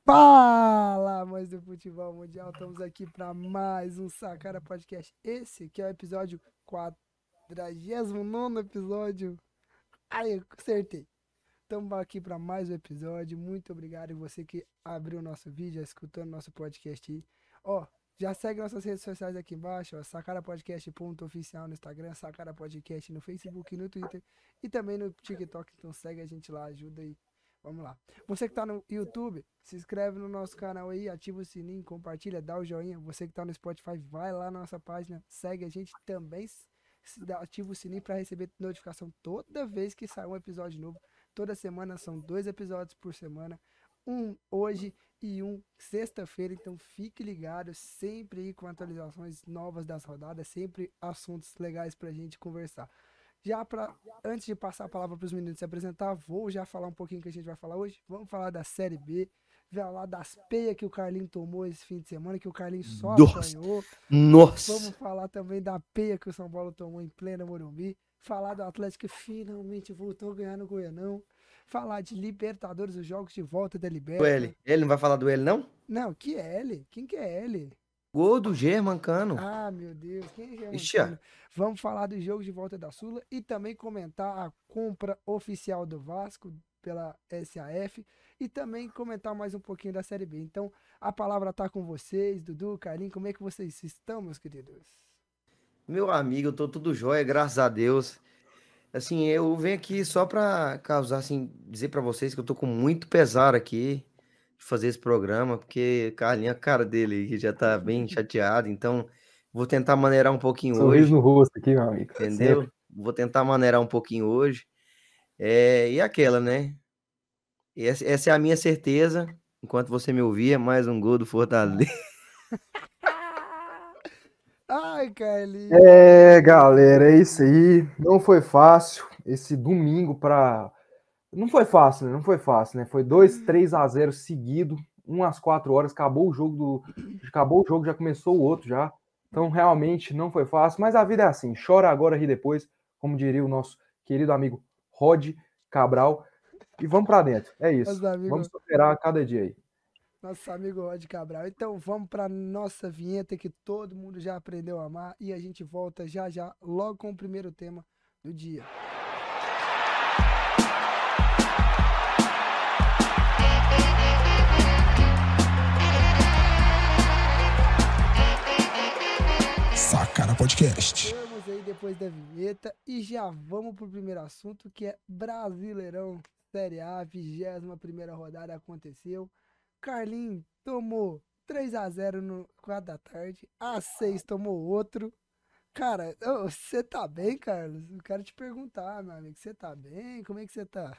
Fala, amantes do futebol mundial, estamos aqui para mais um Sacara Podcast. Esse que é o episódio 49º episódio. Aí, acertei. Estamos aqui para mais um episódio. Muito obrigado a você que abriu o nosso vídeo, escutando nosso podcast aí. Ó, já segue nossas redes sociais aqui embaixo, ó, sacarapodcast.oficial no Instagram, Sacara Podcast no Facebook e no Twitter e também no TikTok. Então segue a gente lá, ajuda aí. Vamos lá. Você que tá no YouTube, se inscreve no nosso canal aí, ativa o sininho, compartilha, dá o joinha. Você que tá no Spotify, vai lá na nossa página, segue a gente também, ativa o sininho para receber notificação toda vez que sair um episódio novo. Toda semana são 2 episódios por semana, um hoje e um sexta-feira, então fique ligado, sempre aí com atualizações novas das rodadas, sempre assuntos legais pra gente conversar. Já para antes de passar a palavra para os meninos se apresentar, vou já falar um pouquinho que a gente vai falar hoje. Vamos falar da Série B, falar das peias que o Carlinho tomou esse fim de semana, que o Carlinho só Nossa, apanhou. nossa. Vamos falar também da peia que o São Paulo tomou em plena Morumbi. Falar do Atlético que finalmente voltou a ganhar no Goianão. Falar de Libertadores, os jogos de volta da O Liberta. L. Ele não vai falar do L, não? Não, que L? Quem que é L? Gol do Germancano. Ah, meu Deus, quem é Ixi, ó. Mancano? Vamos falar dos jogos de volta da Sula e também comentar a compra oficial do Vasco pela SAF e também comentar mais um pouquinho da Série B. Então, a palavra tá com vocês, Dudu, Carlinhos, como é que vocês estão, meus queridos? Meu amigo, eu tô tudo jóia, graças a Deus. Assim, eu venho aqui só pra causar, assim, dizer pra vocês que eu tô com muito pesar aqui de fazer esse programa, porque Carlinhos, a cara dele que já tá bem chateado, então vou tentar maneirar um pouquinho Sorriso hoje, no rosto aqui, meu amigo. Sempre. entendeu? Vou tentar maneirar um pouquinho hoje. E aquela, né? Essa é a minha certeza. Enquanto você me ouvia, mais um gol do Fortaleza. Ai, Carlinhos, É, meu galera, é isso Deus. aí. Não foi fácil esse domingo pra. Não foi fácil, né? Não foi fácil, né? Foi 2-3-0 seguido, 1 às 4 horas, acabou o jogo acabou o jogo, já começou o outro já. Então, realmente não foi fácil, mas a vida é assim, chora agora, ri depois, como diria o nosso querido amigo Rod Cabral, e vamos pra dentro. É isso. Nosso Vamos amigo, superar cada dia aí. nosso amigo Rod Cabral. Então, vamos para nossa vinheta que todo mundo já aprendeu a amar e a gente volta já já, logo com o primeiro tema do dia. Sacara Podcast. Vamos aí depois da vinheta e já vamos pro primeiro assunto que é Brasileirão Série A, 21ª rodada aconteceu. Carlinhos tomou 3-0 no 4 da tarde, a 6 tomou outro. Cara, você tá bem, Carlos? Eu quero te perguntar, meu amigo, você tá bem? Como é que você tá?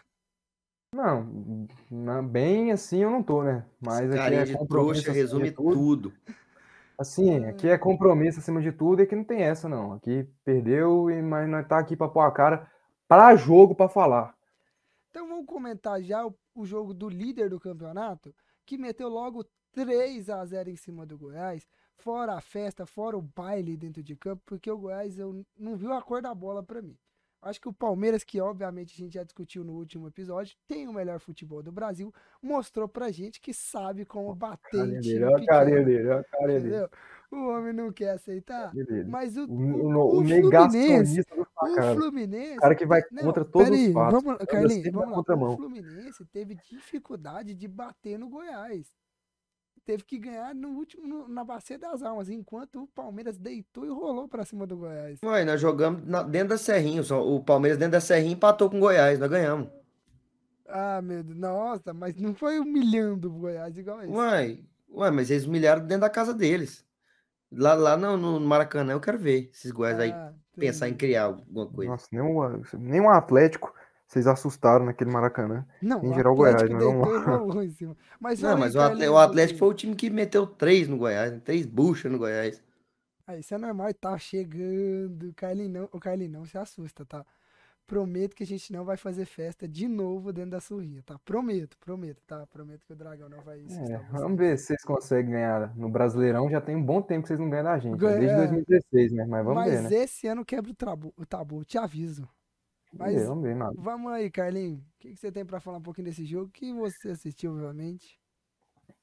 Bem assim eu não tô, né? Essa Mas aqui carinha é de compromisso trouxa acima de resume tudo. tudo. Assim, aqui é compromisso acima de tudo e aqui não tem essa, não. Aqui perdeu, mas nós tá aqui pra pôr a cara pra jogo pra falar. Então vamos comentar já o jogo do líder do campeonato, que meteu logo 3-0 em cima do Goiás, fora a festa, fora o baile dentro de campo, porque o Goiás eu não viu a cor da bola pra mim. Acho que o Palmeiras, que obviamente a gente já discutiu no último episódio, tem o melhor futebol do Brasil, mostrou pra gente que sabe como bater em Carinha dele, time olha a carinha pequeno. dele, olha a carinha dele. Entendeu? O homem não quer aceitar. Carinha dele. Mas O o Fluminense, negacionista do o sacana. O Fluminense, cara que vai não, contra todos pera os aí, fatos. vamos, Anda Carlinhos, sempre na vamos lá. O contramão. Fluminense teve dificuldade de bater no Goiás. Teve que ganhar no último, na Bacia das Almas, enquanto o Palmeiras deitou e rolou pra cima do Goiás. Ué, nós jogamos dentro da Serrinha. O Palmeiras dentro da Serrinha empatou com o Goiás. Nós ganhamos. Ah, meu Deus, nossa, mas não foi humilhando o Goiás igual isso. Ué, mas eles humilharam dentro da casa deles. Lá no Maracanã eu quero ver esses Goiás aí Ah, pensar em entendi. criar alguma coisa. Nossa, nem um Atlético vocês assustaram naquele Maracanã. Não, Em o geral, Goiás, Atlético mas vamos deitou e lá. rolou em cima. Mas Não, fala aí, mas Carlinhos, O Atlético você. foi o time que meteu 3 no Goiás, né? 3 buchas no Goiás. Ah, isso é normal, tá chegando. O Carlinhos não se assusta, tá? Prometo que a gente não vai fazer festa de novo dentro da surrinha, tá? Prometo, tá? Prometo que o dragão não vai assustar Vamos vocês. ver se vocês conseguem ganhar no Brasileirão. Já tem um bom tempo que vocês não ganham da gente, Ganha- desde é, 2016, né? Mas vamos ver, mas né? esse ano quebra o tabu, te aviso. Mas Vamos ver, nada. vamos aí, Carlinhos. O que você tem pra falar um pouquinho desse jogo que você assistiu, obviamente?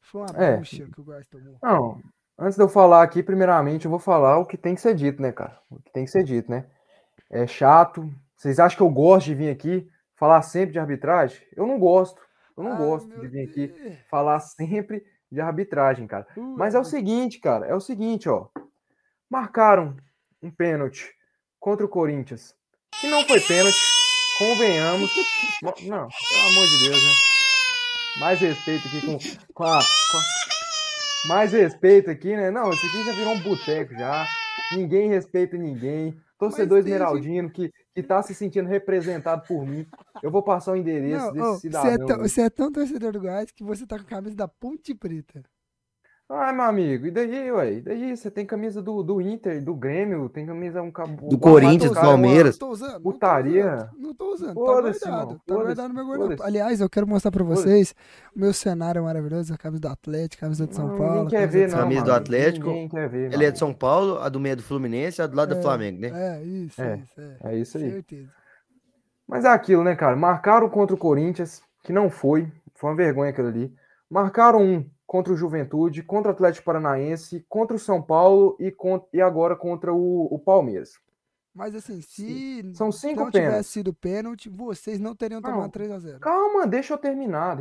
Foi uma É. bucha que o Goiás tomou. Não, antes de eu falar aqui, primeiramente, eu vou falar o que tem que ser dito, né, cara? O que tem que ser dito, né? É chato. Vocês acham que eu gosto de vir aqui falar sempre de arbitragem? Eu não gosto. Eu não Ai, gosto meu de vir aqui Deus. falar sempre de arbitragem, cara. Mas é o seguinte, cara. É o seguinte, ó. Marcaram um pênalti contra o Corinthians, que não foi pênalti, convenhamos. Não, pelo amor de Deus, né? Mais respeito aqui com a... Mais respeito aqui, né? Não, isso aqui já virou um boteco já. Ninguém respeita ninguém. Torcedor Mas tem esmeraldino que tá se sentindo representado por mim. Eu vou passar o endereço Não, desse cidadão. você é tão torcedor do Goiás que você tá com a camisa da Ponte Preta. Ah, meu amigo, e daí, ué? E daí? Você tem camisa do Inter, do Grêmio, tem camisa Do Corinthians, do Palmeiras. Tô usando, Putaria. não tô usando, tá Foda-se, guardado, irmão, tá guardado no meu guardado. foda-se. Aliás, eu quero mostrar pra Foda-se. vocês o meu cenário maravilhoso, a camisa do Atlético, a camisa do São Não, Paulo, ninguém quer camisa ver, do não, São Camisa do mano. Paulo. Atlético. Ninguém quer ver, Ele é de mano. São Paulo, a do meio é do Fluminense e a do lado do Flamengo, né? Isso, É isso aí. certeza. Mas é aquilo, né, cara? Marcaram contra o Corinthians, que não foi uma vergonha aquilo ali. Marcaram um contra o Juventude, contra o Atlético Paranaense, contra o São Paulo e agora contra o Palmeiras. Mas assim, se São 5 não pênaltis. tivesse sido pênalti, vocês não teriam Não, tomado 3-0. Calma, deixa eu terminar.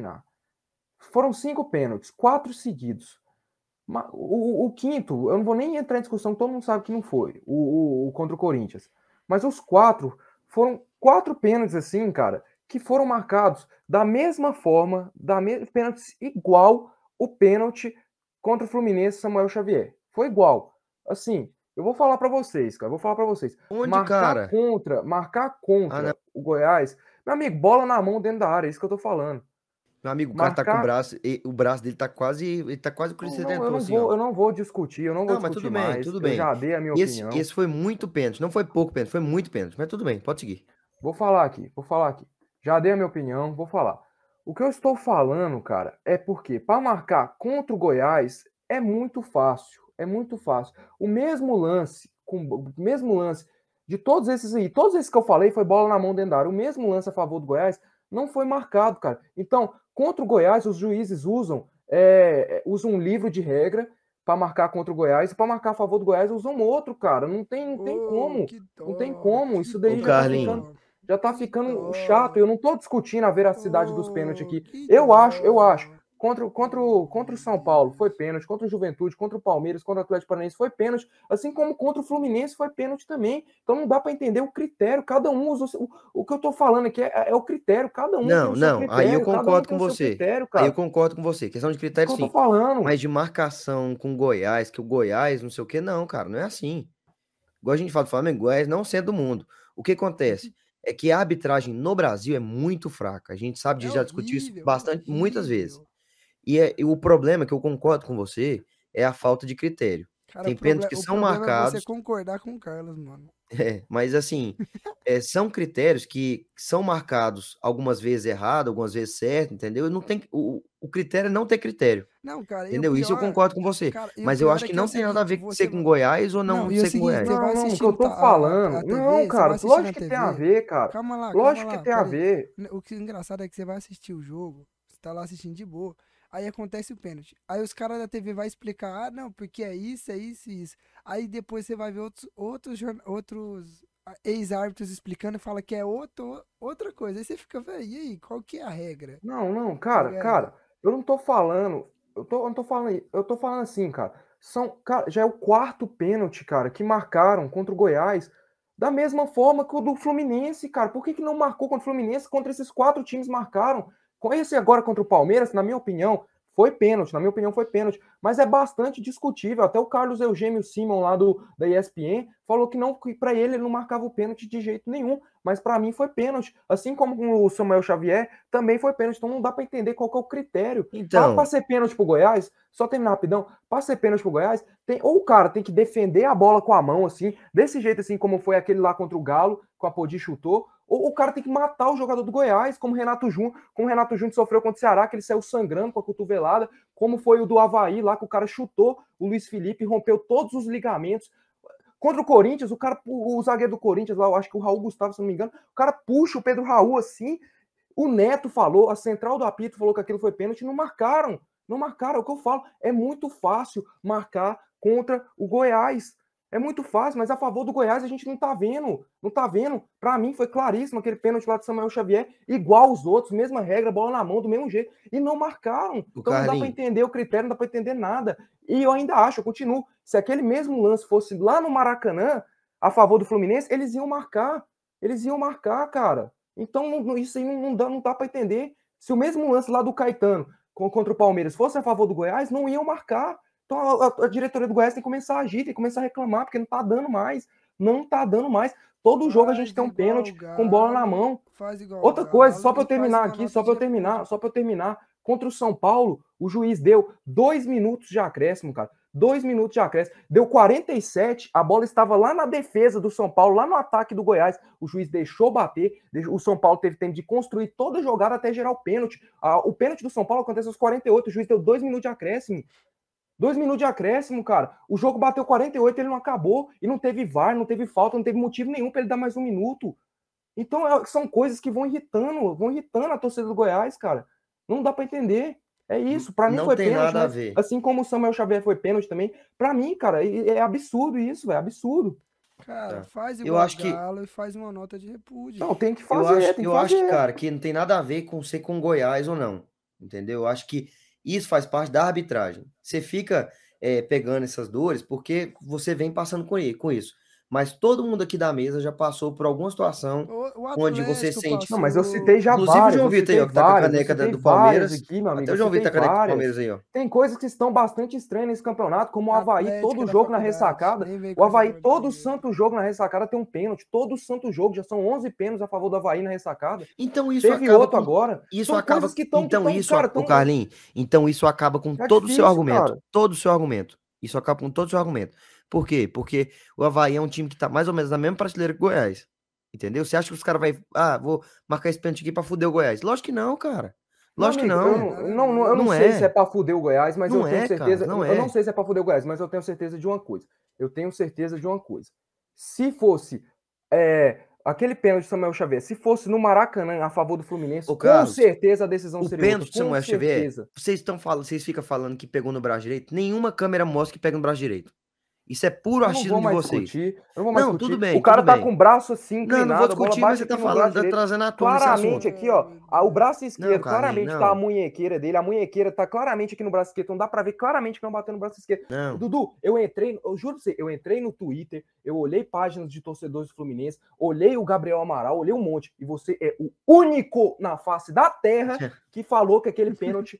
Foram 5 pênaltis, 4 seguidos. O quinto, eu não vou nem entrar em discussão, todo mundo sabe que não foi, o contra o Corinthians. Mas os 4 foram 4 pênaltis assim, cara, que foram marcados da mesma forma, pênaltis igual o pênalti contra o Fluminense Samuel Xavier. Foi igual. Assim, eu vou falar pra vocês, cara, Onde, marcar cara? contra Ah, não. o Goiás, meu amigo, bola na mão dentro da área, é isso que eu tô falando. Meu amigo, o cara tá com Marcar- o braço dele tá quase, ele tá quase com o Redentor, assim, ó. eu não vou discutir, Não, mas tudo bem, mais. tudo Eu bem. já dei a minha opinião. Esse foi muito pênalti, não foi pouco pênalti, foi muito pênalti, mas tudo bem, pode seguir. Vou falar aqui. Já dei a minha opinião, vou falar. O que eu estou falando, cara, é porque para marcar contra o Goiás é muito fácil. O mesmo lance de todos esses que eu falei foi bola na mão dentro da área. O mesmo lance a favor do Goiás não foi marcado, cara. Então, contra o Goiás, os juízes usam um livro de regra para marcar contra o Goiás, e para marcar a favor do Goiás usam outro, cara. Não tem como. Não tem como. Isso daí Ô, Carlinhos. já tá ficando chato. Eu não tô discutindo a veracidade dos pênaltis aqui. Que Eu acho. dó. Contra o São Paulo foi pênalti, contra o Juventude, contra o Palmeiras, contra o Atlético Paranaense foi pênalti, assim como contra o Fluminense foi pênalti também. Então não dá para entender o critério, cada um usa o que eu tô falando aqui é o critério, cada um tem o seu critério, aí eu cada um concordo tem com o seu você. critério, Aí eu cara. concordo com você. Questão de É critério, o que eu sim. tô falando. Mas de marcação com Goiás, que o Goiás, não sei o que, não, cara, não é assim. Igual a gente fala do Flamengo, Goiás não é do mundo. O que acontece? É que a arbitragem no Brasil é muito fraca. A gente sabe disso, já discutiu isso bastante, muitas vezes. E o problema, que eu concordo com você, é a falta de critério. Cara, Tem pênaltis que o são problema é marcados, você concordar com o Carlos, mano. mas assim, são critérios que são marcados algumas vezes errado, algumas vezes certo, entendeu? Não tem, o critério é não ter critério, Não, cara, entendeu? Isso eu concordo com você. Cara, e o Mas eu pior acho é que que é não o tem nada a ver seguinte, com você ser com Goiás ou não e é o ser com seguinte, Goiás. você vai Não, o que assistindo eu tô a falando. TV, Não, você cara, vai assistindo lógico a que tem a TV. ver, cara. Calma lá, Lógico que tem a peraí. ver. O que é engraçado é que você vai assistir o jogo, você tá lá assistindo de boa, aí acontece o pênalti. Aí os caras da TV vai explicar, ah, não, porque é isso, e isso. Aí depois você vai ver outros ex-árbitros explicando e fala que é outra coisa. Aí você fica, velho, e aí, qual que é a regra? Não, Tá ligado? cara, eu não tô falando. Eu tô falando assim, cara. Cara, já é o 4º pênalti, cara, que marcaram contra o Goiás. Da mesma forma que o do Fluminense, cara. Por que não marcou contra o Fluminense? Contra esses 4 times marcaram. Com esse agora contra o Palmeiras, na minha opinião, foi pênalti. Mas é bastante discutível. Até o Carlos Eugênio Simon, lá da ESPN, falou que para ele não marcava o pênalti de jeito nenhum. Mas para mim foi pênalti. Assim como o Samuel Xavier, também foi pênalti. Então não dá para entender qual que é o critério. Então, Para ser pênalti pro Goiás, só terminar rapidão, para ser pênalti pro Goiás, ou o cara tem que defender a bola com a mão, assim, desse jeito assim como foi aquele lá contra o Galo, que o Apodi chutou, ou o cara tem que matar o jogador do Goiás, como o Renato Júnior sofreu contra o Ceará, que ele saiu sangrando com a cotovelada, como foi o do Avaí lá, que o cara chutou o Luiz Felipe, rompeu todos os ligamentos. Contra o Corinthians, o zagueiro do Corinthians lá, eu acho que o Raul Gustavo, se não me engano, o cara puxa o Pedro Raul assim, o Neto falou, a central do apito falou que aquilo foi pênalti, não marcaram. Não marcaram, é o que eu falo. É muito fácil marcar contra o Goiás. É muito fácil, mas a favor do Goiás a gente não tá vendo. Não tá vendo. Pra mim foi claríssimo aquele pênalti lá de Samuel Xavier, igual os outros, mesma regra, bola na mão, do mesmo jeito. E não marcaram. Então não dá pra entender o critério, não dá pra entender nada. E eu ainda acho, eu continuo, se aquele mesmo lance fosse lá no Maracanã, a favor do Fluminense, eles iam marcar. Eles iam marcar, cara. Então isso aí não dá pra entender. Se o mesmo lance lá do Caetano contra o Palmeiras fosse a favor do Goiás, não iam marcar. Então a diretoria do Goiás tem que começar a agir, tem que começar a reclamar, porque não tá dando mais. Não tá dando mais. Todo jogo a gente tem um pênalti com bola na mão. Outra coisa, só para eu terminar aqui, só para eu terminar. Contra o São Paulo, o juiz deu 2 minutos de acréscimo, cara. 2 minutos de acréscimo. Deu 47, a bola estava lá na defesa do São Paulo, lá no ataque do Goiás. O juiz deixou bater, o São Paulo teve tempo de construir toda a jogada até gerar o pênalti. O pênalti do São Paulo acontece aos 48, o juiz deu 2 minutos de acréscimo. 2 minutos de acréscimo, cara. O jogo bateu 48, ele não acabou. E não teve VAR, não teve falta, não teve motivo nenhum para ele dar mais 1 minuto. Então são coisas que vão irritando a torcida do Goiás, cara. Não dá para entender. É isso. Para mim Não foi tem pênalti, nada a ver. assim como o Samuel Xavier foi pênalti também. Para mim, cara, é absurdo isso, velho. Absurdo. Cara, faz Eu igual acho o Galo e faz uma nota de repúdio. Não, tem que Eu fazer, acho, tem que eu acho, fazer. cara, que não tem nada a ver com ser com Goiás ou não. Entendeu? Eu acho que isso faz parte da arbitragem. Você fica pegando essas dores porque você vem passando com isso. Mas todo mundo aqui da mesa já passou por alguma situação O onde você Atlético sente. Não, mas eu citei já Inclusive o várias, João eu Vitor aí, ó, citei que tá com a várias, eu caneca citei do várias Palmeiras. aqui, meu amigo. Até o Eu João Vitor citei tá com a caneca do várias. Palmeiras aí, ó. Tem coisas que estão bastante estranhas nesse campeonato, como o Avaí, Atlético todo da jogo na faculdade, ressacada. nem vem O com Avaí, essa todo coisa. santo jogo na ressacada tem um pênalti. Todo santo jogo, já são 11 pênaltis a favor do Avaí na ressacada. Então isso Teve acaba outro com. agora. Isso São acaba. coisas que estão, Ô Carlinhos, então isso acaba com é todo o seu difícil, argumento. cara. Todo o seu argumento. Isso acaba com todo o seu argumento. Por quê? Porque o Avaí é um time que tá mais ou menos na mesma prateleira que o Goiás. Entendeu? Você acha que os caras vou marcar esse pênalti aqui pra fuder o Goiás? Lógico que não, cara. Meu Lógico que amigo, não. eu não Não sei se é é. pra fuder o Goiás, mas eu Não tenho é, certeza. cara. Não Eu não é. sei se é pra fuder o Goiás, mas eu tenho certeza de uma coisa. Se fosse aquele pênalti de Samuel Xavier, se fosse no Maracanã a favor do Fluminense, Ô, com Carlos, certeza a decisão o seria outra. pênalti de Com Samuel Xavier, certeza. vocês ficam falando que pegou no braço direito? Nenhuma câmera mostra que pega no braço direito. Isso é puro Eu não achismo vou de mais vocês. discutir. Eu não vou mais Não, tudo discutir. bem, O cara tudo tá bem. com o braço assim Não, não vou inclinado, a bola discutir, mas bate você aqui tá no braço falando, tá direito. trazendo à tona esse Claramente assunto. aqui, ó, o braço esquerdo, Não, Carlinhos, claramente não. tá a munhequeira dele. A munhequeira tá claramente aqui no braço esquerdo. Então dá pra ver claramente que não bateu no braço esquerdo. Não. Dudu, eu juro pra você, eu entrei no Twitter, eu olhei páginas de torcedores do Fluminense, olhei o Gabriel Amaral, olhei um monte. E você é o único na face da terra que falou que aquele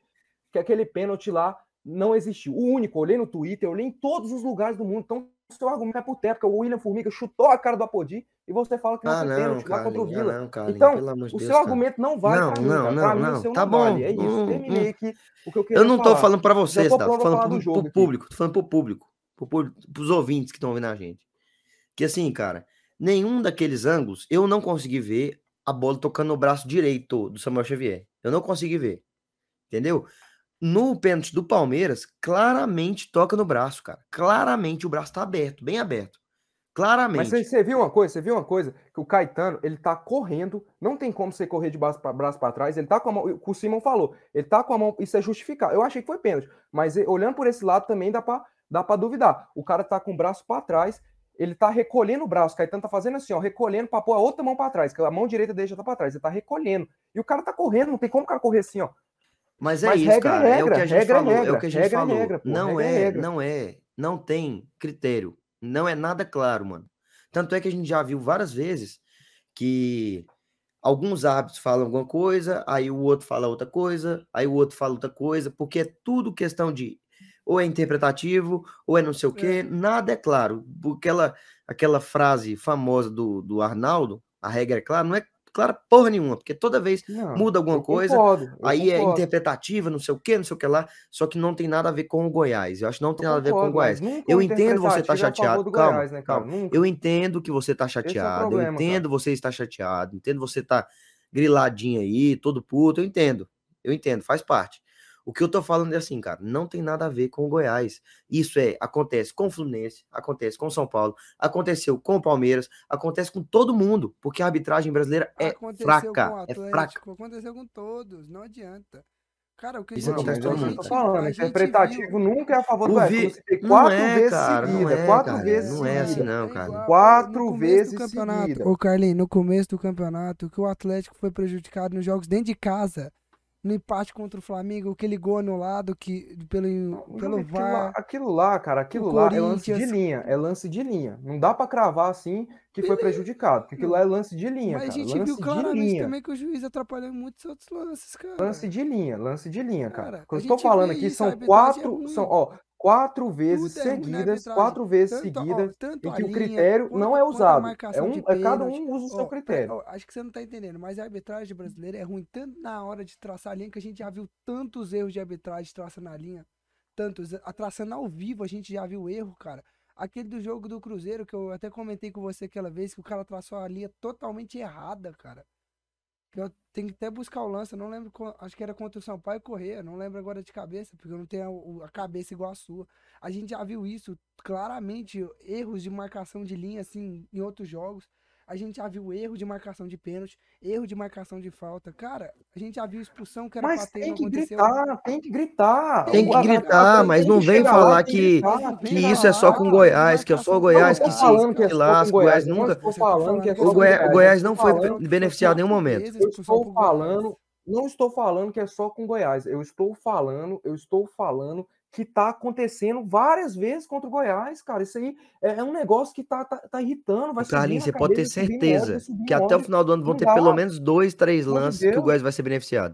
pênalti lá não existiu. O único, eu olhei no Twitter, eu olhei em todos os lugares do mundo. Então, seu argumento é por terra, porque o William Formiga chutou a cara do Apodi e você fala que não foi pênalti lá contra o Vila. Não, Carlinhos, Então, pelo amor de o Deus, seu cara. argumento não vale pra mim, cara. Pra mim, o seu Tá não bom. vale. É isso. Terminei aqui o que eu queria Eu não tô falar. falando pra Já vocês, tô tá? pronto Tô pra falar falando do jogo pro aqui. público, tô falando pro público, pros ouvintes que estão ouvindo a gente. Que assim, cara, nenhum daqueles ângulos eu não consegui ver a bola tocando no braço direito do Samuel Xavier. Eu não consegui ver. Entendeu? No pênalti do Palmeiras, claramente toca no braço, cara. Claramente o braço tá aberto, bem aberto. Mas Claramente. você viu uma coisa? Que o Caetano, ele tá correndo, não tem como você correr de braço pra trás, ele tá com a mão, o Simão falou, ele tá com a mão, isso é justificado. Eu achei que foi pênalti, mas olhando por esse lado também dá pra duvidar. O cara tá com o braço pra trás, ele tá recolhendo o braço, o Caetano tá fazendo assim, ó, recolhendo pra pôr a outra mão pra trás, que a mão direita dele já tá pra trás, ele tá recolhendo. E o cara tá correndo, não tem como o cara correr assim, ó. Mas Mas isso, regra é cara, é o regra, que a gente regra é falou, regra, é o que a gente regra é falou. regra, pô, regra é regra. Não tem critério. Não é nada claro, mano. Tanto é que a gente já viu várias vezes que alguns árbitros falam alguma coisa, aí o outro fala outra coisa, aí o outro fala outra coisa, porque é tudo questão de ou é interpretativo, ou é não sei o quê, nada é claro. Aquela frase famosa do Arnaldo, a regra é clara, não é clara porra nenhuma, porque toda vez Não, muda alguma eu coisa, concordo, eu aí é concordo. interpretativa, não sei o que lá, só que não tem nada a ver com o Goiás. Eu acho que não tem Eu nada a ver com o concordo, mas Goiás. nunca Eu o entendo você tá interpretativo é a favor chateado. do Calma, Goiás, né, cara? calma. Nunca. Eu entendo que você tá Esse é o chateado, eu problema, entendo cara. você está chateado, entendo você tá griladinho aí, todo puto, eu entendo, faz parte. O que eu tô falando é assim, cara, não tem nada a ver com o Goiás. Isso acontece com o Fluminense, acontece com o São Paulo, aconteceu com o Palmeiras, acontece com todo mundo, porque a arbitragem brasileira é Aconteceu fraca, com o é fraca. Atlético, aconteceu com todos, não adianta. Cara, o que a Isso gente, acontece Mas com é a o que eu todo tô mundo. gente, falando, a gente interpretativo viu. nunca é a favor do O Goiás. vi... Como eu citei Não 4 é, vezes cara, não seguida, é, 4 cara. vezes Não é assim seguida. não, É cara. igual no 4 começo do vezes campeonato. seguida. Ô, Carlinhos, no começo do campeonato, que o Atlético foi prejudicado nos jogos dentro de casa, no empate contra o Flamengo, aquele gol anulado que, pelo VAR, Cara, o aquilo lá é lance de Corinthians. linha, é lance de linha. Não dá pra cravar assim que foi Beleza. prejudicado, porque aquilo lá é lance de linha, Mas a cara, gente viu lance de claramente linha. também que o juiz atrapalhou em muitos outros lances, Lance cara. de linha, cara. Cara, O que eu a estou gente vê falando aqui isso, a são arbitragem é são, ruim. ó, 4 vezes Tudo é ruim na seguidas, arbitragem. 4 vezes Ó, seguidas tanto em a que o linha, critério não é quanto a usado. marcação de Cada pênalti. um usa o seu critério. Acho que você não tá entendendo, mas a arbitragem brasileira é ruim tanto na hora de traçar a linha, que a gente já viu tantos erros de arbitragem traçando a linha. Tantos, traçando ao vivo a gente já viu erro, cara. Aquele do jogo do Cruzeiro, que eu até comentei com você aquela vez, que o cara traçou a linha totalmente errada, cara. Eu tenho que até buscar o lance, eu não lembro, acho que era contra o Sampaio Corrêa, não lembro agora de cabeça, porque eu não tenho a cabeça igual a sua. A gente já viu isso claramente, erros de marcação de linha, assim, em outros jogos. A gente já viu erro de marcação de pênalti, erro de marcação de falta. Cara, a gente já viu expulsão que era pra Mas ter e tem não que aconteceu. gritar, tem que gritar. Tem que Cara, gritar, mas Tem que não vem chegar lá falar e tem que mas gritar, não tem que vem que isso é só falar com que gritar. erro de Goiás, que é só o marcação Não, eu Goiás tô que acontece, falando que é se cara. só com lasca. O Goiás Goiás. Eu não nunca. estou Você tá falando que falando é que é só só com com O Goiás. Eu Goiás estou não foi falando, foi beneficiado em nenhum 4 momento. vezes eu expulsão estou pro Goiás. falando, não estou falando que é só com Goiás. Eu estou falando que tá acontecendo várias vezes contra o Goiás, cara. Isso aí é um negócio que tá irritando, vai Carlinhos, subindo a você pode cabeça, ter vai subindo o ódio, vai certeza que subindo o até o ódio. final do ano vão Não ter dá, pelo pelo menos 2, 3 amor de lances que o Deus. Goiás vai ser beneficiado.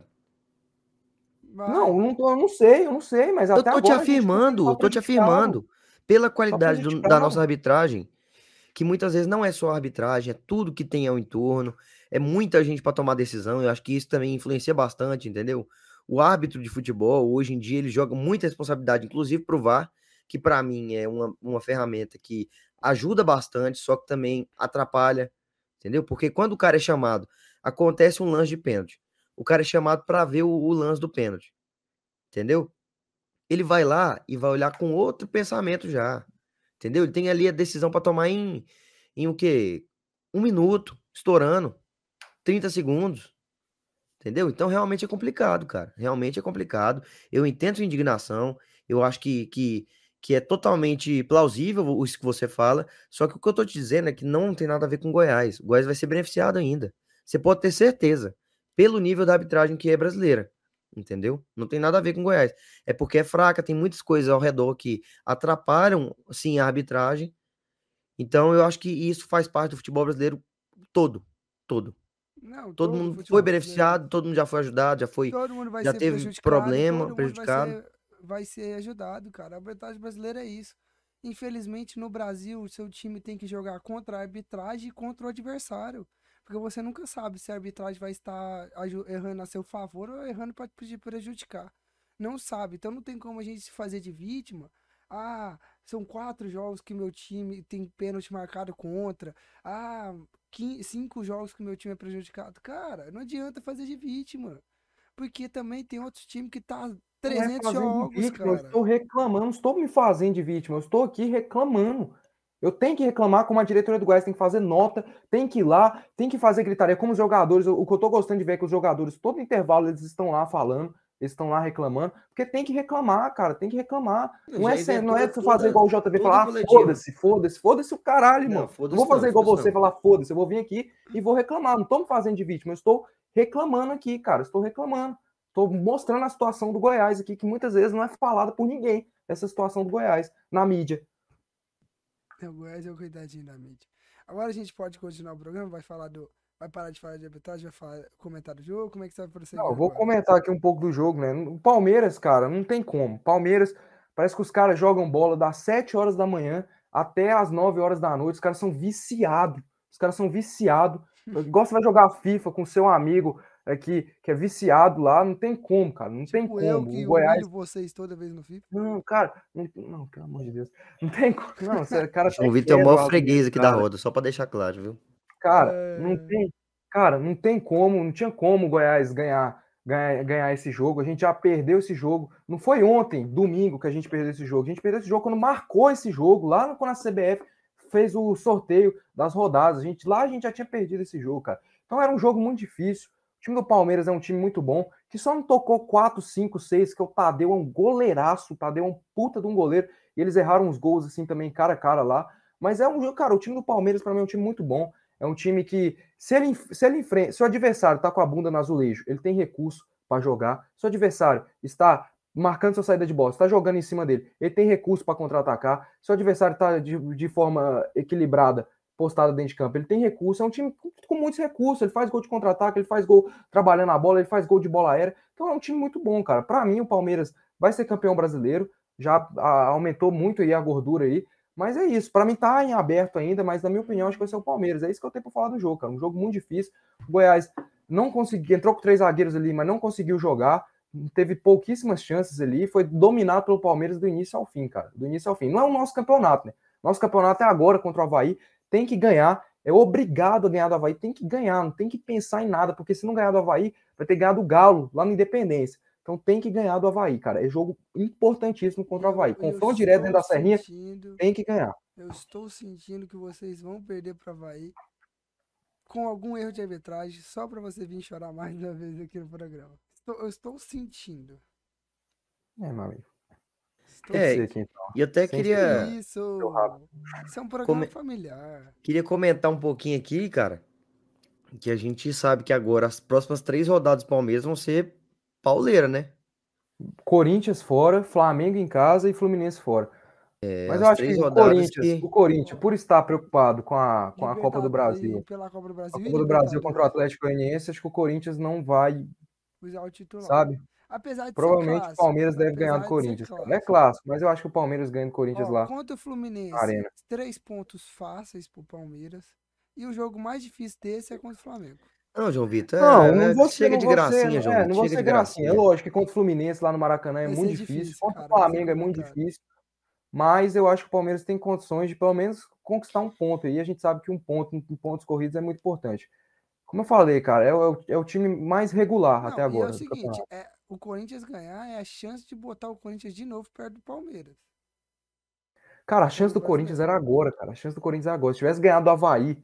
Vai. Eu não sei, mas Eu até tô te agora a gente não tem afirmando, só tô te prejudicado. afirmando. Pela Só qualidade da nossa prejudicado. arbitragem, que muitas vezes não é só a arbitragem, é tudo que tem ao entorno, é muita gente para tomar decisão. Eu acho que isso também influencia bastante, entendeu? O árbitro de futebol, hoje em dia, ele joga muita responsabilidade, inclusive pro VAR, que para mim é uma ferramenta que ajuda bastante, só que também atrapalha, entendeu? Porque quando o cara é chamado, acontece um lance de pênalti. O cara é chamado para ver o lance do pênalti, entendeu? Ele vai lá e vai olhar com outro pensamento já, entendeu? Ele tem ali a decisão para tomar em o quê? 1 minuto, estourando, 30 segundos, entendeu? Então realmente é complicado, cara. Realmente é complicado. Eu entendo sua indignação, eu acho que é totalmente plausível isso que você fala, só que o que eu tô te dizendo é que não tem nada a ver com Goiás. O Goiás vai ser beneficiado ainda. Você pode ter certeza, pelo nível da arbitragem que é brasileira. Entendeu? Não tem nada a ver com Goiás. É porque é fraca, tem muitas coisas ao redor que atrapalham, sim, a arbitragem. Então, eu acho que isso faz parte do futebol brasileiro todo, todo. Não, Todo todo mundo foi futebol brasileiro. beneficiado, todo mundo já foi ajudado, Todo mundo vai já ser teve prejudicado, problema, todo mundo prejudicado. vai ser ajudado, cara. A arbitragem brasileira é isso. Infelizmente, no Brasil, o seu time tem que jogar contra a arbitragem e contra o adversário. Porque você nunca sabe se a arbitragem vai estar errando a seu favor ou errando para te prejudicar. Não sabe. Então não tem como a gente se fazer de vítima. Ah, são 4 jogos que meu time tem pênalti marcado contra. Ah, 5 jogos que meu time é prejudicado. Cara, não adianta fazer de vítima. Porque também tem outros times que tá Não é 300 fazendo de jogos, vítima, eu cara. estou reclamando, não estou me fazendo de vítima, eu estou aqui reclamando. Eu tenho que reclamar, como a diretoria do Goiás tem que fazer nota, tem que ir lá, tem que fazer gritaria. Como os jogadores, o que eu estou gostando de ver é que os jogadores, todo intervalo, eles estão lá falando, eles estão lá reclamando, porque tem que reclamar, cara, tem que reclamar. Não é fazer igual o JV, falar, foda-se o caralho, Não, mano. Não foda-se vou fazer não, igual foda-se você, não. falar foda-se, eu vou vir aqui e vou reclamar. Não estou me fazendo de vítima, eu estou reclamando aqui, cara, estou reclamando. Estou mostrando a situação do Goiás aqui, que muitas vezes não é falada por ninguém, essa situação do Goiás, na mídia. O Goiás é o coitadinho da mídia. Agora a gente pode continuar o programa, vai parar de falar de arbitragem, vai comentar do jogo, como é que você vai prosseguir Não, eu vou agora? comentar aqui um pouco do jogo, né? O Palmeiras, cara, não tem como. Palmeiras, parece que os caras jogam bola das 7 horas da manhã até as 9 horas da noite. Os caras são viciados. Igual você vai jogar FIFA com seu amigo que é viciado lá, não tem como, cara. Não tem Tipo eu como. que O Goiás. humilho vocês toda vez no FIFA. Não, cara, não, pelo amor de Deus. Não tem como. Não, você, cara, João até Vitor é o quebra maior o argumento, freguês aqui da cara. roda, só pra deixar claro, viu? Cara, É... não tem como, não tinha como o Goiás ganhar esse jogo. A gente já perdeu esse jogo. Não foi ontem, domingo, que a gente perdeu esse jogo. A gente perdeu esse jogo quando marcou esse jogo, lá quando a CBF fez o sorteio das rodadas. A gente já tinha perdido esse jogo, cara. Então era um jogo muito difícil. O time do Palmeiras é um time muito bom. que só não tocou 4, 5, 6, que o Tadeu é um goleiraço, o Tadeu é um puta de um goleiro, e eles erraram uns gols assim também cara a cara lá, mas é um jogo, cara, o time do Palmeiras para mim é um time muito bom, é um time que, se o adversário tá com a bunda no azulejo, ele tem recurso para jogar, se o adversário está marcando sua saída de bola, está jogando em cima dele, ele tem recurso para contra-atacar, se o adversário está de forma equilibrada, postada dentro de campo, ele tem recurso, é um time com muitos recursos, ele faz gol de contra-ataque, ele faz gol trabalhando a bola, ele faz gol de bola aérea, então é um time muito bom, cara. Para mim, o Palmeiras vai ser campeão brasileiro, já aumentou muito aí a gordura aí, mas é isso, para mim tá em aberto ainda, mas na minha opinião acho que vai ser o Palmeiras, é isso que eu tenho para falar do jogo, cara, um jogo muito difícil, o Goiás não conseguiu, entrou com 3 zagueiros ali, mas não conseguiu jogar, teve pouquíssimas chances ali, foi dominado pelo Palmeiras do início ao fim, cara, do início ao fim. Não é o nosso campeonato, né? Nosso campeonato é agora contra o Avaí, tem que ganhar, é obrigado a ganhar do Avaí, tem que ganhar, não tem que pensar em nada, porque se não ganhar do Avaí, vai ter que ganhar do Galo, lá na Independência. Então tem que ganhar do Avaí, cara. É jogo importantíssimo contra o Avaí. Confronto direto dentro da Serrinha, tem que ganhar. Eu estou sentindo que vocês vão perder para o Avaí com algum erro de arbitragem, só para você vir chorar mais uma vez aqui no programa. Eu estou sentindo. Meu amigo. E até queria... Isso é um programa familiar. Queria comentar um pouquinho aqui, cara, que a gente sabe que agora as próximas 3 rodadas do Palmeiras vão ser pauleira, né? Corinthians fora, Flamengo em casa e Fluminense fora. Mas eu acho que o Corinthians, por estar preocupado com a Copa do Brasil, pela Copa do Brasil, a Copa do Brasil contra o Atlético Goianiense, acho que o Corinthians não vai usar o titular, sabe? Apesar de provavelmente ser clássico, o Palmeiras deve ganhar do Corinthians. É clássico, mas eu acho que o Palmeiras ganha do Corinthians lá. Contra o Fluminense, 3 pontos fáceis pro Palmeiras. E o jogo mais difícil desse é contra o Flamengo. Não, João Vitor. Chega de gracinha, João Vitor. Não vou ser gracinha. É lógico que contra o Fluminense lá no Maracanã é muito difícil. Contra o Flamengo é muito difícil. Mas eu acho que o Palmeiras tem condições de pelo menos conquistar um ponto. E a gente sabe que um ponto em pontos corridos é muito importante. Como eu falei, cara, é o time mais regular até agora. E é o seguinte, o Corinthians ganhar é a chance de botar o Corinthians de novo perto do Palmeiras. Cara, a chance do Corinthians era agora, cara. A chance do Corinthians era agora. Se tivesse ganhado do Avaí,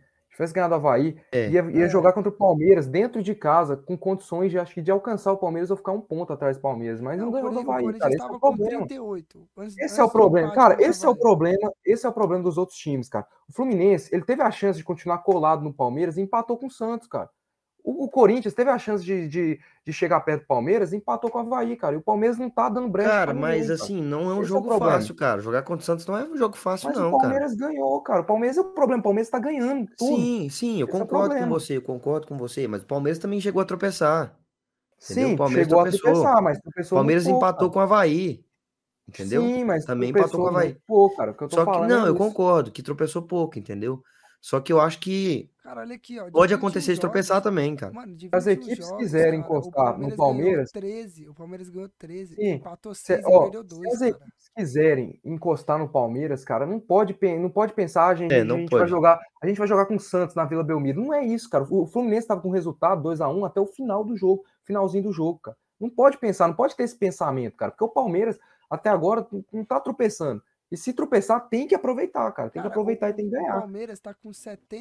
ia jogar contra o Palmeiras dentro de casa, com condições de alcançar o Palmeiras ou ficar um ponto atrás do Palmeiras. Mas não ganhou do Avaí, cara. Esse é o problema. 38, esse é o problema. Cara, esse é o problema dos outros times, cara. O Fluminense, ele teve a chance de continuar colado no Palmeiras e empatou com o Santos, cara. O Corinthians teve a chance de chegar perto do Palmeiras e empatou com o Avaí, cara. E o Palmeiras não tá dando brecha. Cara, mas assim, não é um jogo fácil, cara. Jogar contra o Santos não é um jogo fácil, não, cara. Mas o Palmeiras ganhou, cara. O Palmeiras é o problema. O Palmeiras tá ganhando tudo. Sim, eu concordo com você. Mas o Palmeiras também chegou a tropeçar. Entendeu? Sim, o Palmeiras chegou a tropeçar, mas tropeçou. O Palmeiras empatou com o Avaí. Entendeu? Sim, mas também empatou com o Avaí. Pouco, cara. O que eu tô falando não, eu concordo que tropeçou pouco, entendeu? Só que eu acho que olha aqui, pode acontecer de tropeçar também, cara. Mano, as equipes quiserem encostar no Palmeiras... O Palmeiras ganhou 13, sim, empatou 6 e perdeu 2, se as equipes quiserem encostar no Palmeiras, cara, não pode pensar, a gente vai jogar com o Santos na Vila Belmiro. Não é isso, cara. O Fluminense tava com resultado 2-1 até o final do jogo, finalzinho do jogo, cara. Não pode pensar, não pode ter esse pensamento, cara, porque o Palmeiras até agora não tá tropeçando. E se tropeçar, tem que aproveitar, cara. Tem que aproveitar e tem que ganhar. O Palmeiras tá com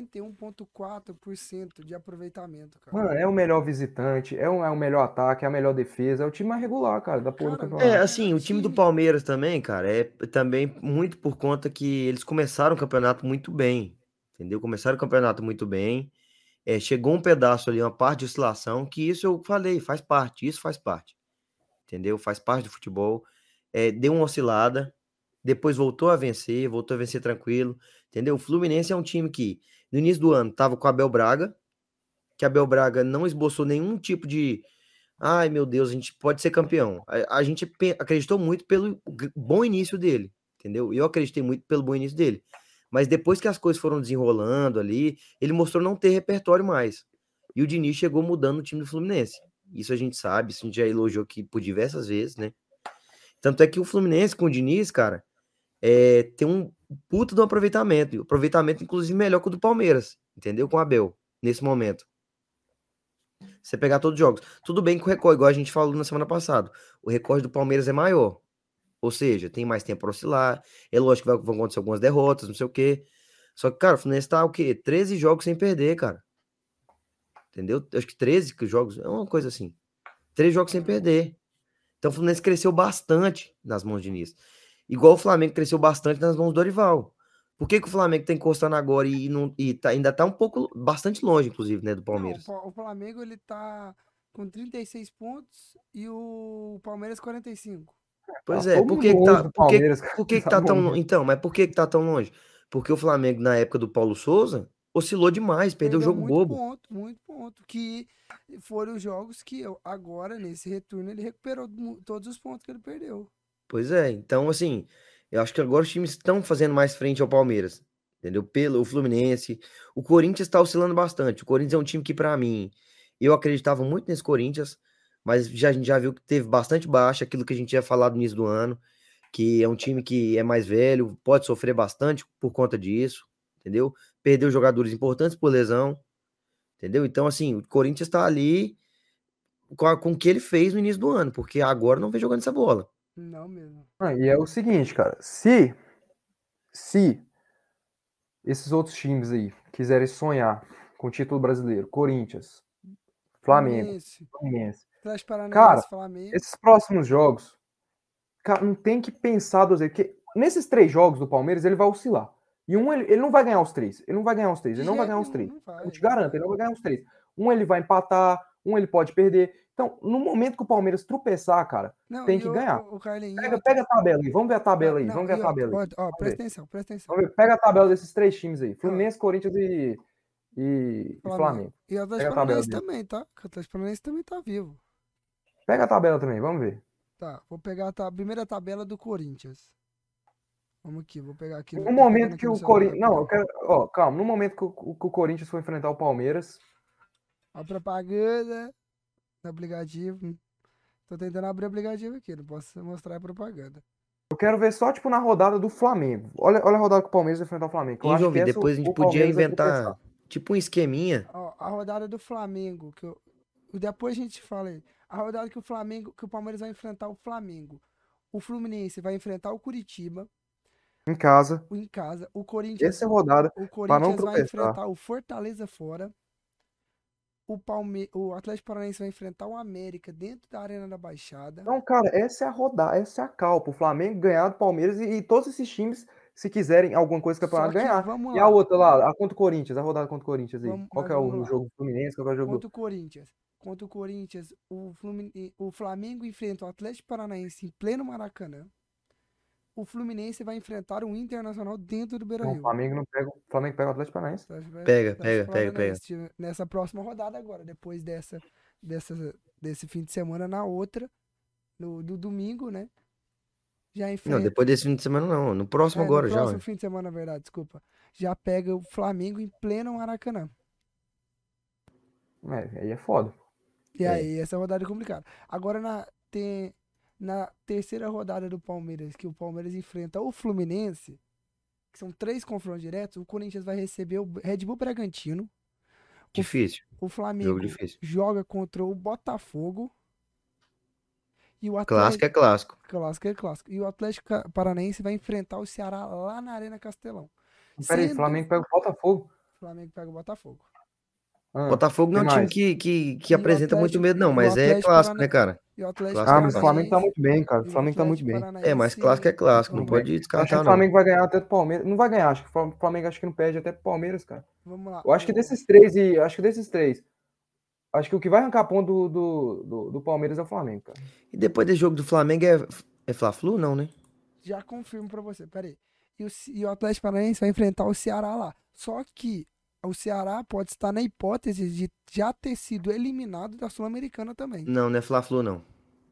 71,4% de aproveitamento, cara. Mano, é o melhor visitante, é o melhor ataque, é a melhor defesa, é o time mais regular, cara, da porra do campeonato. Assim, o time do Palmeiras também, cara, é também muito por conta que eles começaram o campeonato muito bem, entendeu? Começaram o campeonato muito bem, chegou um pedaço ali, uma parte de oscilação, que isso eu falei, faz parte, entendeu? Faz parte do futebol, deu uma oscilada, depois voltou a vencer tranquilo, entendeu? O Fluminense é um time que, no início do ano, tava com o Abel Braga, que Abel Braga não esboçou nenhum tipo de ai, meu Deus, a gente pode ser campeão. A gente acreditou muito pelo bom início dele, entendeu? Eu acreditei muito pelo bom início dele. Mas depois que as coisas foram desenrolando ali, ele mostrou não ter repertório mais. E o Diniz chegou mudando o time do Fluminense. Isso a gente sabe, isso a gente já elogiou aqui por diversas vezes, né? Tanto é que o Fluminense com o Diniz, cara, tem um puta de um aproveitamento. O aproveitamento, inclusive, melhor que o do Palmeiras, entendeu? Com o Abel, nesse momento. Você pegar todos os jogos. Tudo bem que o recorde, igual a gente falou na semana passada, o recorde do Palmeiras é maior. Ou seja, tem mais tempo para oscilar. É lógico que vão acontecer algumas derrotas, não sei o quê. Só que, cara, o Fluminense tá o quê? 13 jogos sem perder, cara. Entendeu? Acho que 13 jogos, é uma coisa assim. 3 jogos sem perder. Então o Fluminense cresceu bastante nas mãos de Diniz. Igual o Flamengo cresceu bastante nas mãos do Dorival. Por que o Flamengo tá encostando agora ainda tá bastante longe, inclusive, né, do Não, Palmeiras? o Flamengo ele tá com 36 pontos e o Palmeiras 45. Pois Tá é, todo por mundo que que longe tá, do por que, Palmeiras, cara. por que que Tá tá tão, momento. então, mas por que que tá tão longe? Porque o Flamengo, na época do Paulo Souza, oscilou demais, perdeu Perdeu jogo bobo. muito ponto. Que foram os jogos que agora, nesse retorno, ele recuperou todos os pontos que ele perdeu. Pois é, então, assim, eu acho que agora os times estão fazendo mais frente ao Palmeiras, entendeu? O Fluminense, o Corinthians tá oscilando bastante. O Corinthians é um time que, pra mim, eu acreditava muito nesse Corinthians, mas a gente já viu que teve bastante baixa, aquilo que a gente tinha falado no início do ano, que é um time que é mais velho, pode sofrer bastante por conta disso, entendeu? Perdeu jogadores importantes por lesão, entendeu? Então, assim, o Corinthians tá ali com o que ele fez no início do ano, porque agora não vem jogando essa bola. Não mesmo. E é o seguinte, cara, se esses outros times aí quiserem sonhar com o título brasileiro, Corinthians, Flamengo, Fluminense, Atlético cara, Paranaense, Flamengo. esses próximos jogos, cara, não tem que pensar duas vezes, porque nesses 3 jogos do Palmeiras ele vai oscilar. E ele não vai ganhar os 3, ele não vai ganhar os 3, De ele não vai jeito ganhar os nenhum, 3. não vai, Eu te não garanto, vai. ele não vai ganhar os 3. Um ele vai empatar, um ele pode perder. Então, no momento que o Palmeiras tropeçar, cara, Não, tem e que ganhar. o Carlinhos, Pega a tabela aí, vamos ver a tabela aí, não, vamos ver a e tabela aí. ó, Vamos ver. presta atenção. Vamos ver. Pega a tabela desses 3 times aí, Fluminense, Corinthians e Flamengo. E o Pega Atlético a tabela Paranaense dele. também, tá? O Atlético Paranaense também tá vivo. Pega a tabela também, vamos ver. Tá, vou pegar a primeira tabela do Corinthians. Vamos aqui, vou pegar aqui. No Tô pegando momento aqui que no o celular Corinthians. Não, eu rapidão. quero. Ó, calma. No momento que o Corinthians for enfrentar o Palmeiras. A propaganda do aplicativo. Tô tentando abrir o aplicativo aqui, não posso mostrar a propaganda. Eu quero ver só, tipo, na rodada do Flamengo. Olha a rodada que o Palmeiras vai enfrentar o Flamengo. Que eu Hein, acho João que Vitor, essa depois a gente o podia Palmeiras vai tropeçar. inventar tipo um esqueminha. Ó, a rodada do Flamengo, depois a gente fala aí. A rodada que o Palmeiras vai enfrentar o Flamengo. O Fluminense vai enfrentar o Curitiba Em casa. em casa. O Corinthians, Essa é a rodada. o Pra não Corinthians vai tropeçar. enfrentar o Fortaleza fora. O Atlético Paranaense vai enfrentar o América dentro da Arena da Baixada. Então, cara, essa é a rodada. Essa é a cal. Pro Flamengo ganhar do Palmeiras e todos esses times, se quiserem alguma coisa do Só campeonato, que ganhar. vamos E lá. a outra lá, a contra o Corinthians, a rodada contra o Corinthians aí. Qual Mas que é vamos o lá. jogo do Fluminense? Qual que é o jogo Contra o Corinthians. Contra o Corinthians, o Flamengo enfrenta o Atlético Paranaense em pleno Maracanã. O Fluminense vai enfrentar o Internacional dentro do Não, o Beira-Rio. Flamengo pega o Atlético Paranaense. Pega. Nessa próxima rodada agora, depois desse fim de semana, na outra, no domingo, né? Já Não, enfrenta. depois desse fim de semana não. No próximo agora no já. próximo Ué. fim de semana, na verdade, desculpa. Já pega o Flamengo em pleno Maracanã. Aí é foda. E aí, essa rodada é complicada. Agora, na terceira rodada do Palmeiras, que o Palmeiras enfrenta o Fluminense, que são 3 confrontos diretos, o Corinthians vai receber o Red Bull Bragantino. Difícil. O Flamengo Jogo difícil. joga contra o Botafogo. E o Clássico é clássico. Clássico é clássico. E o Atlético Paranaense vai enfrentar o Ceará lá na Arena Castelão. Peraí, o Flamengo pega o Botafogo. O Flamengo pega o Botafogo. Botafogo não é um time que apresenta muito medo, não, mas é clássico, né, cara? E o Atlético Clássico mas o Flamengo tá muito bem, cara. O Flamengo tá muito bem. Mas clássico é clássico, não pode Acho que descartar, o não. Flamengo vai ganhar até do Palmeiras. Não vai ganhar, acho que o Flamengo acho que não perde até pro Palmeiras, cara. Vamos lá. Eu acho que desses três, acho que o que vai arrancar ponto do Palmeiras é o Flamengo, cara. E depois desse jogo do Flamengo é Fla-Flu, não, né? Já confirmo pra você, peraí. E o Atlético Paranaense vai enfrentar o Ceará lá. Só que o Ceará pode estar na hipótese de já ter sido eliminado da Sul-Americana também. Não é Fla-Flu, não.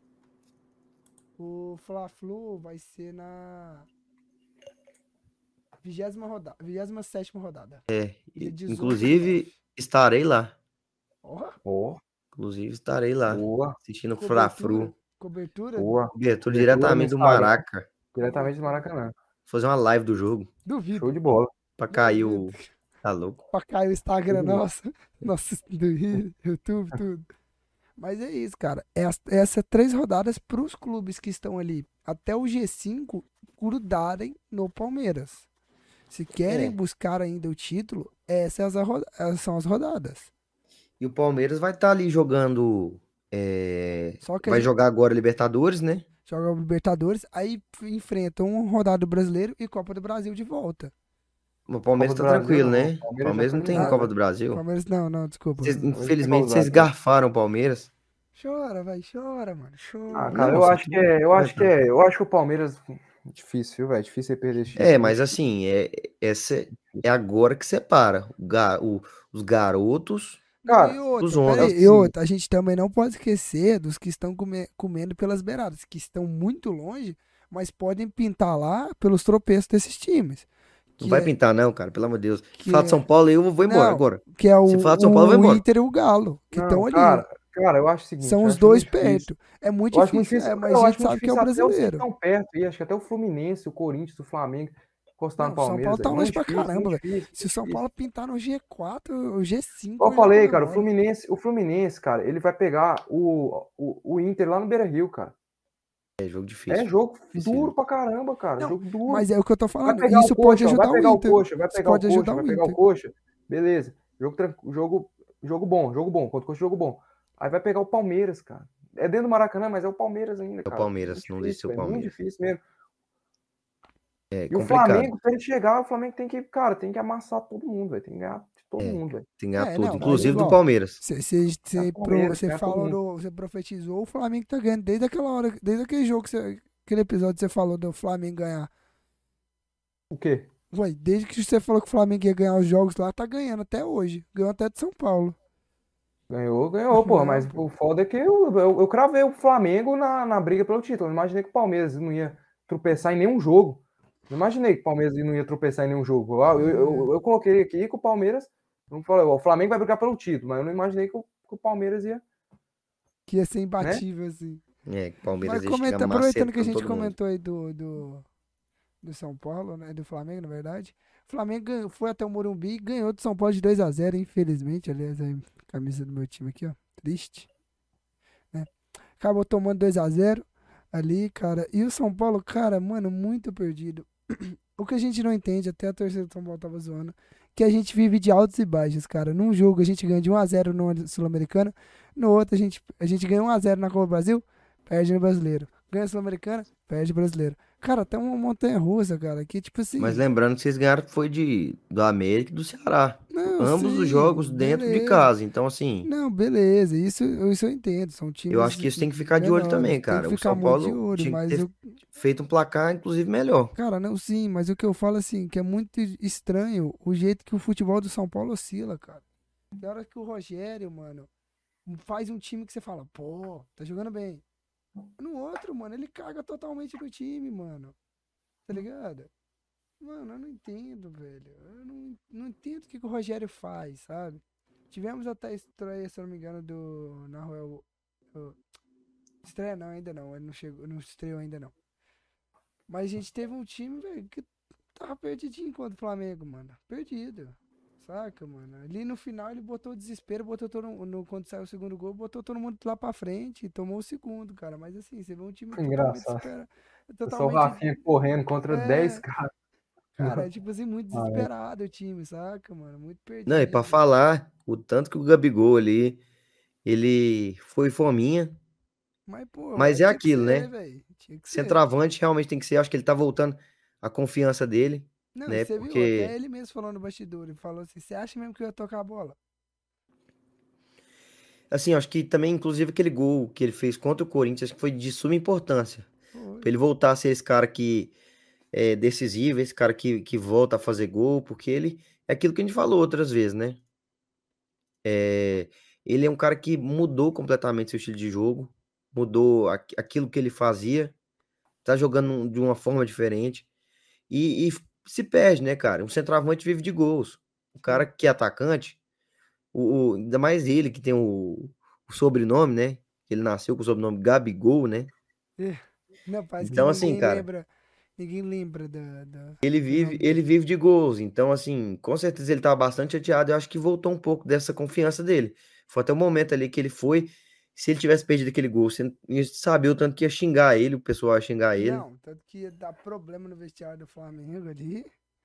O Fla-Flu vai ser na 27ª rodada. Dia 18 Inclusive, estarei lá. Ó, Inclusive, estarei lá. boa, Assistindo Fla-Flu. Cobertura? boa. Cobertura diretamente do Maraca. Diretamente do Maracanã. Fazer uma live do jogo. Duvido. Show de bola. Pra cair o... Tá louco? Pra cair o Instagram nosso, do YouTube, tudo. Mas é isso, cara. Essas 3 rodadas pros clubes que estão ali até o G5 grudarem no Palmeiras. Se querem buscar ainda o título, essas são as rodadas. E o Palmeiras vai estar ali jogando Só que a Vai gente jogar agora Libertadores, né? joga o Libertadores, aí enfrenta um rodado brasileiro e Copa do Brasil de volta. O Copa Palmeiras do tá Brasil, tranquilo, não. O né? O Palmeiras já Palmeiras foi não tem Ah, eliminado, Copa né? do Brasil. Palmeiras não, desculpa. O Palmeiras tem Copa do Infelizmente, vocês Brasil. garfaram o Palmeiras. Chora, vai, chora, mano, Ah, chora. cara, Não, eu só acho tô... que é, eu Vai, acho que fala. é, eu acho que o Palmeiras difícil, viu, velho? Difícil ele perder esse É, título, mas muito assim, essa é agora que separa os garotos Não, e dos outra, pera é o aí, e homens. seguinte, outra, a gente também não pode esquecer dos que estão comendo pelas beiradas, que estão muito longe, mas podem pintar lá pelos tropeços desses times. Não Que vai é, pintar, não, cara, pelo amor de Deus. que Falar de São é, Paulo, eu vou embora não, agora. que é Se falar de São Paulo, eu vou o embora. Inter e o Galo, que não, estão ali. cara, eu acho o seguinte, São eu os acho muito dois difícil. perto. É muito Eu acho muito difícil, difícil, mas a eu gente acho muito sabe que é o difícil até os que brasileiro. estão perto, e acho que até o Fluminense, o Corinthians, o Flamengo encostar no Não, o São Paulo Palmeiras, é tá longe muito pra difícil, muito caramba, velho. difícil, Se o muito São Paulo difícil. pintar no G4, o Como G5 eu já falei, cara, comemora. O Fluminense, cara, ele vai pegar o Inter lá no Beira-Rio, cara. É jogo É difícil. jogo duro Dificílimo. pra caramba, cara. Não, Jogo duro. mas é o que eu tô Vai falando. pegar o Isso pode Coxa, ó, vai ajudar o pegar o Inter. Coxa, vai Isso pegar o pode Coxa, ajudar vai o pegar o Inter. Coxa. Beleza. Jogo bom, jogo bom. Contra o Coxa, jogo bom. Aí vai pegar o Palmeiras, cara. É dentro do Maracanã, mas é o Palmeiras ainda, É o cara. Palmeiras, Muito não deixe difícil, ser o velho. Muito Palmeiras. difícil mesmo. É E o complicado. Flamengo, pra ele chegar, o Flamengo tem que, cara, tem que amassar todo mundo, velho. Tem que ganhar de todo É, mundo, velho. tem que ganhar tudo, Não, mas inclusive do igual. Palmeiras. Ganhar do Palmeiras, Você ganhar todo falou, mundo. você profetizou, o Flamengo tá ganhando desde aquela hora, desde aquele jogo, aquele episódio que você falou do Flamengo ganhar. O quê? Ué, desde que você falou que o Flamengo ia ganhar os jogos lá, tá ganhando até hoje. Ganhou até de São Paulo. Ganhou, pô. Não, Mas pô. o foda é que eu cravei o Flamengo na briga pelo título. Eu não imaginei que o Palmeiras não ia tropeçar em nenhum jogo. Não imaginei que o Palmeiras não ia tropeçar em nenhum jogo. Eu coloquei aqui que o Palmeiras. Não falei, ó, o Flamengo vai brigar pelo título, mas eu não imaginei que o Palmeiras ia, Que ia ser né? imbatível, assim. É, o Mas Palmeiras ia chegar aproveitando que a macetando gente todo mundo. comentou aí do São Paulo, né? Do Flamengo, na verdade. O Flamengo foi até o Morumbi e ganhou do São Paulo de 2-0, infelizmente. Aliás, aí, camisa do meu time aqui, ó. Triste, né? Acabou tomando 2-0 ali, cara. E o São Paulo, cara, mano, muito perdido. O que a gente não entende, até a torcida do São Paulo tava zoando, que a gente vive de altos e baixos, cara. Num jogo a gente ganha de 1-0 no Sul-Americano, no outro a gente ganha 1-0 na Copa do Brasil, perde no Brasileiro. Ganha Sul-Americana, perde Brasileiro. Cara, tem uma montanha russa, cara, que tipo Mas assim, lembrando que vocês ganharam foi do América e do Ceará. não, Ambos os sim, jogos dentro de beleza. casa. Então, assim, Não, beleza, isso eu entendo. São eu acho times que isso tem que ficar de olho menores, também, tem que cara. O ficar São muito de Paulo olho, tinha que mas ter feito um placar, inclusive, melhor. cara, não, sim, mas o que eu falo assim, que é muito estranho o jeito que o futebol do São Paulo oscila, cara. Tem hora que o Rogério, mano, faz um time que você fala, pô, tá jogando bem. No outro, mano, ele caga totalmente no time, mano. Tá ligado? Mano, eu não entendo, velho. Eu não entendo o que o Rogério faz, sabe? Tivemos até a estreia, se eu não me engano, do Naruel. Estreia não, ainda não. Ele não chegou, não estreou ainda não. Mas a gente teve um time, velho, que tava perdidinho contra o Flamengo, mano. Perdido. Saca, mano? Ali no final ele botou o desespero, botou quando saiu o segundo gol, botou todo mundo lá pra frente e tomou o segundo, cara. Mas assim, você vê um time totalmente Engraçado. desesperado. Só o Totalmente. Rafinha correndo contra 10 É, caras. cara, é tipo assim, muito Ah, é. desesperado o time, saca, mano? Muito Não, e pra perdido. falar, o tanto que o Gabigol ali, ele foi fominha, Mas, pô, mas é tinha que aquilo, ser, né? velho. Tinha que ser. Centroavante realmente tem que ser. Acho que ele tá voltando a confiança dele, Não, e né? você viu, até Porque, ele mesmo falou no bastidor, ele falou assim, você acha mesmo que eu ia tocar a bola? assim, acho que também, inclusive, aquele gol que ele fez contra o Corinthians, acho que foi de suma importância. Foi. Pra ele voltar a ser esse cara que é decisivo, esse cara que volta a fazer gol, porque ele é aquilo que a gente falou outras vezes, né? É, ele é um cara que mudou completamente seu estilo de jogo, mudou aquilo que ele fazia, tá jogando de uma forma diferente e se perde, né, cara? Um centroavante vive de gols. O cara Sim. que é atacante, ainda mais ele que tem o sobrenome, né? Ele nasceu com o sobrenome Gabigol, né? É. Não, parece que Então, assim, cara, ninguém lembra do ele nome dele. vive de gols. Então, assim, com certeza ele tava bastante chateado. Eu acho que voltou um pouco dessa confiança dele. Foi até o momento ali que ele foi. Se ele tivesse perdido aquele gol, você ia saber o tanto que ia xingar ele, o pessoal ia xingar ele. Não, tanto que ia dar problema no vestiário do Flamengo ali.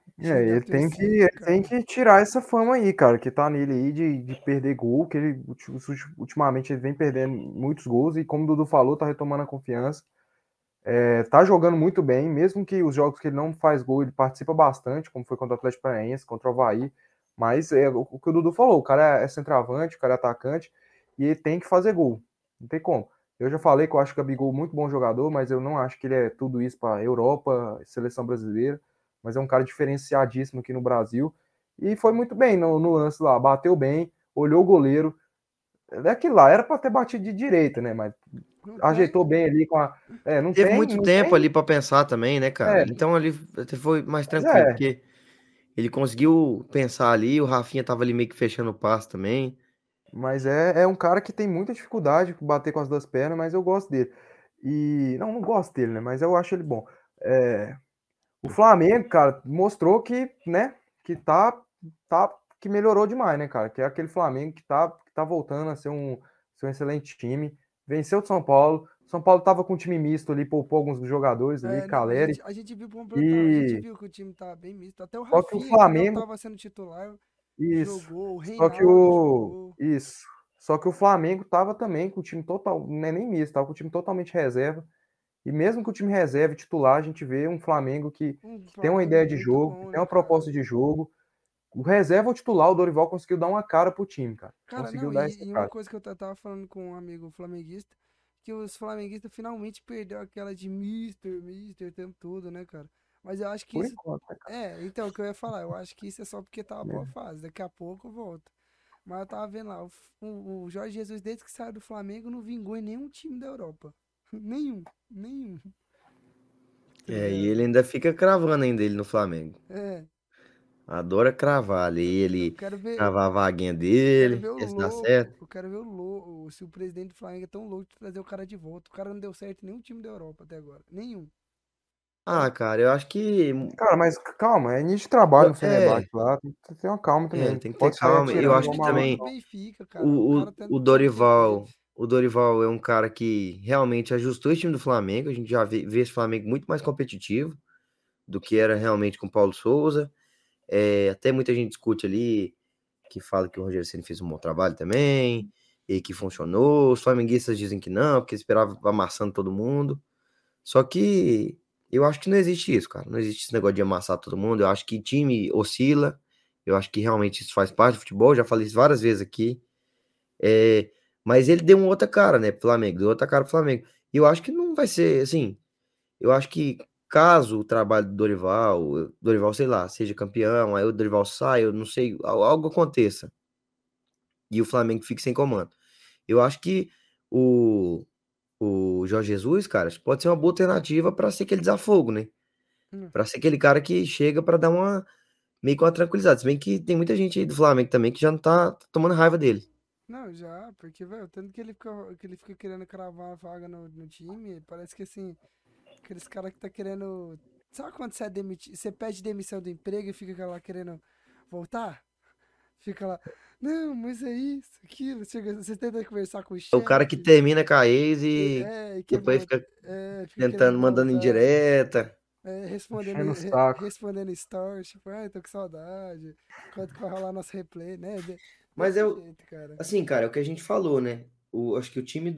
É, Xingar a torcida, ele tem cara. que tirar essa fama aí, cara, que tá nele aí de perder gol, que ele ultimamente ele vem perdendo muitos gols e como o Dudu falou, tá retomando a confiança. Tá jogando muito bem, mesmo que os jogos que ele não faz gol, ele participa bastante, como foi contra o Atlético Paranaense, contra o Avaí. Mas é o que o Dudu falou, o cara é centroavante, o cara é atacante, e ele tem que fazer gol. Não tem como. Eu já falei que eu acho o Gabigol muito bom jogador, mas eu não acho que ele é tudo isso para Europa, seleção brasileira. Mas é um cara diferenciadíssimo aqui no Brasil. E foi muito bem no lance lá, bateu bem, olhou o goleiro. É aquilo lá, era para ter batido de direita, né? Mas Não tem? ajeitou bem ali com a. Não Teve tem, muito não tempo tem. ali pra pensar também, né, cara? É, Então ali até foi mais mas tranquilo, porque ele conseguiu pensar ali, o Rafinha tava ali meio que fechando o passe também. Mas é um cara que tem muita dificuldade com bater com as duas pernas, mas eu gosto dele. E não gosto dele, né? Mas eu acho ele bom. É, o Flamengo, cara, mostrou que, né, que que melhorou demais, né, cara? Que é aquele Flamengo que tá voltando a ser um excelente time. Venceu o São Paulo. São Paulo tava com um time misto ali, poupou alguns jogadores ali, É, não, Caleri. a gente viu completar, a gente E viu que o time tá bem misto. Até o só que o Rafinha, que não Flamengo tava sendo titular, Isso. jogou, o Só que Reinaldo jogou. Isso. Só que o Flamengo tava também com o time total, não é nem misto, tava com o time totalmente reserva. E mesmo com o time reserva e titular, a gente vê um Flamengo Um que tem uma Flamengo ideia de muito jogo, que bom, tem né, uma cara? proposta de jogo. O reserva ou titular, o Dorival conseguiu dar uma cara pro time, cara. Cara, Conseguiu não, dar essa e uma cara. coisa que eu tava falando com um amigo flamenguista, que os flamenguistas finalmente perdeu aquela de Mister o tempo todo, né, cara? Mas eu acho que Por isso. enquanto, né, É, então, o que eu ia falar, eu acho que isso é só porque tá uma boa cara? fase. Daqui a pouco volta. Mas eu tava vendo lá, o Jorge Jesus, desde que saiu do Flamengo, não vingou em nenhum time da Europa. Nenhum, nenhum, tá É, e ligado? ele ainda fica cravando ainda ele no Flamengo. É, Adora cravar ali, eu ele quero ver, cravar a vaguinha quero dele, ver o esse dá louco, certo. eu quero ver o louco, se o presidente do Flamengo é tão louco de trazer o cara de volta. O cara não deu certo em nenhum time da Europa até agora. Nenhum. Ah, cara, eu acho que Cara, mas calma, é início de trabalho no é, Fenerbahçe lá, tem que ter uma calma também. é, Não tem que ter pode sair calma. Eu Não, atirando acho ele igual que virou maluco, no também não. Benfica, cara. O o, cara o, tanto o tempo que ele teve. Dorival é um cara que realmente ajustou esse time do Flamengo. A gente já vê esse Flamengo muito mais competitivo do que era realmente com o Paulo Souza. É, até muita gente discute ali que fala que o Rogério Ceni fez um bom trabalho também e que funcionou. Os flamenguistas dizem que não, porque esperava amassando todo mundo. Só que eu acho que não existe isso, cara. Não existe esse negócio de amassar todo mundo. Eu acho que time oscila. Eu acho que realmente isso faz parte do futebol. Já falei isso várias vezes aqui. É, mas ele deu uma outra cara, né, pro Flamengo. Deu outra cara pro Flamengo. E eu acho que não vai ser assim. Eu acho que caso o trabalho do Dorival, sei lá, seja campeão, aí o Dorival sai, eu não sei, algo aconteça e o Flamengo fique sem comando. Eu acho que o, o Jorge Jesus, cara, pode ser uma boa alternativa para ser aquele desafogo, né? Hum. Para ser aquele cara que chega para dar uma meio que uma tranquilidade. Se bem que tem muita gente aí do Flamengo também que já não tá tomando raiva dele. Não, já, porque, velho, tanto que ele fica querendo cravar a vaga no time, parece que assim, aqueles caras que tá querendo. Sabe quando você é demitido, você pede demissão do emprego e fica lá querendo voltar? Fica lá, não, mas é isso, aquilo. Chega, você tenta conversar com o É o cara que chefe, termina com a ex e e quer depois voltar, fica fica querendo tentando, mandando voltar, indireta. respondendo, Enchendo o saco. respondendo stories, tipo, ai, tô com saudade, quando que vai rolar nosso replay, né? Mas Desse eu, jeito, cara. assim, cara, é o que a gente falou, né? Acho que o time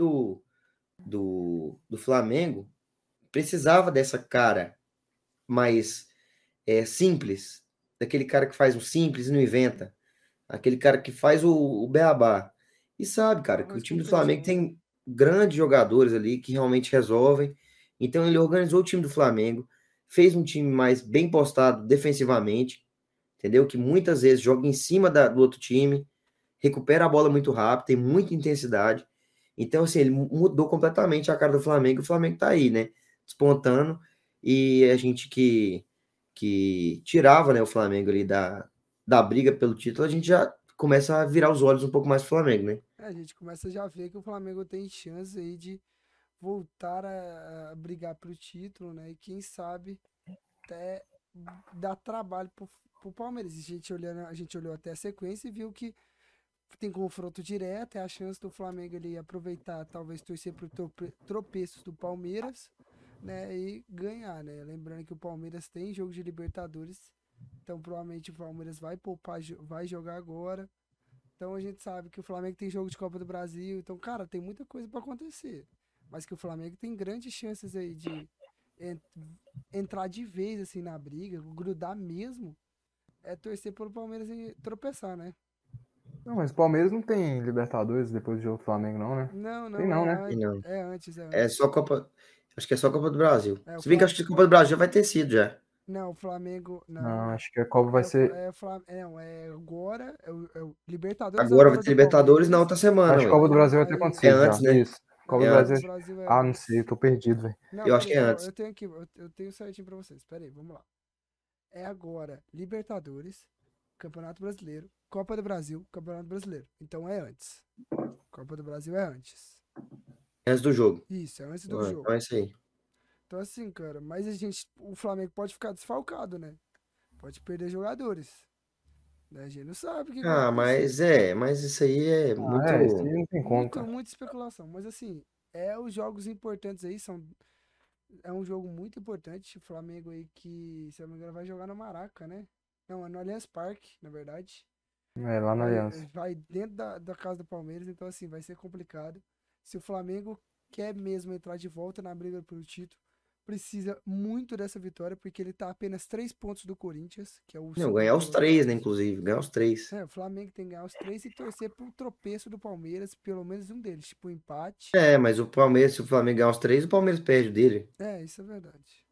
do Flamengo precisava dessa cara mais simples, daquele cara que faz o simples e não inventa, aquele cara que faz o beabá. E sabe, cara, que o Arroz com time do Flamengo feijão. tem grandes jogadores ali que realmente resolvem. Então ele organizou o time do Flamengo, fez um time mais bem postado defensivamente, entendeu? Que muitas vezes joga em cima do outro time, recupera a bola muito rápido, tem muita intensidade. Então, assim, ele mudou completamente a cara do Flamengo. O Flamengo tá aí, né? Despontando. E a gente que tirava, né, o Flamengo ali da briga pelo título, a gente já começa a virar os olhos um pouco mais pro Flamengo, né? A gente começa já a ver que o Flamengo tem chance aí de voltar a brigar pro título, né? E quem sabe até dar trabalho pro Palmeiras. A gente olhou até a sequência e viu que tem confronto direto, é a chance do Flamengo ali aproveitar, talvez torcer pro tropeços do Palmeiras, né? E ganhar, né? Lembrando que o Palmeiras tem jogo de Libertadores Então, provavelmente o Palmeiras vai poupar, vai jogar agora. Então, a gente sabe que o Flamengo tem jogo de Copa do Brasil. Então, cara, tem muita coisa pra acontecer. Mas que o Flamengo tem grandes chances aí de en- entrar de vez, assim, na briga, grudar mesmo. É torcer pelo Palmeiras e tropeçar, né? Não, mas o Palmeiras não tem Libertadores depois do jogo do Flamengo, não, né? Não, Tem não, não, né? E não. é antes, é É antes. só Copa. Acho que é só Copa do Brasil. É, o Se bem que acho que a Copa do Brasil já vai ter sido já. Não, o Flamengo. Não, Não. acho que a Copa vai ser. Não, é agora. É o Libertadores Agora vai agora ter do Libertadores na Palmeiras. outra semana, Acho que a ué. Copa do Brasil vai ter Aí, É acontecido já. antes, né? Isso. Copa É do Copa Brasil. do antes. Brasil é Ah, não antes. sei, eu tô perdido, velho. Não, Eu acho que é ó, antes. eu tenho aqui, eu tenho certinho pra vocês. Pera aí, vamos lá. É agora Libertadores, Campeonato Brasileiro, Copa do Brasil, Campeonato Brasileiro. Então é antes. Copa do Brasil é antes. É antes do jogo. Isso, é antes do Ah, jogo. então é isso aí. Então assim, cara, mas o Flamengo pode ficar desfalcado, né? Pode perder jogadores. Né? A gente não sabe o que vai Ah, acontecer. mas isso aí é muito. Ah, isso aí não tem como, cara. Muita especulação. Mas assim, os jogos importantes aí são. É um jogo muito importante. O Flamengo aí que, se eu não me engano, vai jogar no Maraca, né? Não, é no Allianz Parque, na verdade. É, lá na Aliança. Vai dentro da casa do Palmeiras, então assim, vai ser complicado. Se o Flamengo quer mesmo entrar de volta na briga pelo título, precisa muito dessa vitória, porque ele tá a apenas 3 pontos do Corinthians, que é o Não, segundo ganhar os três, colocado. né? Inclusive, ganhar os três. O Flamengo tem que ganhar os 3 e torcer pro tropeço do Palmeiras, pelo menos um deles, tipo um empate. É, mas o Palmeiras, se o Flamengo ganhar os três, o Palmeiras perde o dele. Isso é verdade.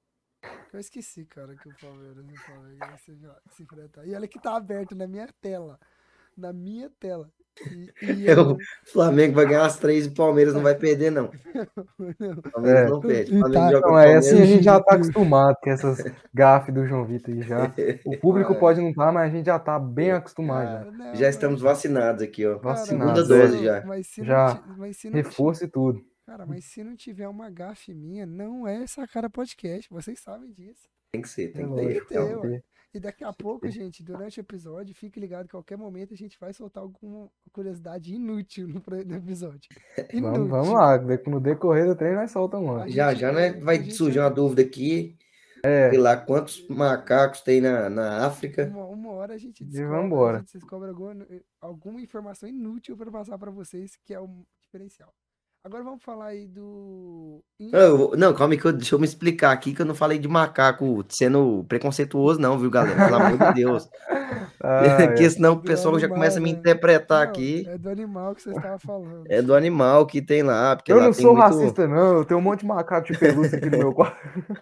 Eu esqueci, cara, que o Palmeiras e o Flamengo vai se enfrentar. E olha que tá aberto na minha tela. Na minha tela. E O Flamengo vai ganhar as três e o Palmeiras não vai perder, não. não. O Palmeiras É. não perde. O E Flamengo tá. joga Não, o é assim, a gente já tá Palmeiras. acostumado com essas gafes do João Vitor aí já. O público É. pode não estar, mas a gente já tá bem acostumado já. Cara, não, Já estamos vacinados aqui, ó. cara, Segunda Vacinados, dose já. mas se Já não, mas se não reforço e tudo. cara, mas se não tiver uma gafe minha, não é essa cara podcast. Vocês sabem disso. Tem que ser, É tem que Tem que lógico, ter. ter, tem que ué. ter. E daqui a pouco, gente, durante o episódio, fique ligado, qualquer momento a gente vai soltar alguma curiosidade inútil no episódio. Vamos Inútil. lá, no decorrer do treino nós soltamos A uma. Já, gente, né? a Vai gente surgir uma dúvida aqui. Sei lá quantos macacos tem na África. uma hora a gente E a vambora. gente descobre alguma informação inútil para passar para vocês, que é o diferencial. Agora vamos falar aí do. Não, calma aí, deixa eu me explicar aqui que eu não falei de macaco sendo preconceituoso, não, viu, galera? Pelo amor de Deus. Porque senão o Do pessoal já animal, começa a me né? interpretar Não, aqui. é do animal que você estava falando. É do animal que tem lá, porque Eu lá não tem sou muito. racista, não. Eu tenho um monte de macaco de pelúcia aqui no meu quarto.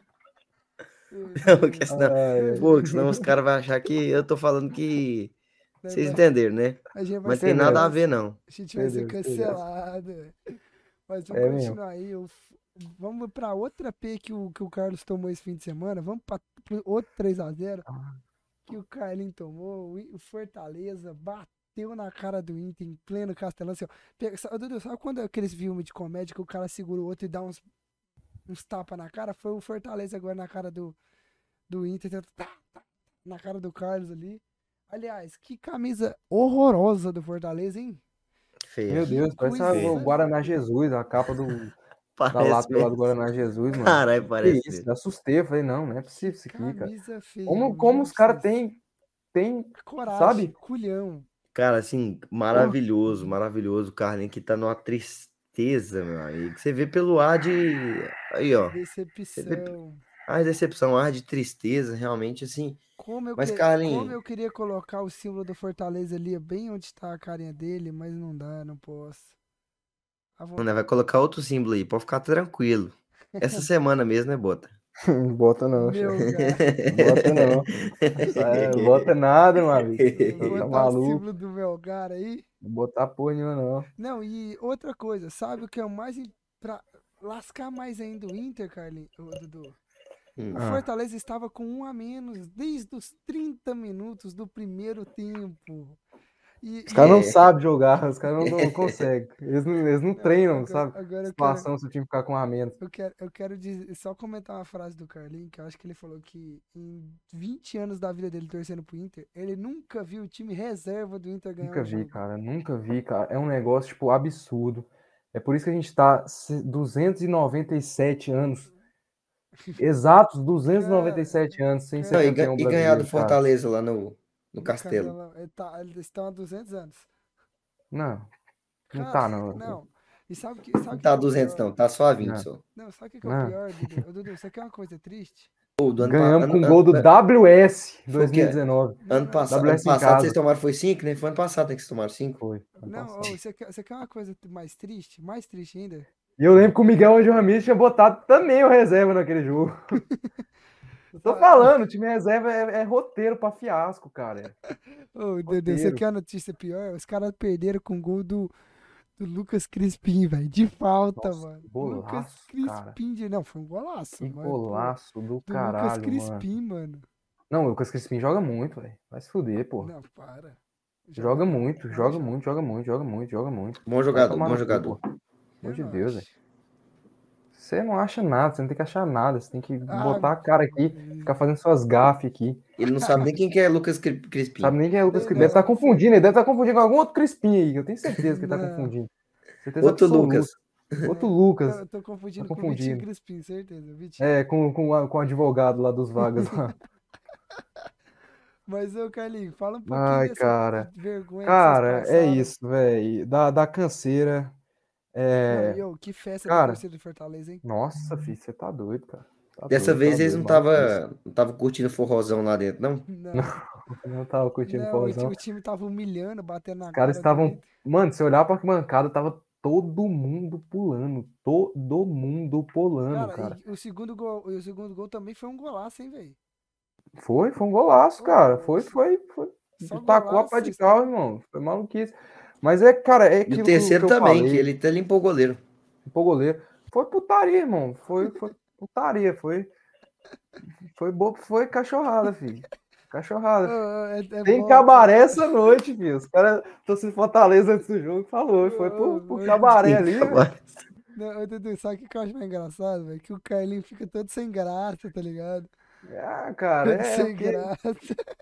Não, porque senão, Ai, pô, senão os caras vão achar que eu tô falando que. Vocês Vai- entenderam, né? A gente vai Mas ser, tem nada a Entendemos. ver, não. a gente vai ser Entendemos, cancelado. Mas vamos É mesmo. continuar aí. Vamos para outra P que o Carlos tomou esse fim de semana. Vamos para outro 3-0 que o Carlinhos tomou. O Fortaleza bateu na cara do Inter em pleno Castelão. Assim, ó. Dudu, sabe quando aqueles filmes de comédia que o cara segura o outro e dá uns tapas na cara? Foi o Fortaleza agora na cara do Inter. Na cara do Carlos ali. Aliás, que camisa horrorosa do Fortaleza, hein? Feio. Meu Deus, parece coisa o Guaraná Jesus, a capa da Parece lápis lá do mesmo. Guaraná Jesus, mano. Caralho, Que parece isso, mesmo. me assustei. Eu falei, não é possível isso aqui, cara. Camisa feia. Como os caras têm, coragem, sabe? culhão. Cara, assim, maravilhoso, maravilhoso. O Carlinhos que tá numa tristeza, meu amigo. Você vê pelo ar de. Aí, ó. Decepção. Ar de decepção, ar de tristeza, realmente, assim. Mas, Como Carlinhos, eu queria colocar o símbolo do Fortaleza ali, bem onde tá a carinha dele, mas não dá, não posso. À vontade. vai colocar outro símbolo aí, pode ficar tranquilo. Essa semana mesmo, né, Bota? Bota não, Meu chefe. cara. Bota não. Não bota nada, meu amigo. Tá Botar o maluco? símbolo do Melgar aí. Não botar porra nenhuma, não. Não, e outra coisa, sabe o que é o mais. Pra lascar mais ainda o Inter, Carlinhos, Dudu? O Fortaleza estava com 1 a menos desde os 30 minutos do primeiro tempo. Os caras não sabem jogar, os caras não conseguem. Eles não treinam, sabe? Agora Situação se o time ficar com 1 a menos. eu quero só comentar uma frase do Carlinhos, que eu acho que ele falou que em 20 anos da vida dele torcendo pro Inter, ele nunca viu o time reserva do Inter ganhar Nunca um vi, jogo. cara. Nunca vi, cara. É um negócio, tipo, absurdo. É por isso que a gente tá 297 anos Exatos 297 anos sem ser Não, campeão e ganhar do brasileiro, cara. Fortaleza lá no No Castelo. Castelão. Eles estão há 200 anos. Não, não Cara, tá, não. não. E sabe Não o que tá que é o 200 pior? não, tá só a 20 Não, só. Não, sabe o que que é o não. pior, Dudu? Ô, Dudu, você quer uma coisa triste? Pô, do Ganhamos com o gol do WS foi o quê? 2019. Não, não. Ano WS em passado vocês casa. tomaram foi 5, né? Foi ano passado que vocês tomaram 5. Foi, ano Não, passado. ô, você quer uma coisa mais triste? Mais triste ainda? E eu lembro que o Miguel Angel Ramírez tinha botado também o reserva naquele jogo. Eu tô falando, o time reserva é roteiro pra fiasco, cara. Ô, Dudu, você Roteiro. quer uma notícia pior? Os caras perderam com o gol do Lucas Crispim, velho. De falta, Nossa, mano. que Lucas golaço, cara. Crispim. Não, foi um golaço, Que mano. Pô, golaço do do Lucas caralho, mano. Crispim, mano. Não, o Lucas Crispim joga muito, velho. Vai se fuder, pô. Não, para. Joga muito, não joga joga. muito, joga muito, joga muito, joga muito. Bom Vai jogador, tomar bom no cu, jogador. pô. Pelo amor de Eu não Deus, acho. velho. Você não acha nada, você não tem que achar nada. Você tem que Ah, botar a cara aqui, ficar fazendo suas gafes aqui. Ele não sabe nem quem que é Lucas Sabe Crispim. nem quem é o Lucas Crispim. Não, Deve estar confundindo, ele deve estar confundindo com algum outro Crispim aí. Eu tenho certeza que ele tá Não. confundindo. Certeza Outro absoluta. Lucas. Outro Não, Lucas. Eu tô confundindo Tá com o Vitinho confundindo. Crispim, certeza. Vitinho. É, com o advogado lá dos vagas lá. Mas, ô, Carlinhos, fala um pouquinho Ai, dessa cara. vergonha que vocês Cara, é passaram. isso, velho. Da canseira. Não, É. que festa da Cara, torcida de Fortaleza, hein? nossa, filho, você tá doido, cara. Tá Dessa doido, vez tá eles doido, não maluquice. tava curtindo forrozão lá dentro, não? Não, Não tava curtindo não, forrozão. o time tava humilhando, batendo na Os caras cara do estavam. Inter. Mano, se olhar pra arquibancada, tava todo mundo pulando. Todo mundo pulando, cara. E o segundo gol também foi um golaço, hein, velho? Foi um golaço, cara. Ô, Foi. só Tacou a golaço, pá de vocês cal, irmão. Foi maluquice. Mas é, cara, é E o aquilo terceiro que eu também, que falei. ele até limpou o goleiro. Pô, goleiro. Foi putaria, irmão. Foi putaria. Foi cachorrada, filho. Cachorrada. Tem bom, cabaré essa noite, filho. Os caras torcendo Fortaleza antes do jogo falou. Foi pro cabaré ali, velho. Não, Dudu, sabe o que eu acho mais engraçado, velho? Que o Carlinho fica todo sem graça, tá ligado? Ah, cara, Todo sem graça.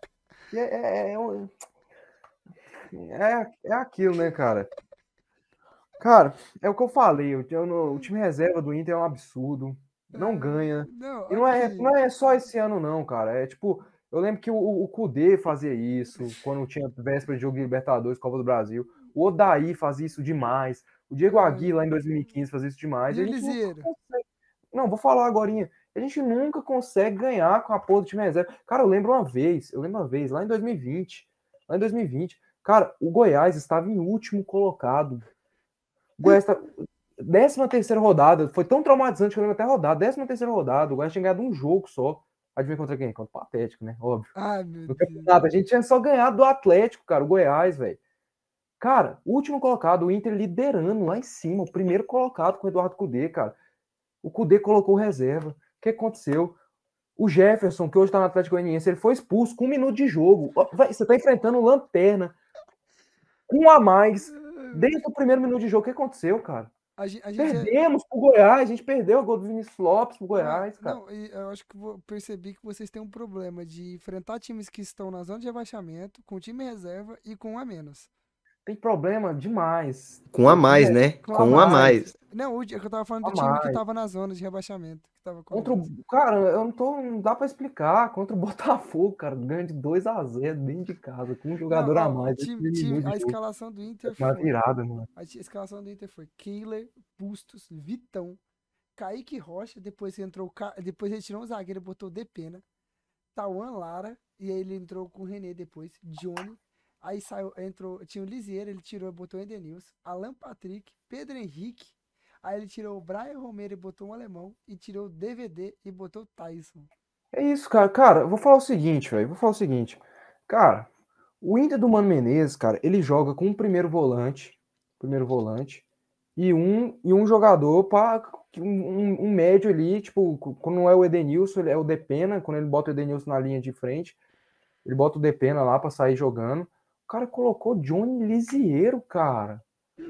É aquilo, né, cara? Cara, é o que eu falei. O time reserva do Inter é um absurdo. Não ganha. Não, E aqui. não é só esse ano, não, cara. É tipo, eu lembro que o Kudê fazia isso quando tinha véspera de jogo de Libertadores, Copa do Brasil. O Odaí fazia isso demais. O Diego Aguirre lá em 2015 fazia isso demais. E A o gente nunca Liseiro? consegue. Não, vou falar agorinha. A gente nunca consegue ganhar com a porra do time reserva. Cara, eu lembro uma vez, lá em 2020. Cara, o Goiás estava em último colocado. O Goiás tá 13ª rodada. Foi tão traumatizante que eu lembro até a rodada. 13ª rodada. O Goiás tinha ganhado um jogo só. Adivinha contra quem? Contra o Patético, né? Óbvio. Ai, meu No Deus. campeonato. A gente tinha só ganhado do Atlético, cara. O Goiás, velho. Cara, último colocado. O Inter liderando lá em cima. O primeiro colocado com o Eduardo Cudê, cara. O Cudê colocou reserva. O que aconteceu? O Jefferson, que hoje tá no Atlético Goianiense, ele foi expulso com 1 minuto de jogo. Você tá enfrentando o Lanterna com um a mais desde o primeiro minuto de jogo. O que aconteceu, cara? A gente Perdemos pro Goiás, a gente perdeu o gol do Vinícius Lopes pro Goiás, cara. Não, e eu acho que percebi que vocês têm um problema de enfrentar times que estão na zona de rebaixamento, com time reserva e com um a menos. Tem problema demais. Com um a mais, né? Com um a mais. Não, que eu tava falando do A time que mais. tava na zona de rebaixamento. Que tava com Contra menos. cara, eu não dá pra explicar. Contra o Botafogo, cara, ganha de 2-0 dentro de casa, com um jogador Não, a ó, mais. a escalação do Inter Uma foi. virada, mano. A escalação do Inter foi Kehler, Bustos, Vitão, Kaique Rocha, depois ele tirou um zagueiro e botou Depena, Tauan Lara, e aí ele entrou com o René depois, Johnny, aí tinha o Lisieiro, ele tirou e botou o Edenilson, Alan Patrick, Pedro Henrique, aí ele tirou o Brian Romero e botou um alemão, e tirou o DVD e botou o Tyson. É isso, cara. Cara, eu vou falar o seguinte, velho. Cara, o Inter do Mano Menezes, cara, ele joga com um primeiro volante e um jogador para um médio ali, tipo, quando não é o Edenilson, ele é o Depena, quando ele bota o Edenilson na linha de frente, ele bota o Depena lá para sair jogando. O cara colocou Johnny Lisieiro, cara.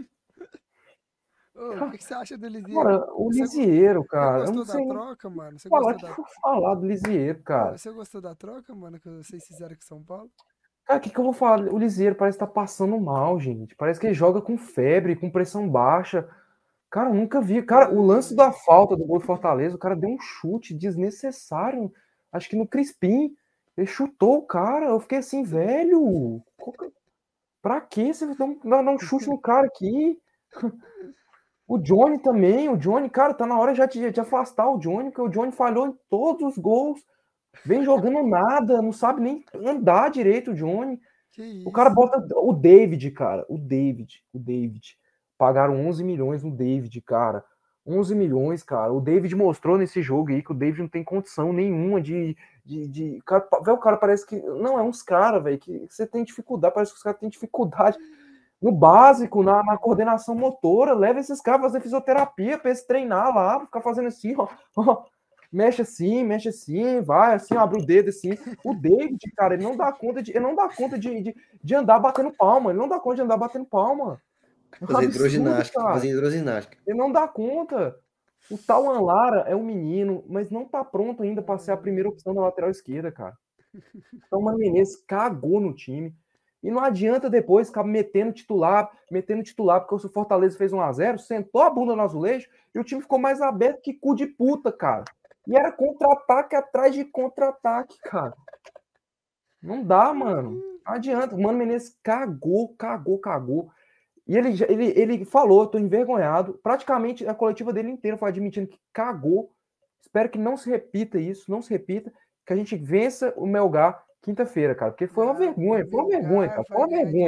O que você acha do Lisieiro? Cara, o Lisieiro, cara. Você Eu não gostou sei da troca, mano? Você falar gostou que da... for falar do Lisieiro, cara. Você gostou da troca, mano, que vocês fizeram com São Paulo? Cara, o que eu vou falar? O Lisieiro parece estar passando mal, gente. Parece que ele joga com febre, com pressão baixa. Cara, eu nunca vi. Cara, o lance da falta do gol do Fortaleza, o cara deu um chute desnecessário. Acho que no Crispim. Ele chutou o cara. Eu fiquei assim, velho. Pra que você dá um chute no cara aqui? O Johnny também. O Johnny, cara, tá na hora já de afastar o Johnny, porque o Johnny falhou em todos os gols. Vem jogando nada, não sabe nem andar direito o Johnny. O cara bota o David, cara. O David. Pagaram 11 milhões no David, cara. 11 milhões, cara. O David mostrou nesse jogo aí que o David não tem condição nenhuma o cara parece que... Não, é uns caras, velho, que você tem dificuldade. Parece que os caras têm dificuldade no básico, na coordenação motora. Leva esses caras a fazer fisioterapia pra eles treinar lá, ficar fazendo assim, ó. Mexe assim, vai assim, abre o dedo assim. O David, cara, ele não dá conta de andar batendo palma. Ele não dá conta de andar batendo palma. Fazer hidroginástica. Ele não dá conta. O Tauan Lara é um menino, mas não tá pronto ainda para ser a primeira opção da lateral esquerda, cara. Então o Mano Menezes cagou no time. E não adianta depois ficar metendo titular, porque o Fortaleza fez 1-0, sentou a bunda no azulejo e o time ficou mais aberto que cu de puta, cara. E era contra-ataque atrás de contra-ataque, cara. Não dá, mano. Não adianta. O Mano Menezes cagou. E ele falou, tô envergonhado. Praticamente a coletiva dele inteira foi admitindo que cagou. Espero que não se repita isso, que a gente vença o Melgar quinta-feira, cara. Porque foi uma vergonha, cara. Foi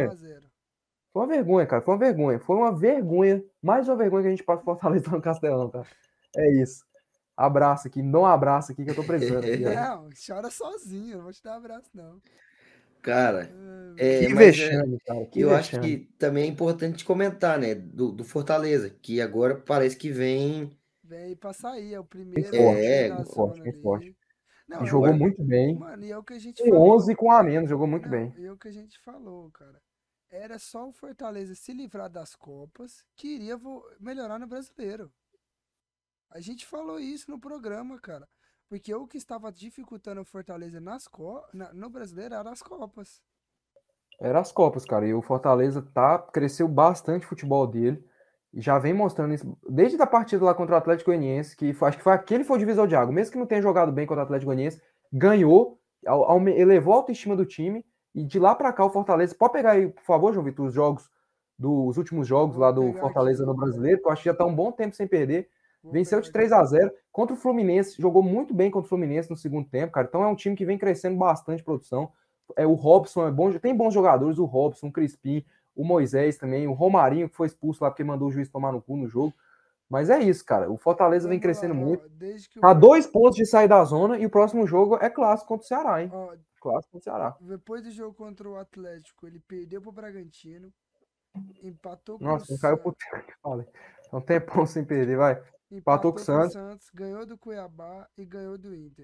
uma vergonha. Mais uma vergonha que a gente passa Fortaleza no Castelão, cara. É isso. Abraço aqui, não abraço aqui que eu tô precisando. Aqui, não, chora sozinho, não vou te dar abraço, não. Cara, que vexame, cara. Eu acho que também é importante comentar, né, do Fortaleza, que agora parece que vem pra sair, é o primeiro. Forte. Não, jogou muito bem. Mano, e é o que a gente falou. 11 com a menos, jogou muito bem. E é o que a gente falou, cara. Era só o Fortaleza se livrar das Copas, que iria melhorar no Brasileiro. A gente falou isso no programa, cara. Porque o que estava dificultando o Fortaleza no Brasileiro era as Copas. Era as Copas, cara. E o Fortaleza cresceu bastante o futebol dele. E já vem mostrando isso. Desde a partida lá contra o Atlético Goianiense, acho que foi aquele foi o divisor de água. Mesmo que não tenha jogado bem contra o Atlético Goianiense, ganhou, elevou a autoestima do time. E de lá pra cá o Fortaleza... Pode pegar aí, por favor, João Vitor, os últimos jogos lá do Fortaleza no Brasileiro, que eu acho que já tá um bom tempo sem perder. Venceu de 3-0 contra o Fluminense, jogou muito bem contra o Fluminense no segundo tempo, cara. Então é um time que vem crescendo bastante produção. O Robson é bom, tem bons jogadores, o Robson, o Crispim, o Moisés também, o Romarinho, que foi expulso lá porque mandou o juiz tomar no cu no jogo. Mas é isso, cara. O Fortaleza vem crescendo muito. Tá 2 pontos de sair da zona e o próximo jogo é clássico contra o Ceará, hein? Clássico contra o Ceará. Depois do jogo contra o Atlético, ele perdeu pro Bragantino, empatou com o caiu pro tempo. Então tempão sem perder, vai. Empatou com o Santos, ganhou do Cuiabá e ganhou do Inter.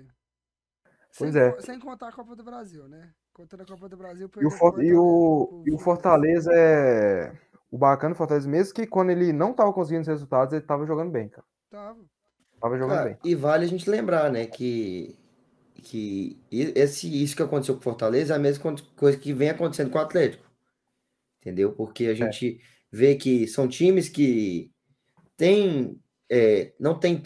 Sem contar a Copa do Brasil, né? Contando a Copa do Brasil, e o Fortaleza é... O bacana do Fortaleza, mesmo que quando ele não tava conseguindo os resultados, ele tava jogando bem, cara. Tava jogando bem. E vale a gente lembrar, né, que isso que aconteceu com o Fortaleza é a mesma coisa que vem acontecendo com o Atlético. Entendeu? Porque a gente vê que são times que não tem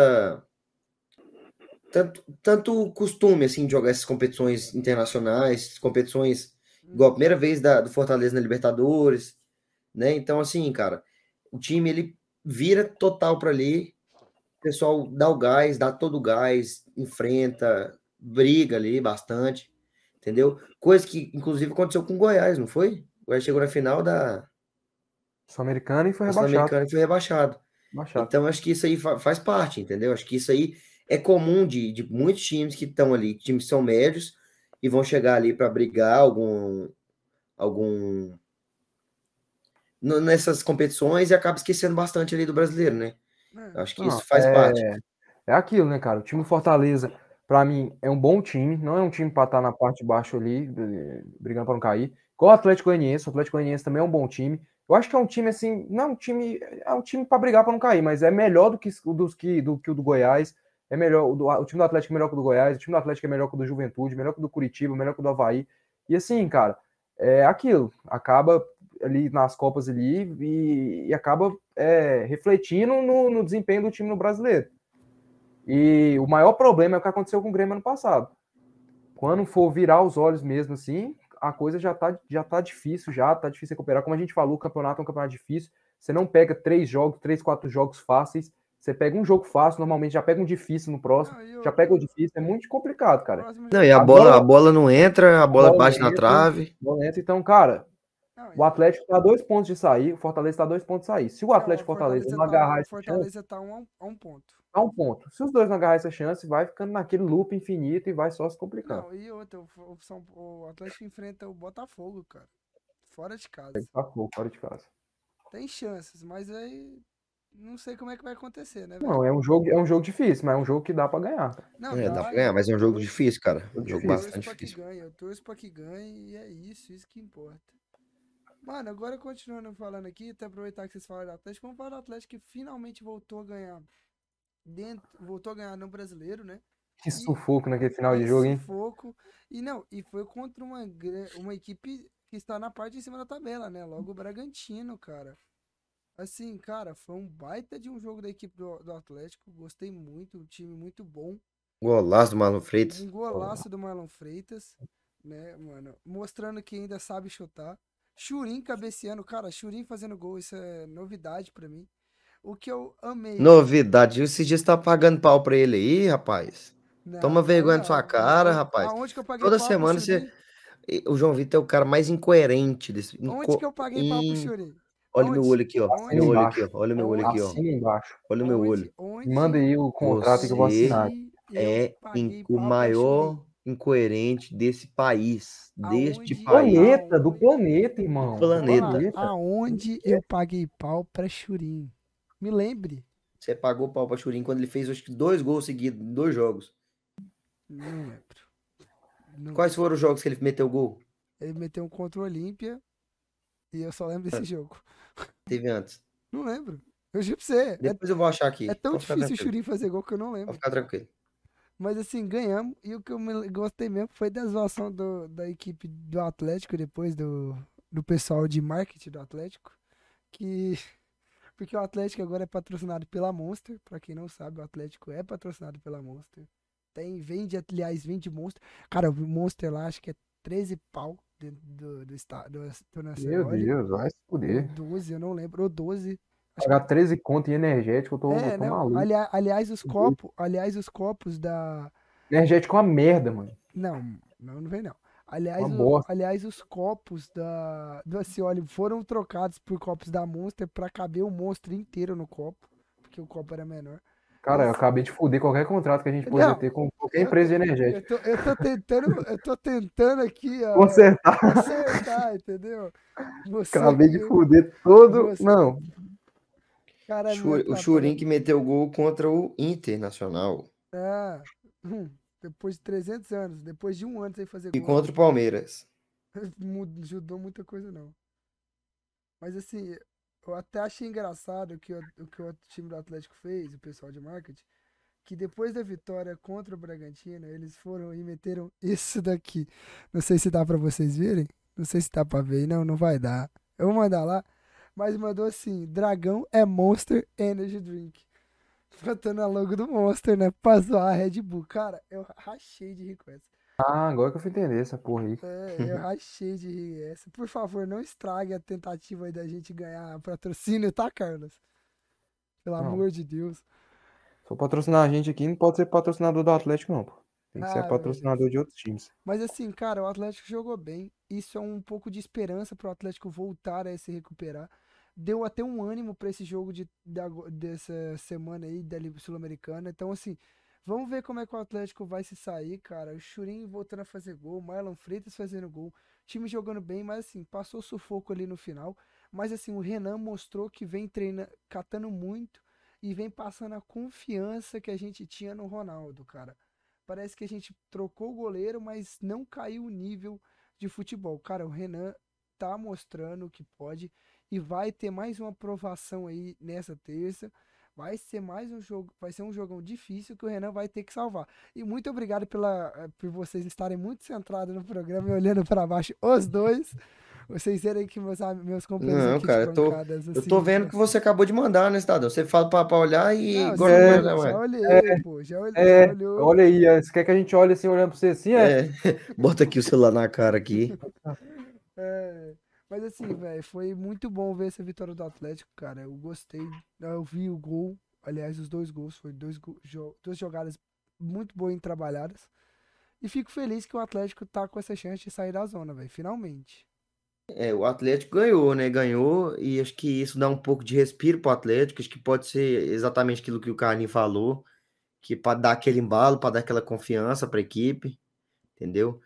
tanto costume assim de jogar essas competições internacionais, competições igual a primeira vez do Fortaleza na Libertadores, né? Então assim, cara, o time ele vira total para ali, o pessoal dá o gás, dá todo o gás, enfrenta, briga ali bastante, entendeu? Coisa que inclusive aconteceu com o Goiás, não foi? O Goiás chegou na final da Sul-Americana e foi rebaixado. Então, acho que isso aí faz parte, entendeu? Acho que isso aí é comum de muitos times que estão ali, times que são médios e vão chegar ali para brigar nessas competições e acaba esquecendo bastante ali do brasileiro, né? Acho que isso faz parte. É aquilo, né, cara? O time do Fortaleza, para mim, é um bom time, não é um time para estar na parte de baixo ali, brigando para não cair. Igual o Atlético Goianiense também é um bom time. Eu acho que é um time assim, não é um time para brigar para não cair, mas é melhor do que o do Goiás. É melhor, o time do Atlético é melhor que o do Goiás, o time do Atlético é melhor que o do Juventude, melhor que o do Curitiba, melhor que o do Avaí. E assim, cara, é aquilo, acaba ali nas Copas ali e acaba refletindo no desempenho do time no Brasileiro. E o maior problema é o que aconteceu com o Grêmio ano passado. Quando for virar os olhos mesmo assim, a coisa já tá difícil, tá difícil recuperar. Como a gente falou, o campeonato é um campeonato difícil. Você não pega 3, 4 jogos fáceis. Você pega um jogo fácil, normalmente já pega um difícil no próximo, já pega o difícil. É muito complicado, cara. Não, e a bola não entra, a bola bate na trave. Então, cara, o Atlético tá a 2 pontos de sair, o Fortaleza tá a 2 pontos de sair. Se o Atlético e Fortaleza não agarrar essa chance... O Fortaleza tá a um ponto. A um ponto. Se os dois não agarrar essa chance, vai ficando naquele loop infinito e vai só se complicando. Não, e outra, o Atlético enfrenta o Botafogo, cara. Fora de casa. Fora de casa. Tem chances, mas aí não sei como é que vai acontecer, né, velho? Não, é um jogo difícil, mas é um jogo que dá pra ganhar. Não, dá pra ganhar, mas é um jogo difícil, cara. Um jogo bastante difícil. Eu torço pra que ganhe e é isso que importa. Mano, agora continuando falando aqui, até aproveitar que vocês falaram do Atlético, vamos falar do Atlético que finalmente voltou a ganhar no Brasileiro, né? Que sufoco naquele final de jogo, hein? Sufoco. E foi contra uma equipe que está na parte de cima da tabela, né? Logo o Bragantino, cara. Assim, cara, foi um baita de um jogo da equipe do Atlético. Gostei muito, um time muito bom. Golaço do Marlon Freitas. Um golaço do Marlon Freitas, né, mano? Mostrando que ainda sabe chutar. Churin cabeceando, cara, Churin fazendo gol, isso é novidade pra mim. O que eu amei. Novidade, esses dias tá pagando pau pra ele aí, rapaz. Não, Toma vergonha na sua cara, rapaz. Aonde que eu paguei Toda pau semana pro Churin? o João Vitor é o cara mais incoerente desse. Onde que eu paguei pau pro Churin? Olha o meu olho aqui, ó. Onde? Meu olho aqui, ó. Olha o meu olho aqui, ó. Assina embaixo. Olha o meu olho. Manda aí o contrato que eu vou assinar. É o maior incoerente desse país. Deste país. país. Do planeta, irmão. Do planeta. Aonde eu paguei pau pra Churin? Me lembre. Você pagou pau pra Churin quando ele fez, acho que 2 gols seguidos em 2 jogos. Não lembro. Quais foram os jogos que ele meteu gol? Ele meteu um contra o Olímpia e eu só lembro desse jogo. Teve antes. Não lembro. Eu juro pra você. Depois eu vou achar aqui. É tão difícil o Churin fazer gol que eu não lembro. Pode ficar tranquilo. Mas assim, ganhamos. E o que eu gostei mesmo foi da zoação da equipe do Atlético, depois do pessoal de marketing do Atlético. Porque o Atlético agora é patrocinado pela Monster. Pra quem não sabe, o Atlético é patrocinado pela Monster. Vende Monster. Cara, o Monster lá acho que é 13 pau dentro do Meu Deus, vai se fuder. 12, eu não lembro. Ou 12. Pagar 13 conto em energético, eu tô maluco. Aliás, os copos da... Energético é uma merda, mano. Não vem não. Aliás, os copos do Acioli foram trocados por copos da Monster pra caber o monstro inteiro no copo, porque o copo era menor. Cara, eu acabei de fuder qualquer contrato que a gente poderia ter com qualquer empresa de energético. Eu tô tentando aqui, ó, consertar, entendeu? Acabei de fuder todo. Não. Cara, o Churin que meteu gol contra o Internacional. Depois de 300 anos, depois de um ano sem fazer gol. E contra o Palmeiras. Não ajudou muita coisa, não. Mas assim, eu até achei engraçado o que o time do Atlético fez, o pessoal de marketing, que depois da vitória contra o Bragantino, eles foram e meteram isso daqui. Não sei se dá pra vocês verem. Não sei se dá pra ver. Não vai dar. Eu vou mandar lá. Mas mandou assim, Dragão é Monster Energy Drink. Botando a logo do Monster, né? Pra zoar a Red Bull. Cara, eu rachei de rir com essa. Agora que eu fui entender essa porra aí. Eu rachei de rir essa. Por favor, não estrague a tentativa aí da gente ganhar patrocínio, tá, Carlos? Pelo amor de Deus. Se for patrocinar a gente aqui, não pode ser patrocinador do Atlético, não, pô. Tem que ser patrocinador de outros times. Mas assim, cara, o Atlético jogou bem. Isso é um pouco de esperança pro Atlético voltar a se recuperar. Deu até um ânimo pra esse jogo dessa semana aí, da Liga Sul-Americana. Então, assim, vamos ver como é que o Atlético vai se sair, cara. O Churin voltando a fazer gol, o Marlon Freitas fazendo gol. Time jogando bem, mas assim, passou sufoco ali no final. Mas assim, o Renan mostrou que vem treinando, catando muito e vem passando a confiança que a gente tinha no Ronaldo, cara. Parece que a gente trocou o goleiro, mas não caiu o nível de futebol. Cara, o Renan tá mostrando que pode e vai ter mais uma aprovação aí nessa terça. Vai ser mais um jogo, vai ser um jogão difícil que o Renan vai ter que salvar. E muito obrigado por vocês estarem muito centrados no programa e olhando para baixo os dois, Vocês serem que meus companheiros Não, aqui cara, de pancadas, eu assim. tô vendo que você acabou de mandar, né, Cidadão? Você fala pra olhar e Não, agora não vai sim, olhar já mais. olhei, pô. Já É, olhou. olha aí, você quer que a gente olhe assim, olhando pra você assim, é? É, bota aqui o celular na cara aqui. É, mas assim, velho, foi muito bom ver essa vitória do Atlético, cara. Eu gostei. Eu vi o gol. Aliás, os dois gols. Foi duas jogadas muito bem trabalhadas. E fico feliz que o Atlético tá com essa chance de sair da zona, velho. Finalmente. É, o Atlético ganhou, né? Ganhou e acho que isso dá um pouco de respiro pro Atlético. Acho que pode ser exatamente aquilo que o Carlinhos falou, que para dar aquele embalo, para dar aquela confiança para a equipe, entendeu?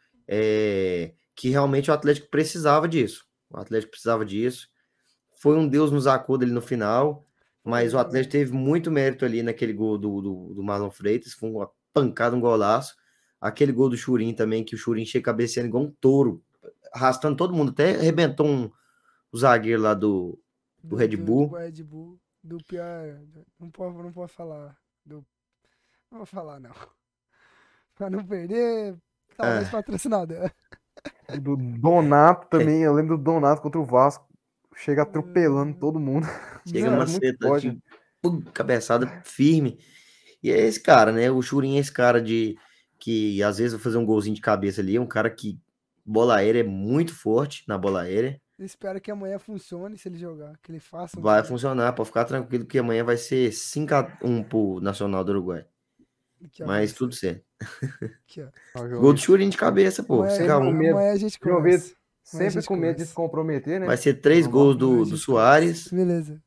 Que realmente o Atlético precisava disso. O Atlético precisava disso. Foi um Deus nos acuda ali no final, mas o Foi. Atlético teve muito mérito ali naquele gol do Marlon Freitas. Foi uma pancada, um golaço. Aquele gol do Churin também, que o Churin chega cabeceando igual um touro, arrastando todo mundo, até arrebentou o zagueiro lá do Red Do Bull. Red Bull. Do pior. Não posso falar. Não vou falar, não. Pra não perder, talvez Ah, patrocinador. Do Donato também, eu lembro do Donato contra o Vasco. Chega atropelando todo mundo. chega Cara, é muito forte. macetadinho, pum, cabeçada firme. E é esse cara, né? O Churin é esse cara que às vezes vai fazer um golzinho de cabeça ali. É um cara que bola aérea é muito forte na bola aérea. Espero que amanhã funcione se ele jogar. Que ele faça um Vai gol. funcionar, pode ficar tranquilo que amanhã vai ser 5-1 pro Nacional do Uruguai. Aqui, ó, Mas tudo certo. aqui, ó. Ó, o João Gol do Vitor. Churin de cabeça, pô. Amanhã, Sempre com 5-1. medo. amanhã a gente João conversa. Vitor, Amanhã a sempre gente com medo de se conversa. comprometer, né? Vai ser 3 Normal. gols Amanhã a do gente Soares, conversa. Beleza.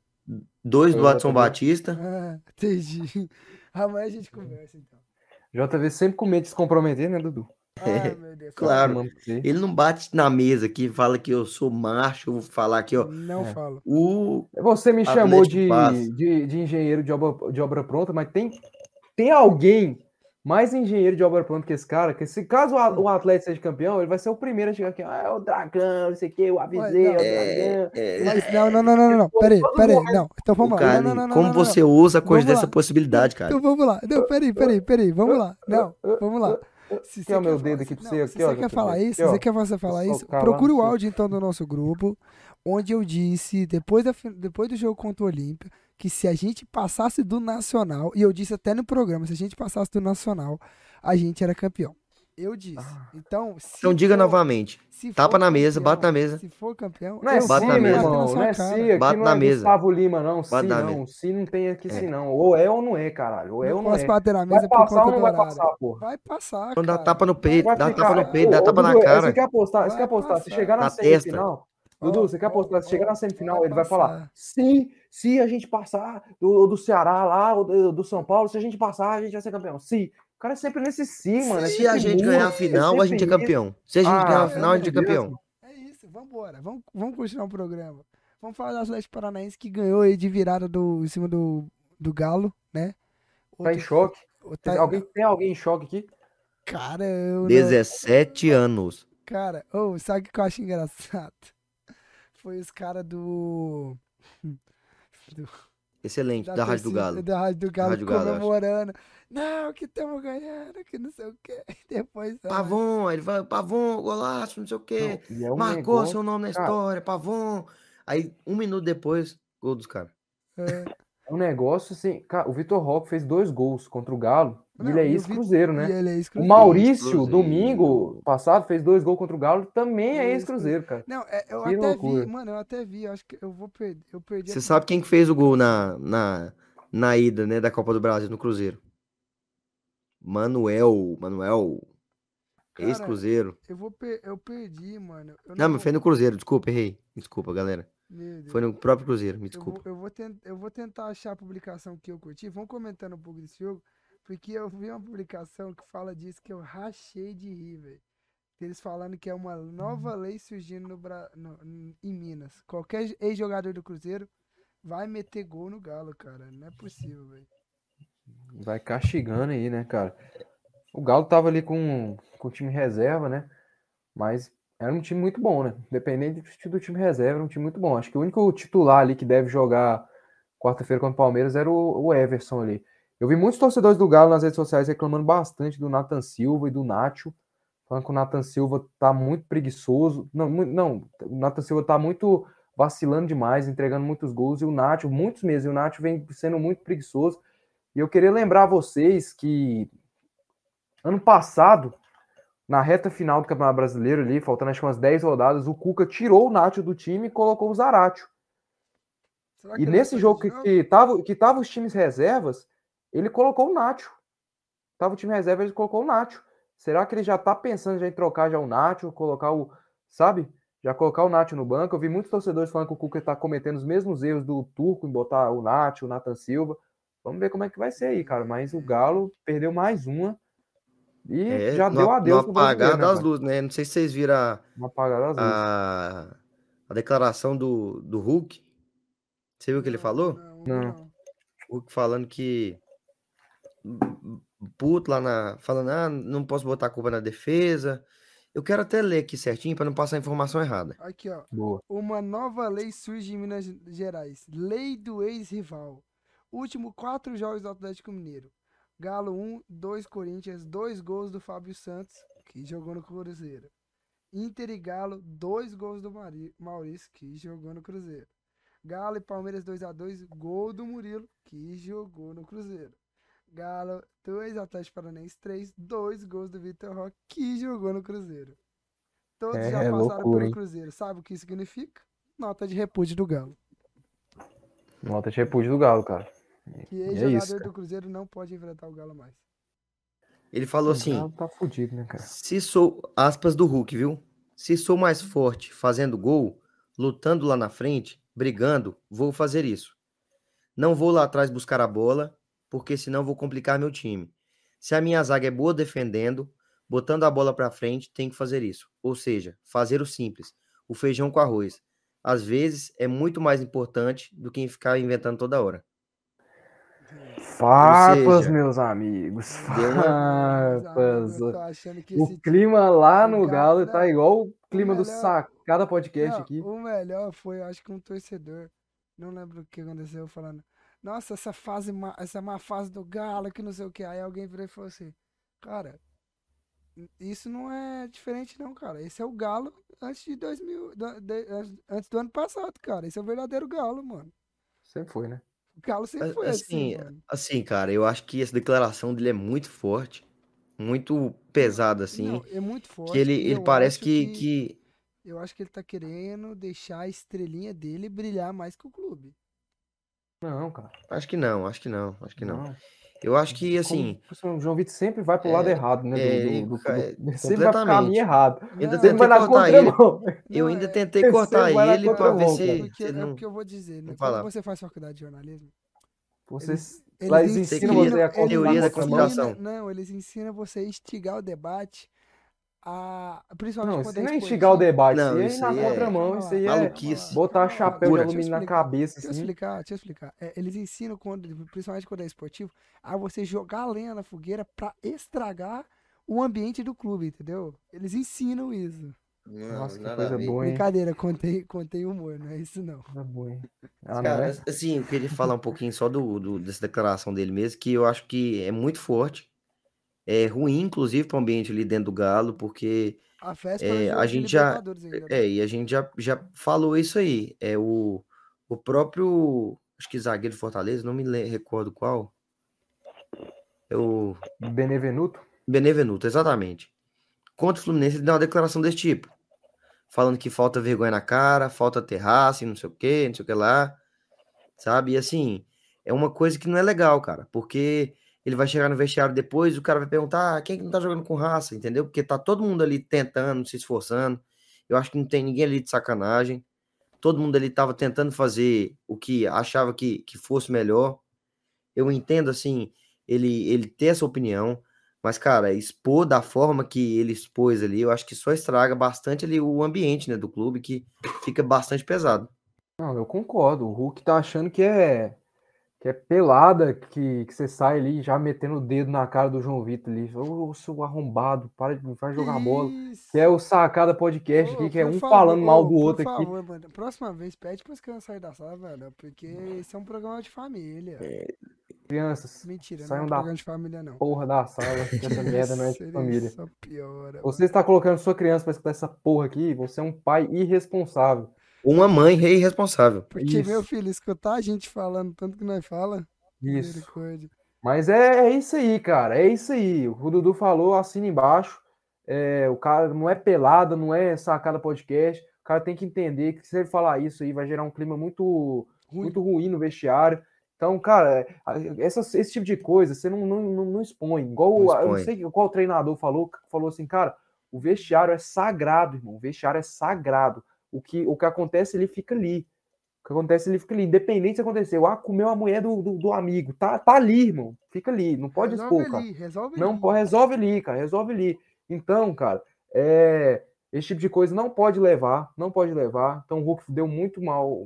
2 do Eu Adson também. Batista. Ah, entendi. Amanhã a gente conversa, então. JV sempre com medo de se comprometer, né, Dudu? Ai, meu Deus. Claro. Acostumamos com você. Ele não bate na mesa aqui, fala que eu sou macho, eu vou falar aqui, ó. Não É. falo. O Você me chamou Atlético passa. de engenheiro de obra pronta, mas tem alguém mais engenheiro de obra pronta que esse cara, que se caso o Atlético seja campeão, ele vai ser o primeiro a chegar aqui, é o Dragão, não sei o que, eu avisei, Ué, não. é o Dragão. Mas não. Peraí. Não. Então O vamos lá. Carlinhos, Não. como você ousa a coisa Vamos dessa lá. possibilidade, cara? Então vamos lá. Não, peraí. Vamos lá. Não, vamos lá. Se Quer o meu falar- dedo aqui pra você? não, Aqui, se ó, você quer JV, falar isso, aqui, ó. se você quer você falar Vou isso, socar lá procure no o seu- áudio então do nosso grupo, onde eu disse, depois do jogo contra o Olímpia, que se a gente passasse do Nacional, e eu disse até no programa, se a gente passasse do Nacional, a gente era campeão. Eu disse. Então, Então diga novamente. se Tapa for na mesa, campeão, bate na mesa. Se for campeão, Não é eu si, Bate vou na meu mesa. bater na irmão, sua não é cara. si, aqui Bate não na é mesa. Gustavo Lima, não, Bate si na não, mesa. si não tem aqui si não, ou é ou não é, caralho, ou é Não ou não posso é. bater na Vai mesa por passar conta ou não do vai horário. passar, porra? Vai passar, Então dá cara. tapa no peito, Vai dá tapa no passar. peito, dá tapa na Dudu, cara. você quer apostar, Vai se chegar na Na semifinal, Ó, Dudu, você quer apostar, se chegar na ó, semifinal, vai ele vai falar, passar. se a gente passar do Ceará lá, ou do São Paulo, se a gente passar, a gente vai ser campeão, se. O cara é sempre nesse si, mano, é Se a sempre gente ganhar a muro, final, a gente é sempre isso. campeão. Se a gente ganhar a Pelo final, a amor gente é de Deus, campeão. mano. É isso, vambora. Vamos continuar o programa. Vamos falar do Atlético Paranaense que ganhou aí de virada em cima do Galo, né? Tá em choque. Tem alguém em choque aqui? Cara, eu não... 17 anos. Cara, sabe o que eu acho engraçado? Foi os caras do Excelente, da Rádio do torcida- Galo. Da Rádio do Galo Rádio Galo, eu acho. comemorando. Não, que estamos ganhando, que não sei o quê. Depois... Pavon, aí ele vai, Pavon, golaço, não sei o quê. Não, e é um Marcou negócio, seu nome na cara, história, Pavon. Aí, 1 minuto depois, gol dos caras. É. é um negócio assim, cara, o Vitor Roque fez 2 gols contra o Galo, e Não, ele é e o ex-Cruzeiro, E né? ele é O ex-Cruzeiro. Maurício, Ex-Cruzeiro. domingo passado, fez 2 gols contra o Galo, também é Ex-Cruzeiro. ex-Cruzeiro, cara. Não, eu Que até loucura. vi, mano, eu acho que eu vou perder. Eu perdi a Você sabe quem que fez o gol na ida, né, da Copa do Brasil no Cruzeiro? Manuel, Cara, ex-Cruzeiro. eu perdi, mano. Eu Não, mas vou- foi no Cruzeiro, desculpa, errei. Desculpa, galera. Meu Deus. Foi no próprio Cruzeiro, me Eu desculpa. eu vou tentar achar a publicação que eu curti. Vamos comentando um pouco desse jogo, porque eu vi uma publicação que fala disso que eu rachei de rir, velho. Eles falando que é uma nova lei surgindo em Minas. Qualquer ex-jogador do Cruzeiro vai meter gol no Galo, cara. Não é possível, velho. Vai castigando aí, né, cara? O Galo tava ali com o time reserva, né? Mas era um time muito bom, né? Independente do time reserva, era um time muito bom. Acho que o único titular ali que deve jogar quarta-feira contra o Palmeiras era o Everson ali. Eu vi muitos torcedores do Galo nas redes sociais reclamando bastante do Nathan Silva e do Nacho, falando que o Nathan Silva tá muito preguiçoso. Não, o Nathan Silva tá muito vacilando demais, entregando muitos gols, e o Nacho, muitos meses, e o Nacho vem sendo muito preguiçoso. E eu queria lembrar vocês que ano passado, na reta final do Campeonato Brasileiro ali, faltando acho que umas 10 rodadas, o Cuca tirou o Nacho do time e colocou o Zaratio. Será E ele vai nesse fazer jogo de novo? que tava os times reservas, ele colocou o Nacho. Tava o time reserva, ele colocou o Nacho. Será que ele já tá pensando já em trocar já o Nacho, colocar o, sabe? Já colocar o Nacho no banco? Eu vi muitos torcedores falando que o Cuca tá cometendo os mesmos erros do Turco em botar o Nacho, o Nathan Silva. Vamos ver como é que vai ser aí, cara. Mas o Galo perdeu mais uma e já No, deu no adeus pro apagar brasileiro, né, das pai? luzes, né? Não sei se vocês viram Uma apagada das luzes. a declaração do Hulk. Você viu o que ele falou? Não, vi Não. não. O Hulk falando que puto lá falando, não posso botar a culpa na defesa. Eu quero até ler aqui certinho para não passar a informação errada. Aqui, ó. Boa. Uma nova lei surge em Minas Gerais. Lei do ex-rival. Último 4 jogos do Atlético Mineiro. Galo 1, 2 Corinthians, 2 gols do Fábio Santos, que jogou no Cruzeiro. Inter e Galo, 2 gols do Maurício, que jogou no Cruzeiro. Galo e Palmeiras 2-2, gol do Murilo, que jogou no Cruzeiro. Galo 2, Atlético Paranaense 3, 2 gols do Vitor Roque, que jogou no Cruzeiro. Todos já passaram Loucura, pelo hein? Cruzeiro. Sabe o que isso significa? Nota de repúdio do Galo. Nota de repúdio do Galo, cara. Que É isso, ex-jogador cara. do Cruzeiro não pode enfrentar o Galo mais. Ele falou O assim: Galo tá fudido, né, cara? se sou, aspas do Hulk, viu? Se sou mais forte fazendo gol, lutando lá na frente, brigando, vou fazer isso. Não vou lá atrás buscar a bola, porque senão vou complicar meu time. Se a minha zaga é boa defendendo, botando a bola pra frente, tem que fazer isso. Ou seja, fazer o simples, o feijão com arroz. Às vezes é muito mais importante do que ficar inventando toda hora. Ou Farpas, seja, meus amigos. deu uma. Meus amigos, Farpas. eu tô achando que O esse clima lá o no Galo. Galo tá igual o clima do melhor. Sacada Podcast Não, aqui. o melhor foi, eu acho que um torcedor. Não lembro o que aconteceu falando. Nossa, essa má fase do Galo, que não sei o que. Aí alguém virou e falou assim: Cara, isso não é diferente, não, cara. Esse é o Galo antes de 2000, antes do ano passado, cara. Esse é o verdadeiro Galo, mano. Sempre foi, né? O Galo sempre foi assim, Assim, mano. assim, cara, eu acho que essa declaração dele é muito forte, muito pesada, Não, assim, é muito que forte e ele eu parece acho que, que que eu acho que ele tá querendo deixar a estrelinha dele brilhar mais que o clube. Não, cara. acho que não, acho que não, acho que não. Não. Eu acho que, Como assim, o João Vitor sempre vai pro lado errado, né? Sempre vai pro caminho completamente. errado. Eu ainda Não, Sempre vai tentei na cortar ele, contramão. eu não, ainda é, tentei Sempre cortar vai na ele pra ver contramão, é cara. se, porque se ele é não, porque eu vou dizer, né? não Quando falar. você faz faculdade de jornalismo, Vocês, eles lá eles Você ensinam cria você a na teoria da contramão. conspiração. não, eles ensinam você a instigar o debate, principalmente Não, quando isso é não é instigar o esportivo. debate, isso Não, aí é ir isso na aí é contramão, Calma isso lá, aí é maluquice, botar calma lá, chapéu de loucura. alumínio na cabeça, Deixa eu assim. explicar, deixa eu explicar. Eles ensinam, principalmente quando é esportivo, a você jogar a lenha na fogueira pra estragar o ambiente do clube, entendeu? Eles ensinam isso. Não, Nossa, que nada a coisa ver. boa, hein? Brincadeira, contei humor, não é isso não. Coisa boa, hein? Ah, não Cara, é? assim, eu queria falar um pouquinho só dessa declaração dele mesmo, que eu acho que é muito forte. É ruim, inclusive, para o ambiente ali dentro do Galo, porque A véspera de a jogo de gente já. Libertadores ainda, né? E a gente já falou isso aí. O próprio. Acho que zagueiro do Fortaleza, não me recordo qual. É o Benevenuto? Benevenuto, exatamente. Contra o Fluminense, ele deu uma declaração desse tipo. Falando que falta vergonha na cara, falta terraço, e não sei o que, não sei o que lá. Sabe? E assim, é uma coisa que não é legal, cara, porque ele vai chegar no vestiário depois, o cara vai perguntar, quem que não tá jogando com raça, entendeu? Porque tá todo mundo ali tentando, se esforçando. Eu acho que não tem ninguém ali de sacanagem. Todo mundo ali tava tentando fazer o que achava que fosse melhor. Eu entendo, assim, ele ter essa opinião, mas, cara, expor da forma que ele expôs ali, eu acho que só estraga bastante ali o ambiente, né, do clube, que fica bastante pesado. Não, eu concordo. O Hulk tá achando que é pelada, que você sai ali já metendo o dedo na cara do João Vitor ali. Ô, seu arrombado, para de vai jogar bola. Que é Isso. o Sacada Podcast aqui, que é Por um favor, falando mal do por outro aqui. favor, mano. Próxima vez, pede pras crianças sair da sala, velho. Porque isso é um programa de família. Crianças, Mentira, não é saiam um da programa de família, não. porra da sala, que essa merda não é de Seria família. só piora, mano. Você está colocando sua criança pra escutar essa porra aqui, você é um pai irresponsável. Uma mãe irresponsável. Porque, meu Isso, filho, escutar a gente falando tanto que nós fala, isso. misericórdia. Mas é isso aí, cara. É isso aí. O Dudu falou, assina embaixo. O cara não é pelada, não é sacada podcast. O cara tem que entender que se ele falar isso aí vai gerar um clima muito, Ruim. muito ruim no vestiário. Então, cara, esse tipo de coisa você não expõe. Igual, Não eu não expõe. sei qual treinador falou assim, cara, o vestiário é sagrado, irmão. O vestiário é sagrado. O que acontece, ele fica ali. O que acontece, ele fica ali. Independente se aconteceu. Comeu a mulher do amigo. Tá ali, irmão. Fica ali. Não pode expor, cara. Resolve Não ali. pode, resolve ali, cara. Resolve ali. Então, cara, esse tipo de coisa não pode levar. Não pode levar. Então o Hulk deu muito mal.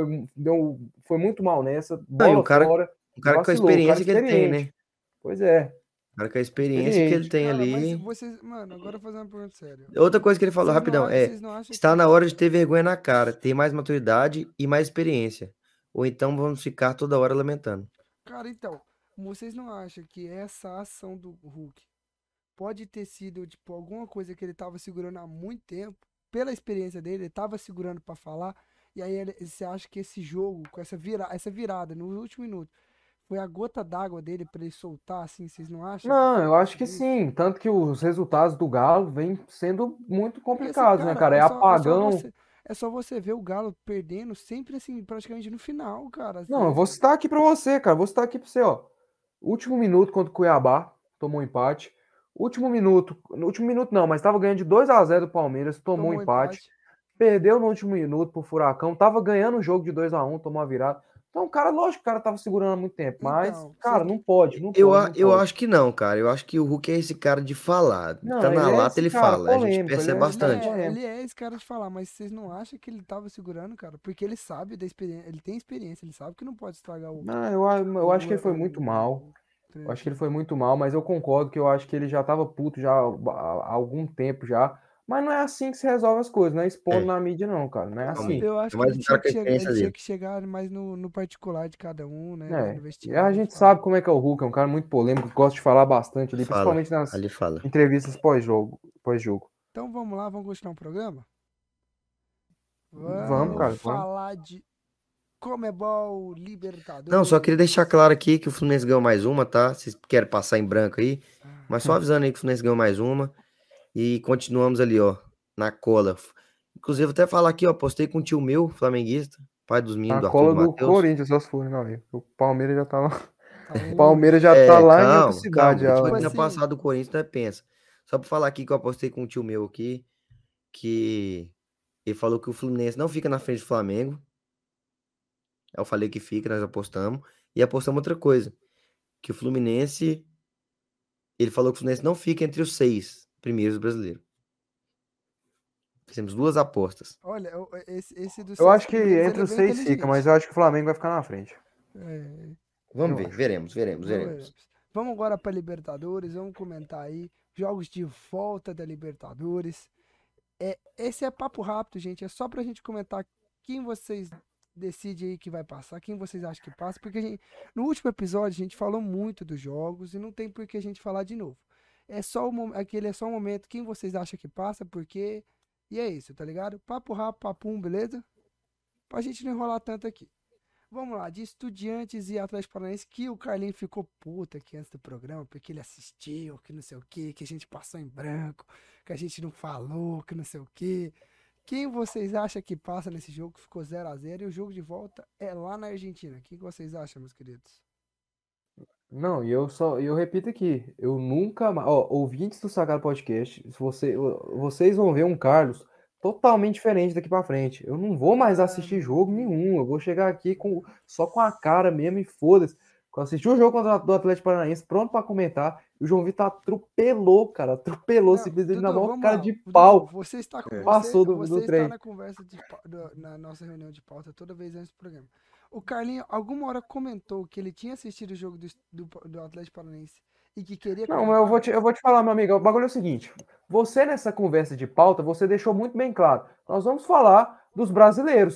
Foi muito mal nessa. Não, e Bola fora. o cara com a Vacilou. O cara experiência que ele tem, né? experiente. Pois é. O cara com a experiência que ele Experiente. tem Cara, mas ali. vocês... Mano, agora eu vou fazer uma pergunta séria. Outra coisa que ele falou, Vocês não rapidão, vocês não acham está que... na hora de ter vergonha na cara, ter mais maturidade e mais experiência. Ou então vamos ficar toda hora lamentando. Cara, então, vocês não acham que essa ação do Hulk pode ter sido, tipo, alguma coisa que ele tava segurando há muito tempo, pela experiência dele, ele tava segurando pra falar, e aí você acha que esse jogo, com essa virada no último minuto, foi a gota d'água dele pra ele soltar, assim, vocês não acham? Não, eu acho que Isso. sim. Tanto que os resultados do Galo vêm sendo muito Porque, assim, complicados, né, cara? É apagão. É só você ver o Galo perdendo sempre, assim, praticamente no final, cara. Às Não, eu vou vezes. citar aqui pra você, cara. Vou citar aqui pra você, ó. Último minuto contra o Cuiabá, tomou um empate. Último minuto, no último minuto não, mas tava ganhando de 2-0 do Palmeiras, tomou um empate. Perdeu no último minuto pro Furacão, tava ganhando o jogo de 2-1, tomou a virada. Então, cara, lógico que o cara tava segurando há muito tempo, mas, Então, cara, vocês- não pode, não Eu, pode, não eu pode. acho que não, cara. Eu acho que o Hulk é esse cara de falar. Não, Tá na ele é lata, esse ele cara fala. A gente polêmico, ele percebe é bastante. polêmico. Ele é esse cara de falar, mas vocês não acham que ele tava segurando, cara? Porque ele sabe da experiência, ele tem experiência, ele sabe que não pode estragar o. Não, eu acho que ele foi muito mal. Eu acho que ele foi muito mal, mas eu concordo que eu acho que ele já tava puto já há algum tempo já. Mas não é assim que se resolve as coisas, não é expondo É. na mídia, não, cara. Não é assim. Eu acho É que mais ele um tinha cara com a que chegar, experiência dele. mais no particular de cada um, né? É. No E vestiário. a gente sabe como é que é o Hulk, é um cara muito polêmico, gosta de falar bastante ali, Fala. principalmente nas Ali fala. entrevistas pós-jogo. Então vamos lá, vamos continuar o programa? Vamos, cara, vamos. Falar de Comebol Libertadores. Não, só queria deixar claro aqui que o Fluminense ganhou mais uma, tá? Vocês querem passar em branco aí. Mas só avisando aí que o Fluminense ganhou mais uma. E continuamos ali, ó, na cola. Inclusive, vou até falar aqui, ó, postei com um tio meu, flamenguista, pai dos meninos, do A Arthur cola e do do Matheus. Corinthians, só se for, meu amigo. O Palmeiras já tá lá. Tá O longe. Palmeiras já tá lá em outra cidade. Calma. já. Tipo, tinha assim- passado o Corinthians, né? Pensa. Só pra falar aqui que eu apostei com um tio meu aqui, que ele falou que o Fluminense não fica na frente do Flamengo. Eu falei que fica, nós apostamos. E apostamos outra coisa, que o Fluminense, ele falou que o Fluminense não fica entre os 6 primeiros brasileiros. Fizemos 2 apostas. Olha, esse do Eu acho que primeiros, entre ele é os bem 6 fica, inteligente. mas eu acho que o Flamengo vai ficar na frente. É, Vamos Eu ver, acho. veremos. Vamos agora para Libertadores, vamos comentar aí jogos de volta da Libertadores. Esse é papo rápido, gente, é só pra gente comentar quem vocês decidem aí que vai passar, quem vocês acham que passa, porque no último episódio a gente falou muito dos jogos e não tem por que a gente falar de novo. Aquele é só um momento, quem vocês acham que passa, porque e é isso, tá ligado? Papo rápido, papum, beleza? Pra gente não enrolar tanto aqui. Vamos lá, de Estudiantes e Atlético Paranaense, que o Carlinho ficou puto aqui antes do programa, porque ele assistiu, que não sei o que a gente passou em branco, que a gente não falou, que não sei o que. Quem vocês acham que passa nesse jogo que ficou 0-0 e o jogo de volta é lá na Argentina? O que vocês acham, meus queridos? Não, e eu repito aqui, eu nunca mais, ó, ouvintes do Sagrado Podcast, se vocês vão ver um Carlos totalmente diferente daqui pra frente. Eu não vou mais assistir jogo nenhum, eu vou chegar aqui só com a cara mesmo e foda-se. Quando assisti o jogo contra do Atlético Paranaense, pronto pra comentar, e o João Vitor atropelou, cara, Não, simplesmente Dudu, na mão vamos cara lá. de Dudu, pau. você está com Passou do você está trem. na conversa na nossa reunião de pauta toda vez antes do programa. O Carlinho alguma hora comentou que ele tinha assistido o jogo do Atlético Paranaense e que queria Não, mas eu vou te falar, meu amigo, o bagulho é o seguinte, você nessa conversa de pauta, você deixou muito bem claro, nós vamos falar dos brasileiros.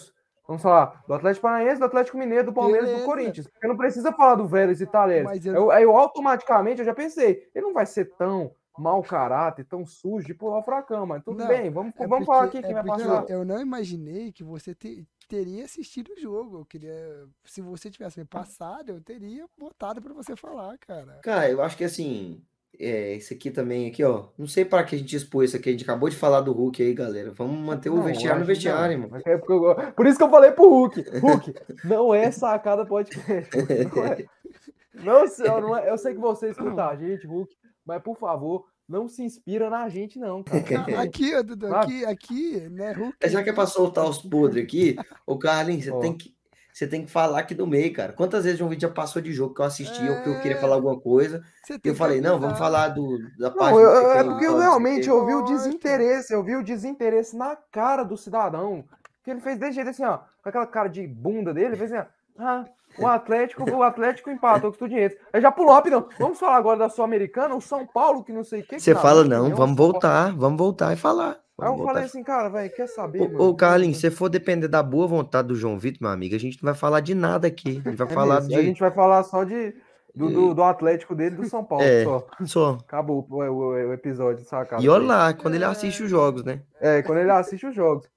Vamos falar do Atlético Paranaense, do Atlético Mineiro, do Palmeiras e do Beleza. Corinthians. Porque não precisa falar do Vélez e Talheres. Mas Aí eu automaticamente eu já pensei, ele não vai ser tão mau caráter, tão sujo de pular o Furacão, mas tudo Não, bem, vamos porque, falar aqui quem vai passar. eu não imaginei que você teria assistido o jogo. Eu queria, se você tivesse me passado, eu teria botado pra você falar, cara. Cara, eu acho que assim, esse aqui também, aqui, ó. Não sei para que a gente expôs isso aqui. A gente acabou de falar do Hulk aí, galera. Vamos manter o Não, vestiário no acho que vestiário, não. irmão. Mas é porque por isso que eu falei pro Hulk. Hulk, não é sacada podcast. Não é. Não é. Eu sei que você escuta a gente, Hulk, mas por favor, não se inspira na gente, não, cara. Aqui, ó, Dudu, Sabe? aqui, né, Hulk? Já que é pra soltar os podres aqui, ô Carlinhos, você tem que falar aqui no meio, cara. Quantas vezes um vídeo já passou de jogo que eu assisti ou que eu queria falar alguma coisa, Você e tem eu que falei, não, vamos avisar. falar da parte Não, do que é tem porque eu vitória, não sei o realmente quê. eu vi o Lógico. desinteresse, na cara do cidadão. Que ele fez desse jeito assim, ó, com aquela cara de bunda dele, ele fez assim, ó, o Atlético empatou com o Estudiantes. Aí já pulou rapidão. Vamos falar agora da Sul-Americana, o São Paulo, que não sei o que. Você na fala, minha não, opinião, vamos São Paulo- voltar e falar. Aí eu Vamos falei voltar. assim, cara, velho, quer saber, Ô, mano? Carlinhos, se for depender da boa vontade do João Vitor, meu amigo, a gente não vai falar de nada aqui. A gente vai É falar mesmo. A gente vai falar só do Atlético dele, do São Paulo, só. só. Acabou o episódio, sacada. E olha lá, quando ele assiste os jogos, né? Quando ele assiste os jogos.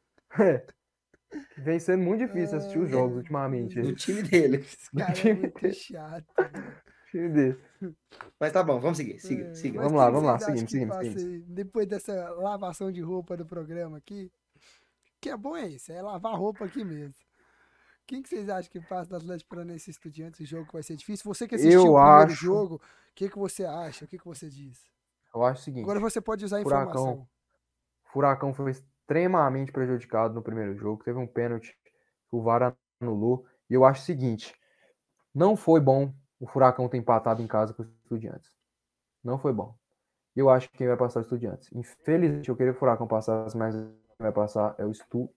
Vem sendo muito difícil assistir os jogos ultimamente. No time dele. Esse cara é muito chato. Time dele. Mas tá bom, vamos seguir. Siga. Mas Vamos quem lá, que vamos lá, vocês acham seguimos. que passa aí, depois dessa lavação de roupa do programa aqui? Que é bom é isso, é lavar roupa aqui mesmo. Quem que vocês acham que passa do Atlético Paranaense e Estudiantes? O jogo vai ser difícil. Você que assistiu Eu o primeiro acho- jogo, o que você acha? O que você diz? Eu acho o seguinte. Agora você pode usar a Furacão. informação. Furacão foi extremamente prejudicado no primeiro jogo. Teve um pênalti que o VAR anulou. E eu acho o seguinte. Não foi bom o Furacão ter empatado em casa com os Estudiantes. Não foi bom. Eu acho que quem vai passar é o Estudiantes. Infelizmente, eu queria que o Furacão passasse, mas quem vai passar é o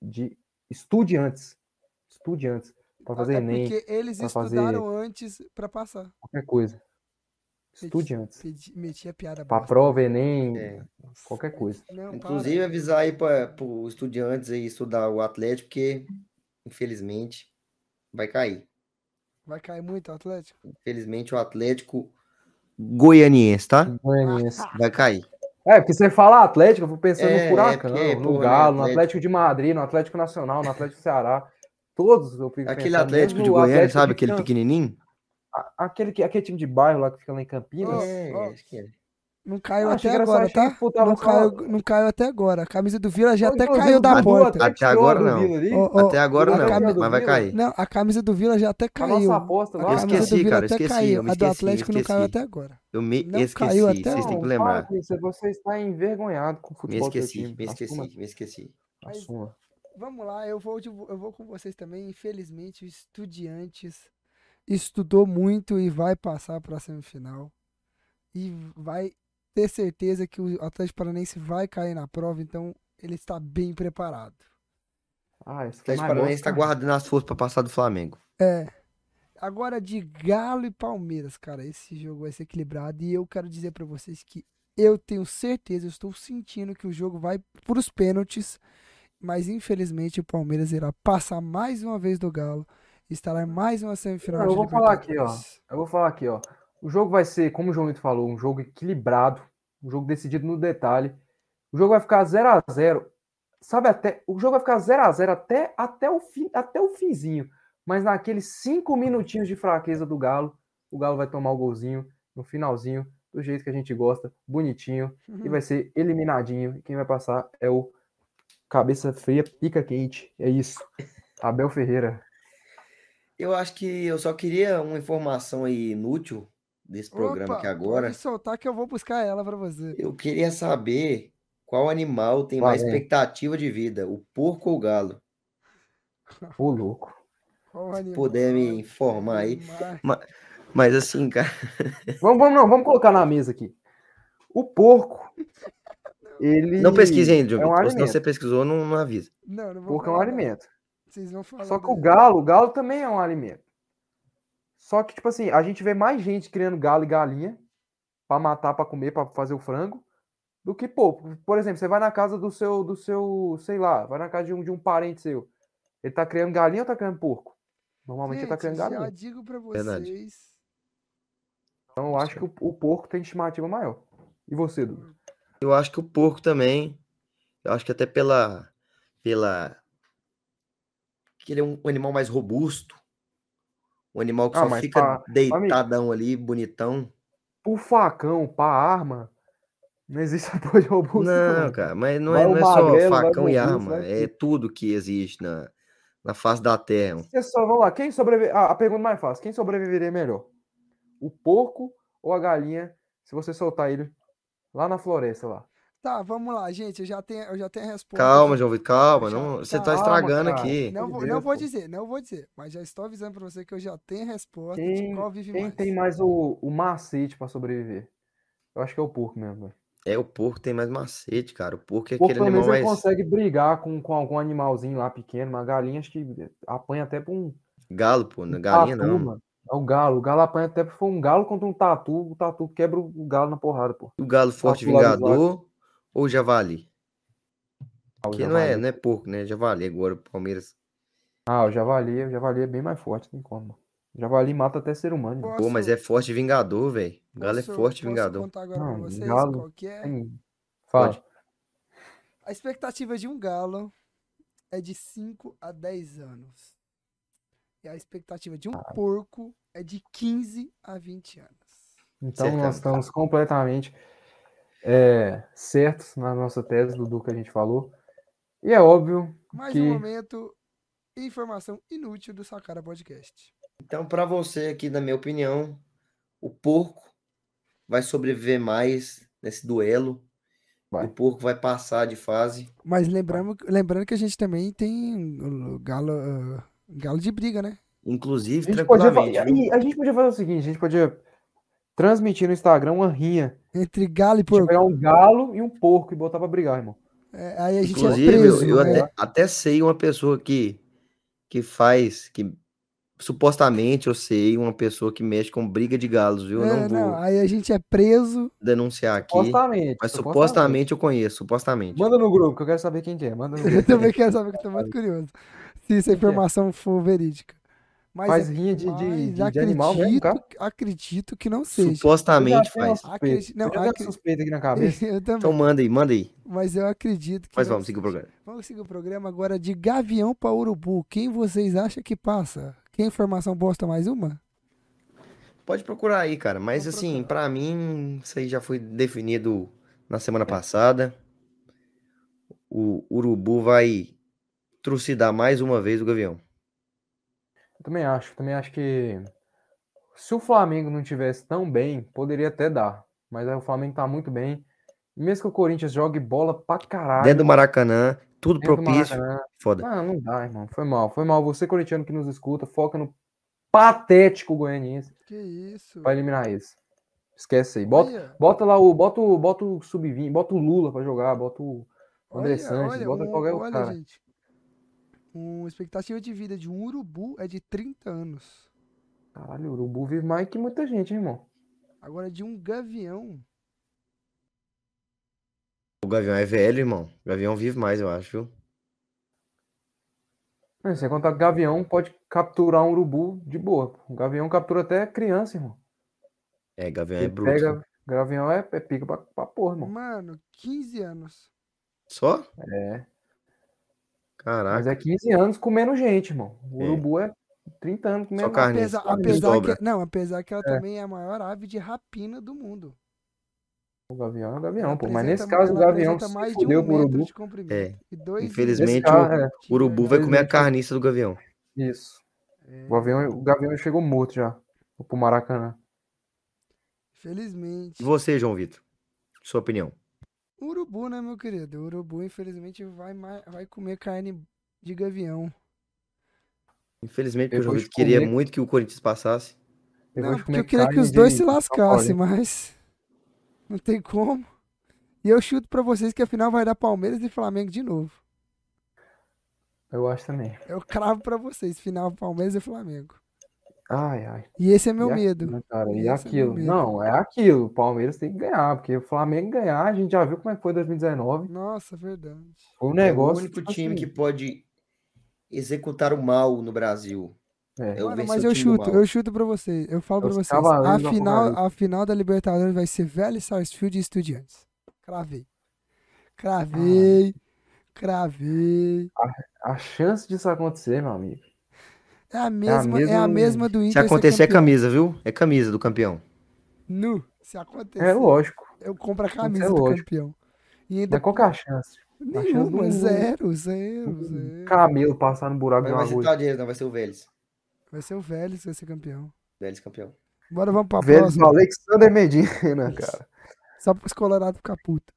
Estudiantes. Estudiantes. Para fazer É Enem, porque eles pra estudaram antes pra passar. qualquer coisa. Estudiantes. Meti a piada Pra bosta. prova, Enem, É. qualquer coisa. Não, Inclusive, para. avisar aí para os estudiantes aí estudar o Atlético, porque, infelizmente, vai cair. Vai cair muito o Atlético? Infelizmente, o Atlético goianiense, tá? Goianiense. Vai cair. Porque você fala Atlético, eu vou pensando no Furacão, porque, no porra, Galo, né, no Atlético de Madrid, no Atlético Nacional, no Atlético do Ceará. Todos eu fico Aquele pensando, Atlético de mesmo o Goiânia, Atlético sabe? de Aquele Can- pequenininho? aquele time de bairro lá que fica lá em Campinas. Acho que é. Não caiu Achei até que era só agora, achei que tá? disputava Não só- caiu, não caiu até agora. A camisa do Vila já até Inclusive, caiu da o Dudu porta. Até tirou agora do não. Vila ali. Até agora Dudu não, tirou do mas vai Vila. cair. Não, a camisa do Vila já até A caiu. nossa aposta A lá. Eu camisa esqueci, do Vila cara, até esqueci, caiu. eu me A do esqueci, Atlético não caiu esqueci. até agora. Eu me Não esqueci, caiu até vocês têm que agora. lembrar. Para com isso, você está envergonhado com o Me futebol do seu esqueci, time. me Assuma. esqueci. Mas- Assuma. Vamos lá, eu vou com vocês também. Infelizmente, o Estudiantes estudou muito e vai passar para a semifinal. E vai ter certeza que o Atlético Paranaense vai cair na prova, então ele está bem preparado. Isso O foi Atlético mais Paranaense tá bosta. guardando as forças pra passar do Flamengo. Agora de Galo e Palmeiras, cara, esse jogo vai ser equilibrado e eu quero dizer para vocês que eu tenho certeza, eu estou sentindo que o jogo vai para os pênaltis, mas infelizmente o Palmeiras irá passar mais uma vez do Galo e estará mais uma semifinal Não, de eu vou falar aqui, Libertadores. Eu vou falar aqui, ó. O jogo vai ser, como o João Vitor falou, um jogo equilibrado, um jogo decidido no detalhe. O jogo vai ficar 0-0. O jogo vai ficar 0-0 até o finzinho. Mas naqueles 5 minutinhos de fraqueza do Galo, o Galo vai tomar o golzinho no finalzinho, do jeito que a gente gosta, bonitinho, e vai ser eliminadinho. E quem vai passar é o cabeça fria, pica quente. É isso. Abel Ferreira. Eu acho que eu só queria uma informação aí inútil desse programa aqui agora. Pode soltar que eu vou buscar ela para você. Eu queria saber qual animal tem Lá mais vem. expectativa de vida, o porco ou o galo? Ô, louco. Qual Se animal puder me informar aí. tem Mas assim, cara, Vamos colocar na mesa aqui. O porco, ele não pesquise ainda, é Diogo. um Ou se alimento. você pesquisou, não avisa. Não vou Porco é um falar, não. alimento. Vocês vão falar. Só que o daí. galo também é um alimento. Só que, tipo assim, a gente vê mais gente criando galo e galinha pra matar, pra comer, pra fazer o frango, do que porco. Por exemplo, você vai na casa do seu, sei lá, vai na casa de um parente seu. Ele tá criando galinha ou tá criando porco? Normalmente ele tá Gente, criando já galinha. digo pra Verdade. vocês. Então eu acho que o porco tem estimativa maior. E você, Dudu? Eu acho que o porco também. Eu acho que até pela que ele é um animal mais robusto, um animal que Ah, só mas fica amigo, deitadão ali, bonitão. pro facão, pra arma, não existe essa porra de robusto, Não, não. cara, mas não Vai é, o não é só magrelo, vai o facão e robusto, arma, vai é tudo. tudo que existe na face da terra. Você só, vamos lá, quem sobrevive... a pergunta mais fácil, quem sobreviveria melhor? O porco ou a galinha, se você soltar ele lá na floresta lá? Tá, vamos lá, gente. Eu já tenho a resposta Calma, aqui. João Vitor, calma, Eu já, não, você tá tá. Calma, estragando cara. aqui. Pelo amor de Não Deus, vou pô. dizer, não vou dizer. Mas já estou avisando pra você que eu já tenho a resposta de qual vive Quem mais. tem mais o macete pra sobreviver? Eu acho que é o porco mesmo, velho. É, o porco tem mais macete, cara. O porco é O porco, aquele pelo animal menos, ele mais consegue brigar com algum animalzinho lá pequeno, mas a galinha acho que apanha até pra um galo, pô, na galinha tatu, não. mano. É o galo. O galo apanha até pra um galo contra um tatu. O tatu quebra o galo na porrada, pô. O galo forte Tatu lá do Slack. vingador ou o javali? Ah, o Que não é, javali. não é porco, né? Javali agora, o Palmeiras. Ah, o javali é bem mais forte, tem como. O javali mata até ser humano, irmão. Pô, mas Posso, é forte vingador, velho. O galo é forte posso vingador. contar agora pra Não, vocês galo qual que é? tem... Pode. Fala. A expectativa de um galo é de 5 a 10 anos. E a expectativa de um porco é de 15 a 20 anos. Então nós Acertamos. estamos completamente certos na nossa tese, Dudu, que a gente falou. E é óbvio Mais um que... momento, informação inútil do Sacara Podcast. Então, pra você aqui, na minha opinião, o porco vai sobreviver mais nesse duelo. Vai. O porco vai passar de fase. Mas lembrando que a gente também tem o galo de briga, né? Inclusive, A gente podia, tranquilamente, viu? a gente podia fazer o seguinte, a gente podia transmitir no Instagram uma rinha. Entre galo e A gente porco. pegar um galo e um porco e botar pra brigar, irmão. Aí a gente é Inclusive, preso, eu né? até sei uma pessoa que faz, que supostamente eu sei uma pessoa que mexe com briga de galos, viu? Eu não Não, vou aí a gente é preso. denunciar aqui, Supostamente, mas supostamente. supostamente eu conheço, supostamente. Manda no grupo, que eu quero saber quem que é. Manda no Eu grupo. também quero saber, que eu tô muito curioso. Se essa Quem que é? informação for verídica. Mas, Faz rinha de animal mesmo, cara? acredito que não seja. Eu já Supostamente tenho uma faz. suspeita. Não, Eu já tenho uma suspeita aqui na cabeça. Eu também. Então manda aí. Mas eu acredito que Mas não vamos seguir o seja. programa. Vamos seguir o programa agora de Gavião para Urubu. Quem vocês acham que passa? Quem informação bosta mais uma? Pode procurar aí, cara. Mas Vou assim, procurar. pra mim, isso aí já foi definido na semana passada. O Urubu vai trucidar mais uma vez o Gavião. Eu também acho que se o Flamengo não tivesse tão bem, poderia até dar. Mas aí o Flamengo tá muito bem. E mesmo que o Corinthians jogue bola pra caralho Dentro do Maracanã, tudo dentro do propício. Maracanã. Foda. Não dá, irmão. Foi mal. Foi mal. Você, corintiano que nos escuta, foca no patético goianiense Que isso? pra eliminar esse. Esquece aí. Aí, ó. Bota lá bota o sub-20, bota o Lula pra jogar, bota o André Sanches, bota qualquer outro cara. Gente. Uma expectativa de vida de um urubu é de 30 anos. Caralho, o Urubu vive mais que muita gente, hein, irmão. Agora, de um gavião. O Gavião é velho, irmão. O Gavião vive mais, eu acho, viu? Sem contar que o Gavião pode capturar um urubu de boa. O Gavião captura até criança, irmão. É, Gavião é Ele bruto. pega. Gavião é pica pra porra, irmão. Mano, 15 anos. Só? É. Caraca. Mas é 15 anos comendo gente, irmão. O urubu é 30 anos comendo Só carne. Apesar que ela também é a maior ave de rapina do mundo. O Gavião é o Ela Gavião, pô. Mas apresenta nesse caso o ela Gavião apresenta se mais de fudeu 1 pro metro urubu. de comprimento. É. E 2 Infelizmente, Nesse o urubu vai comer a infelizmente, carniça do Gavião. Isso. O Gavião chegou morto já. Pro Maracanã. Felizmente. E você, João Vitor? Sua opinião? Urubu, né, meu querido? O urubu, infelizmente, vai comer carne de gavião. Infelizmente, porque o João Depois de Vitor queria comer- muito que o Corinthians passasse. Depois Não, de porque comer eu queria que carne os dois de se lascassem, São Paulo, mas não tem como. E eu chuto pra vocês que a final vai dar Palmeiras e Flamengo de novo. eu acho também. Eu cravo pra vocês, final Palmeiras e Flamengo. Ai. E esse é meu E medo. aquilo, cara, E e esse é meu aquilo. medo. Não, é aquilo. O Palmeiras tem que ganhar, porque o Flamengo ganhar, a gente já viu como é que foi 2019. Nossa, verdade. Foi um É o negócio. único tipo time assim, que pode executaram mal no Brasil. É, É o Mano, mas eu time do mal. chuto pra vocês. Eu falo É pra os vocês. cavaleiros do Apocalipse. A final da Libertadores vai ser Vélez, Sarsfield e Estudiantes. Cravei. Cravei. Cravei. A chance disso acontecer, meu amigo, É a é a mesma. mesma do Se Inter ser acontecer, é campeão. camisa, viu? É camisa do campeão. Nu. Se É acontecer, lógico. eu compro a Tem que ser camisa do lógico. campeão. E ainda Mas qual que é a chance? A chance nenhuma. do Zero. camelo passar no buraco Mas de não uma vai ser agulha. Tadeu, não vai ser o Vélez. Vai ser o Vélez que vai ser campeão. Vélez campeão. Bora, vamos pra Velho do próxima. Alexander Medina, cara. Só pros colorados ficar puto.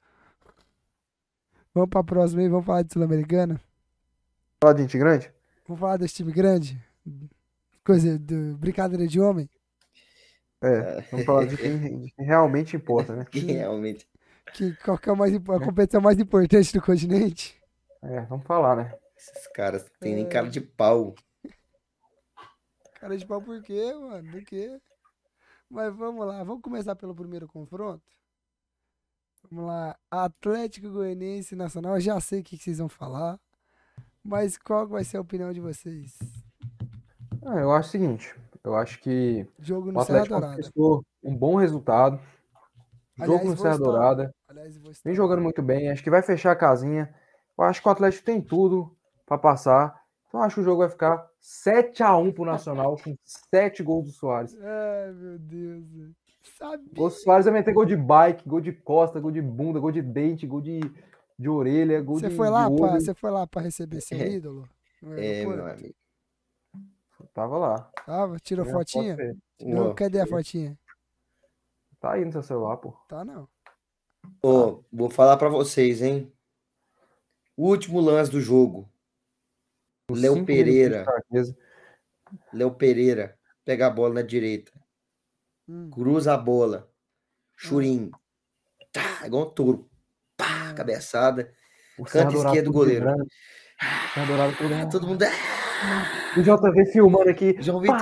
Vamos pra próxima aí, vamos falar de Sul-Americana? Fala de gente grande? Vamos falar desse time grande? Coisa de brincadeira de homem? Vamos falar de quem realmente importa, né? Que realmente. Qual que é a competição mais importante do continente? Vamos falar, né? Esses caras têm nem cara de pau. Cara de pau por quê, mano? Do quê? Mas vamos lá, vamos começar pelo primeiro confronto? Vamos lá, Atlético Goianiense e Nacional, eu já sei o que vocês vão falar, mas qual vai ser a opinião de vocês? Eu acho o seguinte, eu acho que Jogo o no Serra Atlético Dourada. conquistou um bom resultado. Aliás, Jogo no vou Serra estar Dourada. lá. Aliás, vou estar Vem lá. jogando muito bem, acho que vai fechar a casinha. Eu acho que o Atlético tem tudo para passar. Então acho que o jogo vai ficar 7-1 pro Nacional, com 7 gols do Soares. Ai, meu Deus. velho. Sabia. O Soares vai meter gol de bike, gol de costa, gol de bunda, gol de dente, gol de orelha, gol Você de foi lá olho. você foi lá pra receber seu ídolo? No É, meu aeroporto? amigo. Tava lá. Tava? Tirou Tem a foto fotinha? dele. Não, Ó, cadê a fotinha? Tá aí no seu celular, pô. Tá não. ó, vou falar pra vocês, hein? Último lance do jogo. Uns Léo 5 minutos de Pereira. fraqueza. Léo Pereira. Pega a bola na direita. Hum. Cruza a bola. Churim. Tá, igual um touro. Pá, cabeçada. O Serra Canto Dourada esquerdo do tudo goleiro. vibrando. Serra Dourada tudo. Todo mundo. O JV filmando aqui. João Vitor.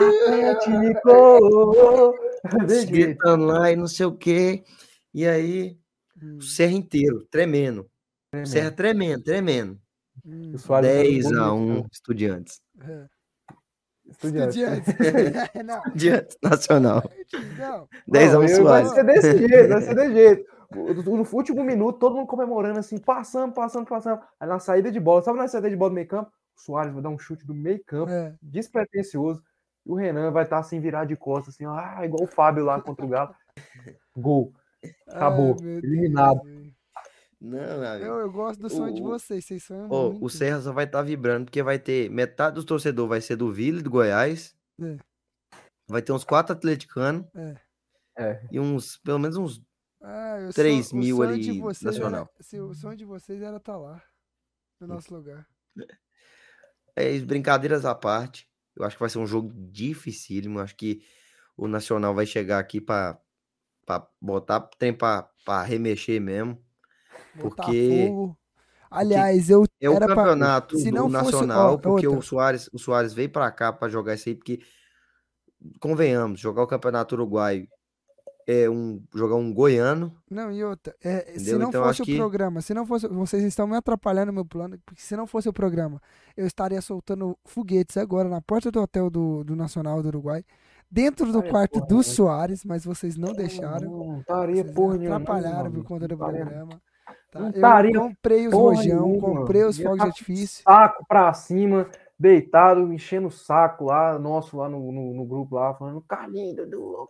Patético! Desse jeito. Gritando lá e não sei o quê. E aí, Hum. o Serra inteiro, tremendo. O Serra tremendo. O Soares fez um bom 10-1, jogo. Estudiantes. É. Estudiantes. Estudiantes. Não. Estudiantes Nacional. Não. 10-1 Vai Soares. ser desse jeito, vai ser desse jeito. No último minuto, todo mundo comemorando assim, passando. Aí na saída de bola, sabe na saída de bola do meio campo? O Soares vai dar um chute do meio campo, É. despretensioso. E o Renan vai estar assim, virado de costas, assim, igual o Fábio lá contra o Galo. Gol. Acabou. Ai, meu Eliminado. Deus, velho. Não, meu amigo. Eu gosto do sonho de vocês sonham Ó, muito. o Serra só vai estar vibrando porque vai ter metade dos torcedores vai ser do Vila e do Goiás. É. Vai ter uns 4 atleticanos É. e pelo menos uns Ah, 3 o mil sonho ali de vocês nacional. o sonho de vocês era estar lá, no nosso lugar. Brincadeiras à parte, eu acho que vai ser um jogo dificílimo. Eu acho que o Nacional vai chegar aqui pra botar trem pra remexer mesmo. Porque Botafogo. Aliás, eu é o era pra... campeonato se do não fosse, Nacional, ó, porque outra. o Soares veio pra cá pra jogar isso aí, porque, convenhamos, jogar o Campeonato Uruguaio é jogar um goiano. Não, e outra, se Entendeu? não Então, fosse acho o que- programa, se não fosse, vocês estão me atrapalhando no meu plano, porque se não fosse o programa, eu estaria soltando foguetes agora na porta do hotel do Nacional do Uruguai, dentro do Ai, quarto porra, do né? Soares, mas vocês não deixaram. Não estaria Vocês porra me nenhuma. atrapalharam não, por conta do não estaria- programa. Tá? não Eu estaria comprei os porra rojão, nenhuma. comprei os Ia fogos de tá com artifício. saco pra cima, deitado, enchendo o saco lá, nosso lá no grupo lá, falando, Carlinho, Dudu.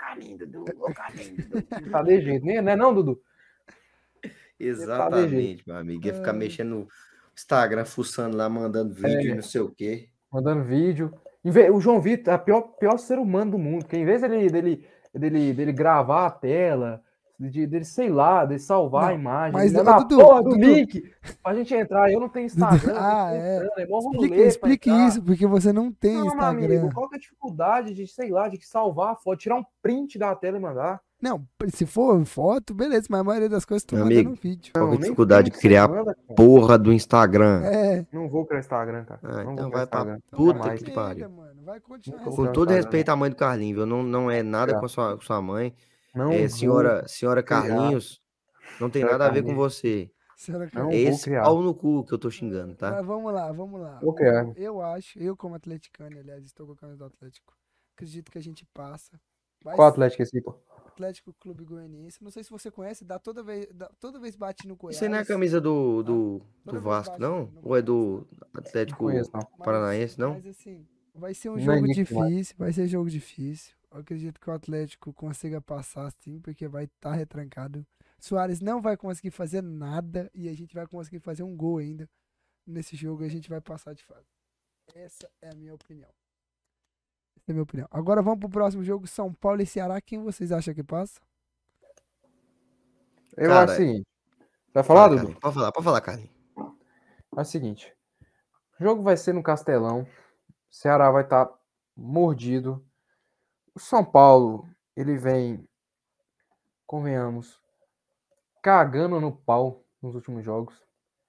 Tá de jeito, né? Não, Dudu? Exatamente, meu amigo. Ia ficar mexendo no Instagram, fuçando lá, mandando vídeo e não sei o quê. Mandando vídeo. O João Vitor é o pior ser humano do mundo, porque em vez dele gravar a tela, dele, sei lá, dele salvar Não, a imagem, mas, ele ô, na Dudu, porra do Dudu. link pra gente entrar. Eu não tenho Instagram, Ah, eu tô é. entrando, mó rolê pra Explique entrar. isso, porque você não tem Não, meu Instagram. amigo, qual que é a dificuldade de, sei lá, de salvar a foto, tirar um print da tela e mandar? Não, se for foto, beleza, mas a maioria das coisas tu Meu manda amigo, no vídeo. Qual que é a nem dificuldade de print você criar manda, cara. porra do Instagram? É. Não vou criar Instagram, cara. Ah, Não então vou criar vai pra Instagram. puta Jamais. que pariu. Mano, vai continuar Nunca vou Com criar todo Instagram. respeito à mãe do Carlinhos, viu? Não é nada Já. com sua mãe. Não vou Senhora criar. Carlinhos, não tem Senhora nada a ver com Carlinhos. você. Será que Não É vou esse criar. pau no cu que eu tô xingando, tá? Mas vamos lá, vamos lá. Vou criar. Eu acho, eu como atleticano, aliás, estou com a camisa do Atlético. Acredito que a gente passa. Vai Qual ser Atlético é esse aí, pô? Atlético Clube Goianiense. Não sei se você conhece, toda vez bate no Isso aí não é a Goiás. camisa do Toda vez Vasco, bate não? no Ou é Goiás, do tá? Não Atlético conheço, não. Paranaense, não? Mas assim, vai ser um Não é jogo Nick mais. difícil, vai ser jogo difícil. Eu acredito que o Atlético consiga passar sim, porque vai estar retrancado. Soares não vai conseguir fazer nada e a gente vai conseguir fazer um gol ainda nesse jogo e a gente vai passar de fase. Essa é a minha opinião. Essa é a minha opinião. Agora vamos pro próximo jogo, São Paulo e Ceará. Quem vocês acham que passa? Eu Cara, acho o seguinte. Vai falar, fala, Dudu? Carlinhos. Pode falar, Carlinhos. É o seguinte. O jogo vai ser no Castelão. O Ceará vai estar mordido. O São Paulo, ele vem, convenhamos, cagando no pau nos últimos jogos.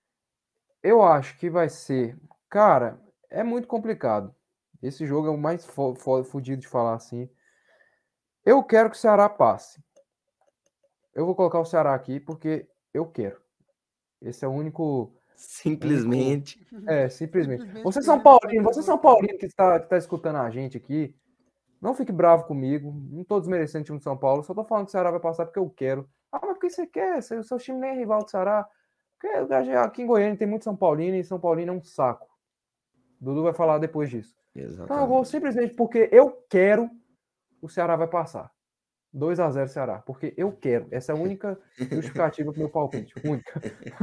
Eu acho que vai ser. Cara, é muito complicado. Esse jogo é o mais fudido de falar assim. Eu quero que o Ceará passe. Eu vou colocar o Ceará aqui porque eu quero. Esse é o único. Simplesmente. Simplesmente. Simplesmente Você porque São ele não foi Paulino, você São convocado. Paulino que está escutando a gente aqui, não fique bravo comigo. Não estou desmerecendo o time de São Paulo. Só estou falando que o Ceará vai passar porque eu quero. Ah, mas por que você quer? O seu time nem é rival do Ceará. Porque aqui em Goiânia tem muito São Paulino e São Paulino é um saco. Dudu vai falar depois disso. Então eu vou Exatamente. simplesmente porque eu quero, o Ceará vai passar. 2-0 Ceará, porque eu quero. Essa é a única justificativa pro meu palpite. Única.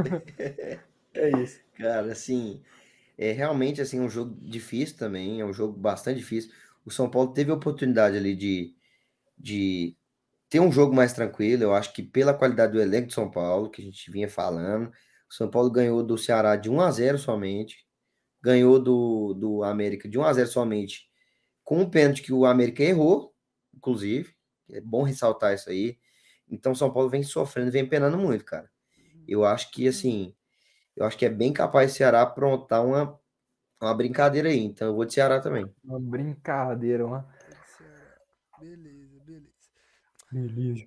É isso. Cara, assim, é realmente assim um jogo difícil também, é um jogo bastante difícil. O São Paulo teve a oportunidade ali de ter um jogo mais tranquilo, eu acho que pela qualidade do elenco de São Paulo, que a gente vinha falando, o São Paulo ganhou do Ceará de 1-0 somente, ganhou do América de 1-0 somente, com um pênalti que o América errou, inclusive, é bom ressaltar isso aí. Então o São Paulo vem sofrendo, vem penando muito, cara. Eu acho que assim, eu acho que é bem capaz o Ceará aprontar uma brincadeira aí, então eu vou de Ceará também. Uma brincadeira, uma. Ceará. Beleza, beleza. Beleza.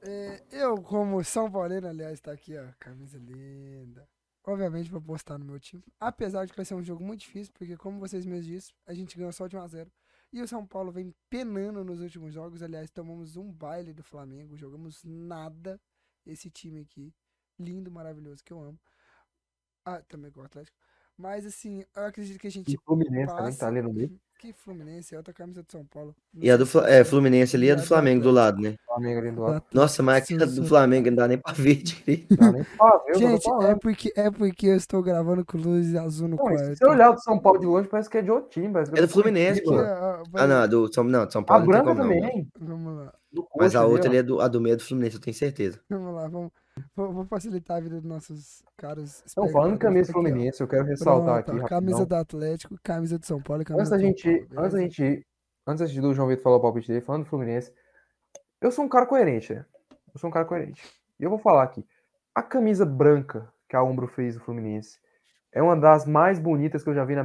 Eu, como São Paulino, aliás, tá aqui, ó, camisa linda. Obviamente vou postar no meu time. Apesar de que vai ser um jogo muito difícil, porque como vocês mesmos disseram, a gente ganhou só de 1-0. E o São Paulo vem penando nos últimos jogos. Aliás, tomamos um baile do Flamengo, jogamos nada. Esse time aqui, lindo, maravilhoso, que eu amo. Ah, também com o Atlético. Mas assim, eu acredito que a E gente Fluminense também tá passe. ali no meio. Que Fluminense, é outra camisa de São Paulo. Não E a sei do se você Fluminense ali e é do a do Flamengo do lado, Atlético. né? Flamengo ali do Do lado. Nossa, Atlético. mas aquela do Flamengo não dá nem pra ver direito. Não dá nem pra ver, eu só tô Gente, falando. é porque eu estou gravando com luz azul no Não, e se você quarto. olhar do São Paulo de longe, parece que é de outro time, parece que É é do do Fluminense, Aqui, pô. Curitiba. ó, Ah, não, não, de São Paulo A não tem branca como não. também, vamos lá, do Mas coxa a ali, outra ó. ali a do meio é do Fluminense, eu tenho certeza. vamos lá, vou facilitar a vida dos nossos caros Não, falando em espectadores. camisa Aqui, ó. Fluminense, eu quero ressaltar Pronto, aqui ó, camisa rapidão. do Atlético, camisa do São Paulo e Antes camisa da do São gente, Paulo, antes da beleza? gente, antes do João Vitor falar o palpite dele, falando do Fluminense, eu sou um cara coerente, né? Eu sou um cara coerente. E eu vou falar aqui. A camisa branca que a Umbro fez no Fluminense é uma das mais bonitas que eu já vi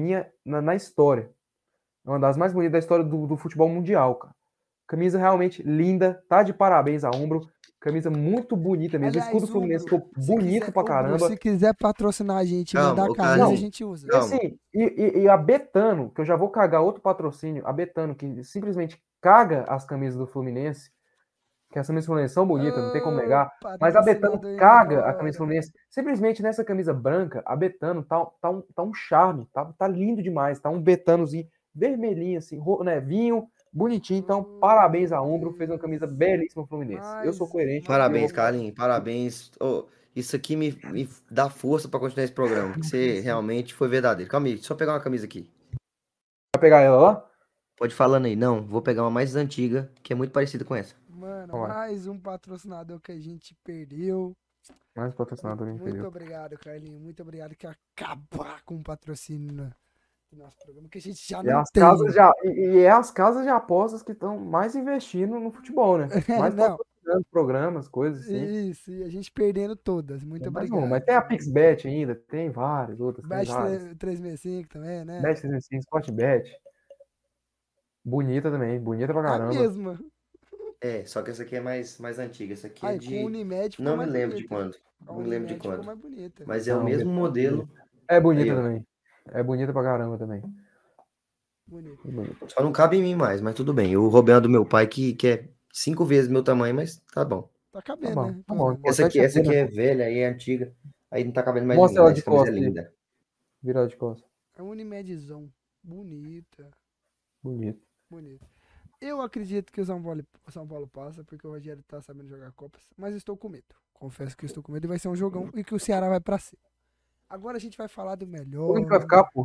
na história. É uma das mais bonitas da história do futebol mundial, cara. Camisa realmente linda, tá de parabéns a Umbro. Camisa muito bonita mesmo. O escudo Aliás, Fluminense Umbro, ficou bonito pra caramba. Se quiser patrocinar a gente e Calma, mandar ô camisa, a Carlinhos, gente usa. E calma. assim, e a Betano, que eu já vou cagar outro patrocínio, a Betano, que simplesmente caga as camisas do Fluminense, que as camisas do Fluminense são bonitas, não tem como negar, mas a Betano Patrocinador indo caga a embora. camisa do Fluminense. Simplesmente nessa camisa branca, a Betano tá um charme, tá lindo demais, tá um betanozinho vermelhinho, assim, né, vinho, bonitinho. Então, parabéns a Umbro, fez uma camisa belíssima Fluminense. Eu sou coerente. Parabéns, Eu vou... Carlinhos, parabéns. Ô, isso aqui me dá força pra continuar esse programa, porque você realmente foi verdadeiro. Calma aí, só pegar uma camisa aqui. Vai pegar ela lá? Pode ir falando aí. Não, vou pegar uma mais antiga, que é muito parecida com essa. Mano, Vamos lá. mais um patrocinador que a gente perdeu. Mais patrocinador Muito inferior. obrigado, Carlinhos. Muito obrigado que acabar com o patrocínio do nosso programa, que a gente já E não as tem. casas é as casas de apostas que estão mais investindo no futebol, né? Mais Não, patrocinando programas, coisas assim. isso, e a gente perdendo todas. Muito Mais obrigado. uma, mas tem a PixBet ainda, tem várias outras, tem Bet várias. 365 também, né? Bet 365, Sportbet. Bonita também, bonita pra A caramba. mesma. Só que essa aqui é mais antiga. Essa aqui é Aí, com o de. Unimed ficou Não me mais lembro de bonita. quando. A Não me lembro de Unimed ficou quando. mais bonita. Mas é o Não, mesmo modelo. É bonita Aí, ó. também. É bonita pra caramba também. Bonita. É bonita. Só não cabe em mim mais, mas tudo bem. Eu roubei a do meu pai, que é 5 vezes meu tamanho, mas tá bom. Tá Tá cabendo, bom, né? tá bom. O Essa importante aqui, é essa ter, aqui né? é velha, aí é antiga. Aí não tá cabendo mais em mim, Mostra ela mas de essa camisa é costas aí. linda. Vira ela de costas. É um Unimedzão. Bonita. Bonito. Bonita. Eu acredito que o São Paulo passa, porque o Rogério tá sabendo jogar Copas, mas estou com medo. Confesso que estou com medo e vai ser um jogão e que o Ceará vai pra cima. Agora a gente vai falar do Como que melhor. vai ficar, pô?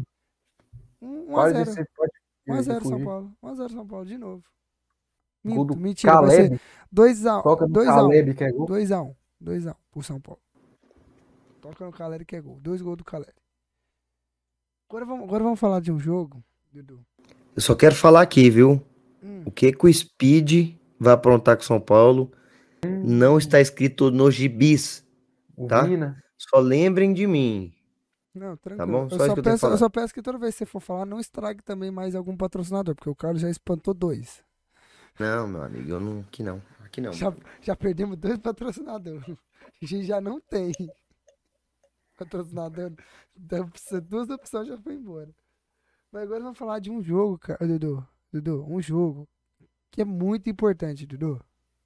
1 Para a de 0 ser, pode 1 a 0 São fugir. Paulo. 1 a 0 São Paulo de novo. Gol Minto, do mentira, vai ser Caleb. 2 a Toca no 2 a 1. Caleb, que é gol. 2 a 1. 2 a 1 pro São Paulo. Toca no Caleri que é gol. 2 gols do Caleri. Agora vamos falar de um jogo, Dudu. Eu só quero falar aqui, viu? Hum, O que o Speed vai aprontar com São Paulo não está escrito nos gibis, O tá? Vina. Só lembrem de mim, não, tá tranquilo. bom? Eu Só isso só que eu tenho que peço, eu falar. só peço que toda vez que você for falar, não estrague também mais algum patrocinador, porque o Carlos já espantou 2. Não, meu amigo, eu não. Aqui não. Aqui não. Já perdemos 2 patrocinadores. A gente já não tem patrocinador. 2 opções já foi embora. Mas agora vamos falar de um jogo, cara, Dudu. Dudu, um jogo que é muito importante, Dudu.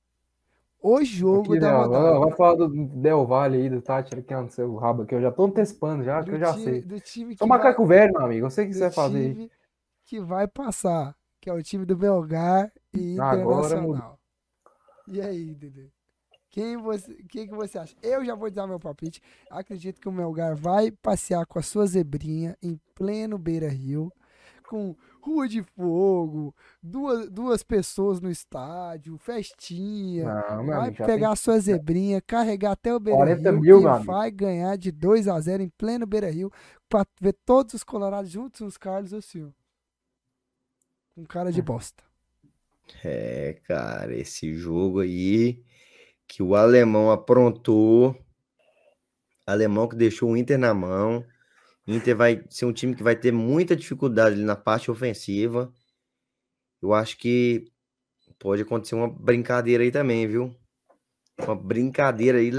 O jogo Aqui, da né, ó, rodada. vai falar do Del Valle aí, do Tátira, que é no seu rabo aqui. Eu já tô antecipando já, que eu já sei. Do time Sou que vai. macaco velho, meu amigo. Eu sei o que você Do vai fazer aí. time que vai passar. Que é o time do Melgar e Agora mudou. Internacional. E aí, Dudu? Quem que você acha? Eu já vou dar meu palpite. Acredito que o Melgar vai passear com a sua zebrinha em pleno Beira-Rio, com rua de fogo, duas pessoas no estádio, festinha. Não, meu Vai amigo, já tem pegar a sua zebrinha, carregar até o 40 Beira-Rio mil, e meu amigo. vai ganhar de 2 a 0 em pleno Beira-Rio pra ver todos os colorados juntos nos Carlos assim, com cara de bosta. Cara, esse jogo aí que o alemão aprontou. Alemão que deixou o Inter na mão. Inter vai ser um time que vai ter muita dificuldade ali na parte ofensiva. Eu acho que pode acontecer uma brincadeira aí também, viu? Uma brincadeira aí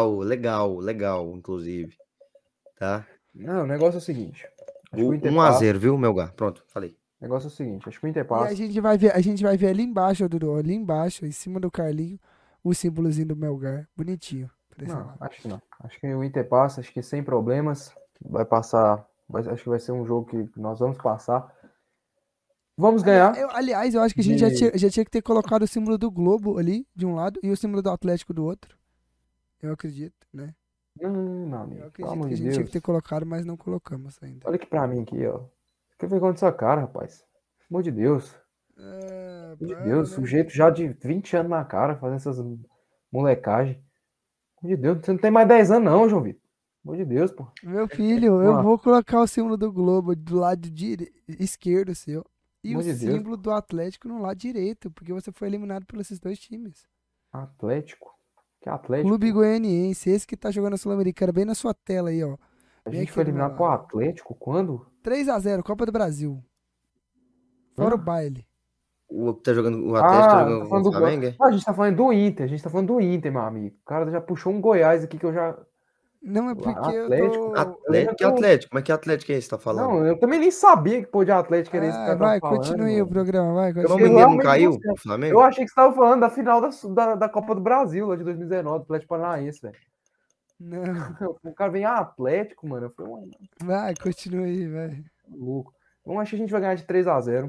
legal, inclusive. Tá? Não, o negócio é o seguinte. Acho que o O Inter 1 a passa. 0, viu, Melgar? Pronto, falei. O negócio é o seguinte. Acho que o Inter E a passa. gente vai ver ali embaixo, Dudu, ali embaixo, em cima do Carlinho, o símbolozinho do Melgar, bonitinho. Não, acho que não. Acho que o Inter passa, acho que sem problemas. Vai passar. Acho que vai ser um jogo que nós vamos passar. Vamos ganhar. Aliás, eu acho que a gente já tinha que ter colocado o símbolo do Globo ali, de um lado, e o símbolo do Atlético do outro. Eu acredito, né? Não, meu Eu amigo. Pelo acredito amor que a de gente tinha que ter Deus. colocado, mas não colocamos ainda. Olha aqui pra mim aqui, ó. Fica vergonha dessa cara, rapaz. Pelo amor de Deus. Pelo amor de Deus. Né? Sujeito já de 20 anos na cara, fazendo essas molecagens. Pelo amor de Deus. Você não tem mais 10 anos, não, João Vitor. Pelo amor de Deus, pô. Meu filho, eu vou colocar o símbolo do Globo do lado esquerdo seu. E Pelo o amor de Deus. símbolo do Atlético no lado direito, porque você foi eliminado pelos esses 2 times. Atlético? Que Atlético? Clube Goianiense, esse que tá jogando a Sul-Americana, bem na sua tela aí, ó. A Bem gente aqui foi do meu eliminado pro lado. Atlético quando? 3 a 0 Copa do Brasil. Fora Hã? o baile. O que tá jogando, o Atlético tá Ah, jogando tá com falando o do Flamengo, é? Ah, a gente tá falando do Inter. A gente tá falando do Inter, meu amigo. O cara já puxou um Goiás aqui que eu já. Não, é porque eu Atlético. tô... Atlético, que Atlético? Como é que Atlético é esse que tá falando? Não, eu também nem sabia que podia Atlético era esse que o cara tava Vai, falando, continue o mano. programa, vai, Eu O fiquei continue. Flamengo não realmente caiu? buscando. O Eu Flamengo? achei que você tava falando da final da Copa do Brasil, lá de 2019, do Atlético Paranaense, velho. Não, O cara vem Atlético, mano. Eu falei, mano, vai, continue aí, vai. louco. Então acho que a gente vai ganhar de 3 a 0.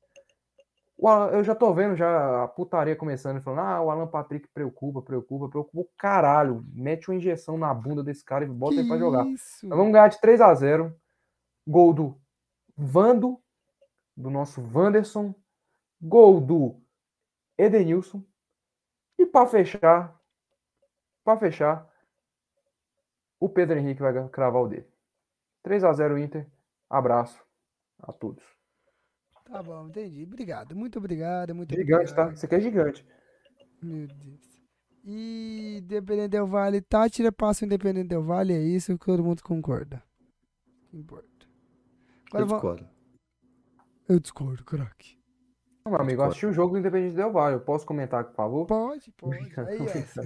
Eu já tô vendo já a putaria começando, falando, o Alan Patrick preocupa o caralho. Mete uma injeção na bunda desse cara e bota ele pra jogar. isso? Nós vamos ganhar de 3 a 0. Gol do Vando, do nosso Wanderson. Gol do Edenilson. E pra fechar, o Pedro Henrique vai cravar o dele. 3 a 0 Inter. Abraço a todos. Tá bom, entendi. Obrigado, muito obrigado, muito Gigante, tá? obrigado. Isso aqui é gigante. Meu Deus. E Independente Del Vale, Tátira passa o Independente Del Vale, é isso que todo mundo concorda. Importa. Eu discordo. Eu discordo, craque. Não, meu amigo, eu assisti o jogo do Independente Del Valle. Eu posso comentar, por favor? Pode. Brincando, Aí, tô ó. brincando.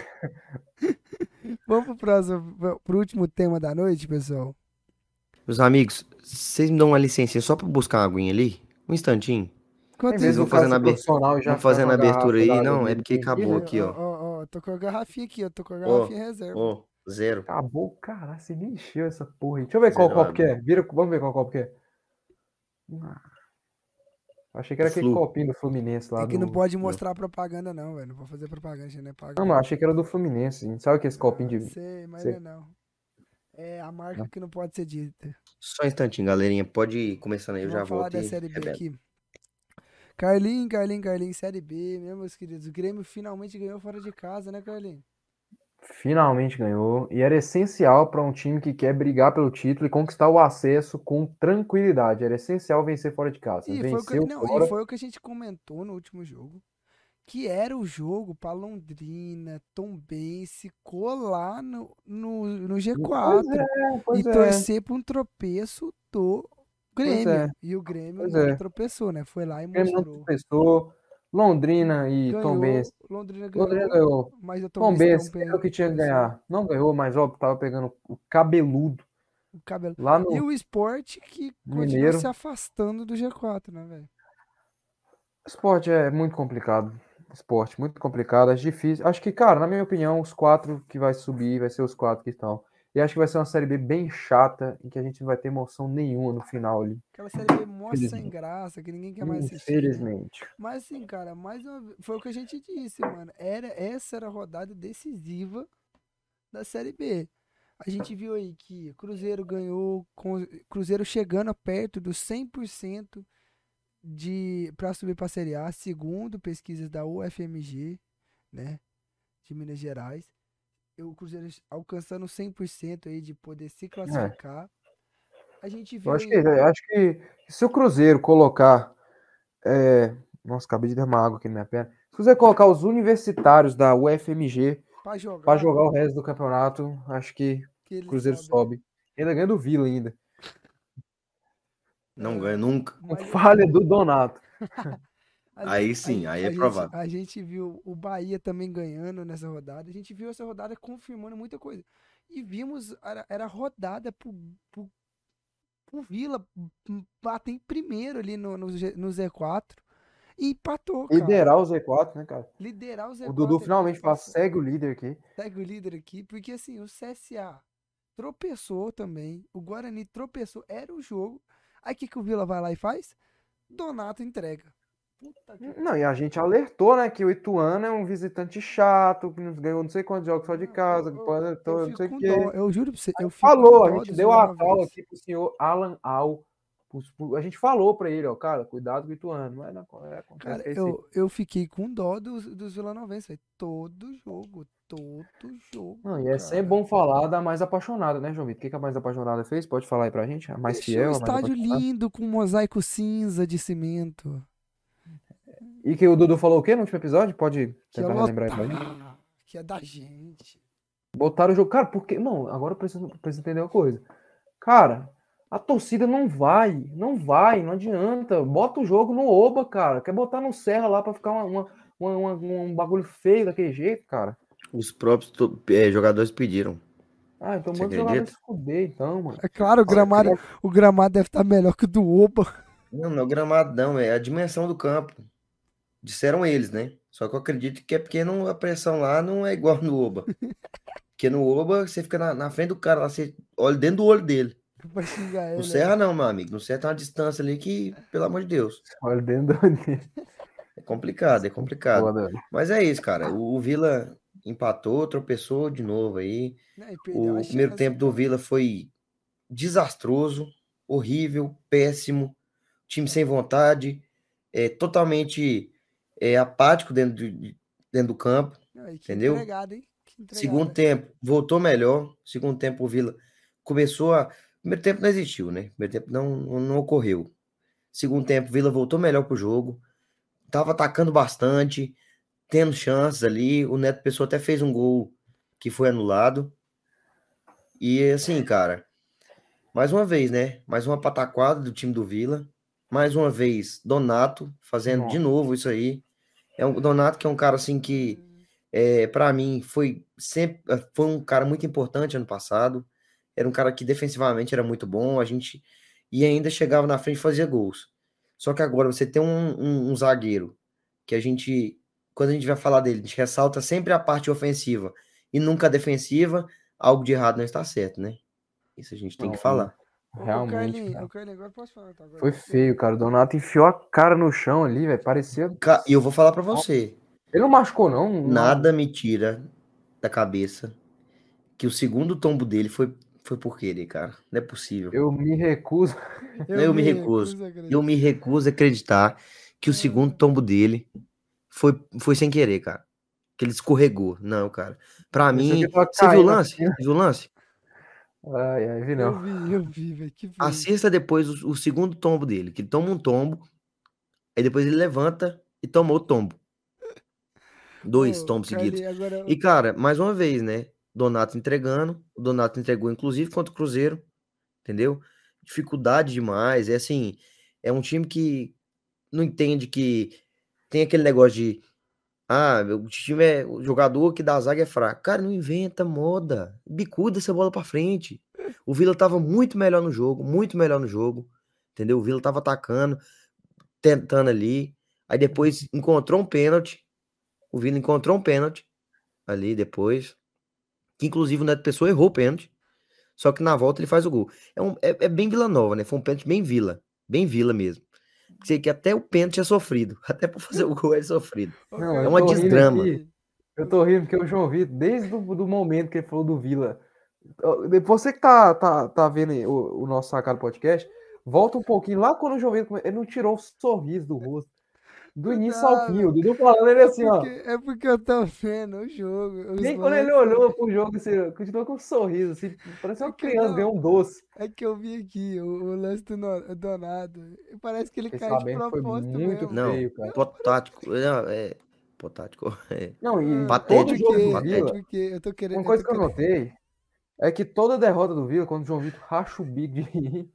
Vamos pro último tema da noite, pessoal. Meus amigos, vocês me dão uma licença só pra buscar uma aguinha ali? Um instantinho. Em Enquanto vez Vocês isso, do vão cara fazendo ser a, profissional e já vão ficar com fazendo a a abertura garrafa aí? d'água Não, é dele porque quentinha, acabou né? aqui, ó. Tô com a garrafinha aqui, ó. Tô com a Ó, garrafinha reserva. ó, zero. Acabou, caralho, você me encheu essa porra aí. Deixa eu ver qual Zero copo que água. é. Vamos ver qual copo que é. Achei que O era aquele Flu. copinho do Fluminense lá É que não do. pode Não. mostrar propaganda, não, velho. Não vou fazer propaganda, a gente não é pago, Não, não. mas achei que era do Fluminense. Sabe aquele copinho Ah, de. sei, mas não é Você- não. É a marca que não pode ser dita. Só um instantinho, galerinha. Pode ir começando aí, eu já Vamos falar volto da e Série B rebento. aqui. Carlinhos, Série B, meus queridos. O Grêmio finalmente ganhou fora de casa, né, Carlinhos? Finalmente ganhou. E era essencial para um time que quer brigar pelo título e conquistar o acesso com tranquilidade. Era essencial vencer fora de casa. E Venceu não, e fora. foi o que a gente comentou no último jogo. Que era o jogo pra Londrina, Tombense, colar no Pois G4 é, e pois é, torcer pra um tropeço do pois é, Grêmio. E o Grêmio pois não é. tropeçou, né? Foi lá e O Grêmio não mostrou. tropeçou. Londrina e Tombense. Ganhou, Londrina Londrina ganhou, ganhou. mas a Tombense Tombense também era o que tinha que tropeçou. ganhar. Não ganhou, mas ó, tava pegando o cabeludo O cabelo. lá E no o Sport que continua se Mineiro. afastando do G4, né, velho? Esporte é muito complicado. Esporte muito complicado, é difícil. Acho que, cara, na minha opinião, os quatro que vai subir vai ser os quatro que estão. E acho que vai ser uma série B bem chata, em que a gente não vai ter emoção nenhuma no final ali. Aquela série B mó sem Infelizmente. graça, que ninguém quer mais assistir, né? Infelizmente. Mas assim, cara, foi o que a gente disse, mano. Essa era a rodada decisiva da Série B. A gente viu aí que Cruzeiro ganhou, com Cruzeiro chegando perto dos 100% para subir para a Série A, segundo pesquisas da UFMG, né, de Minas Gerais. O Cruzeiro alcançando 100% aí de poder se É, classificar. A gente eu viu acho que, aí, eu acho que se o Cruzeiro colocar. Nossa, acabei de derramar água aqui na minha perna. Se você colocar os universitários da UFMG para para jogar, jogar o resto do campeonato, acho que que o ele Cruzeiro sobe, né? sobe. Ainda ganha do Vila ainda. Não ganha Ah, nunca. Com mas falha assim, do Donato. Aí sim, aí é provável. a gente viu o Bahia também ganhando nessa rodada. A gente viu essa rodada confirmando muita coisa. E vimos, era rodada pro Vila bater em primeiro ali no Z4 e empatou, cara. Liderar o Z4, né, cara? Liderar o O Dudu Z4 finalmente fala, essa, segue o líder aqui. segue o líder aqui, porque assim, o CSA tropeçou também, o Guarani tropeçou, era o jogo. Aí o que, que o Vila vai lá e faz? Donato entrega. Puta que Não, e pariu. a gente alertou, né, que o Ituano é um visitante chato, que nos ganhou não sei quantos jogos só de Não, casa, que pode, eu não fico sei o com dó. quê. Eu juro pra você, eu fico com Falou, a dó gente dos deu a cal vilanovenses. aqui pro senhor Alan Al. A gente falou pra ele, ó, cara, cuidado com o Ituano. Mas não, acontece Cara, que é esse. eu fiquei com dó dos vilanovenses, velho. Todo Não, jogo, e é sempre cara. bom falar da mais apaixonada, né, João Vitor? O que a mais apaixonada fez? Pode falar aí pra gente? A mais Deixou o fiel, a mais estádio apaixonada? lindo com mosaico cinza de cimento. E que o Dudu falou o quê no último episódio? Pode Que ia tentar relembrar aí pra gente? lotar, que é da gente. Botaram o jogo. Cara, porque. Não, agora eu preciso entender uma coisa. Cara, a torcida não adianta. Bota o jogo no Oba, cara. Quer botar no Serra lá pra ficar um bagulho feio daquele jeito, cara. Os próprios jogadores pediram. Ah, então Você manda os jogadores acredita? se fuder, então, mano. É claro, Você acredita? o gramado deve estar melhor que o do Oba. Não, não é o gramado, não. É a dimensão do campo. Disseram eles, né? Só que eu acredito que é porque a pressão lá não é igual no Oba. Porque no Oba, você fica na frente do cara lá, você olha dentro do olho dele. Pra xingar No ele, Serra não, meu amigo. No Serra tem uma distância ali que, pelo amor de Deus, Olha dentro é complicado, é complicado. foda. Mas é isso, cara. O Vila empatou, tropeçou de novo aí. né? E perdeu a O primeiro chance, tempo do cara. Vila foi desastroso, horrível, péssimo. Time sem vontade, totalmente apático dentro do campo, Aí, que entendeu? entregada, hein? Que Segundo entregada. tempo, voltou melhor. Segundo tempo, o Vila começou a. Primeiro tempo não existiu, né? Primeiro tempo não ocorreu. Segundo tempo, o Vila voltou melhor pro jogo. Tava atacando bastante, tendo chances ali. O Neto Pessoa até fez um gol que foi anulado. E assim, cara, mais uma vez, né? Mais uma pataquada do time do Vila. mais uma vez, Donato, fazendo de novo isso aí. O Donato que é um cara assim que, para mim, foi um cara muito importante ano passado. Era um cara que defensivamente era muito bom, e ainda chegava na frente e fazia gols. Só que agora você tem um zagueiro que quando a gente vai falar dele, a gente ressalta sempre a parte ofensiva e nunca a defensiva, algo de errado não está certo, né? Isso a gente tem que falar. Realmente, cara. O Carlinhos, agora posso falar, tá? Agora Foi você. feio, cara. O Donato enfiou a cara no chão ali, velho. Parecia. E eu vou falar para você, Ele não machucou, não? nada me tira da cabeça que o segundo tombo dele foi por querer, cara. Não é possível. Eu me recuso. Eu me recuso. Eu me recuso a acreditar que o segundo tombo dele foi sem querer, cara. Que ele escorregou. Não, cara. Pra Pensou que mim, ele tava você viu o caindo lance? assim. Você viu o lance? Ai, vi não. Eu vi, velho. Que feio. Assista depois o segundo tombo dele, que ele toma um tombo, aí depois ele levanta e toma outro tombo. 2 tombos seguidos. Agora, E, cara, mais uma vez, né? Donato entregando. O Donato entregou, inclusive, contra o Cruzeiro. Entendeu? Dificuldade demais. É assim, é um time que não entende que tem aquele negócio de o jogador que dá zaga é fraco. Cara, não inventa moda. Bicuda essa bola pra frente. O Vila tava muito melhor no jogo, muito melhor no jogo. Entendeu? O Vila tava atacando, tentando ali. Aí depois encontrou um pênalti. O Vila encontrou um pênalti ali depois. Que inclusive o Neto Pessoa errou o pênalti. Só que na volta ele faz o gol. É bem Vila Nova, né? Foi um pênalti bem Vila. Bem Vila mesmo. Sei que até o pênalti é sofrido. Até pra fazer o gol é sofrido. Não, É eu uma tô rindo desgrama. aqui. Eu tô rindo porque o João Vitor, desde do momento que ele falou do Vila. Você que tá vendo o nosso Sacado Podcast, volta um pouquinho. Lá quando o João Vitor, ele não tirou o sorriso do rosto. Do início ao fim. O Dudu falando ele assim, ó. É porque eu tô vendo o jogo. Nem quando ele olhou pro jogo, assim, continuou com um sorriso, assim. Parece uma criança, ganhou um doce. É que eu vi aqui o lance do Donato. Parece que ele Fiquei caiu de sabendo que foi propósito muito mesmo. Não, feio, cara. potático. Potático. Não, e Ah, todo jogo do patético. Vila, porque eu tô querendo. uma coisa que eu notei é que toda derrota do Vila, quando o João Vitor racha o bico de rir,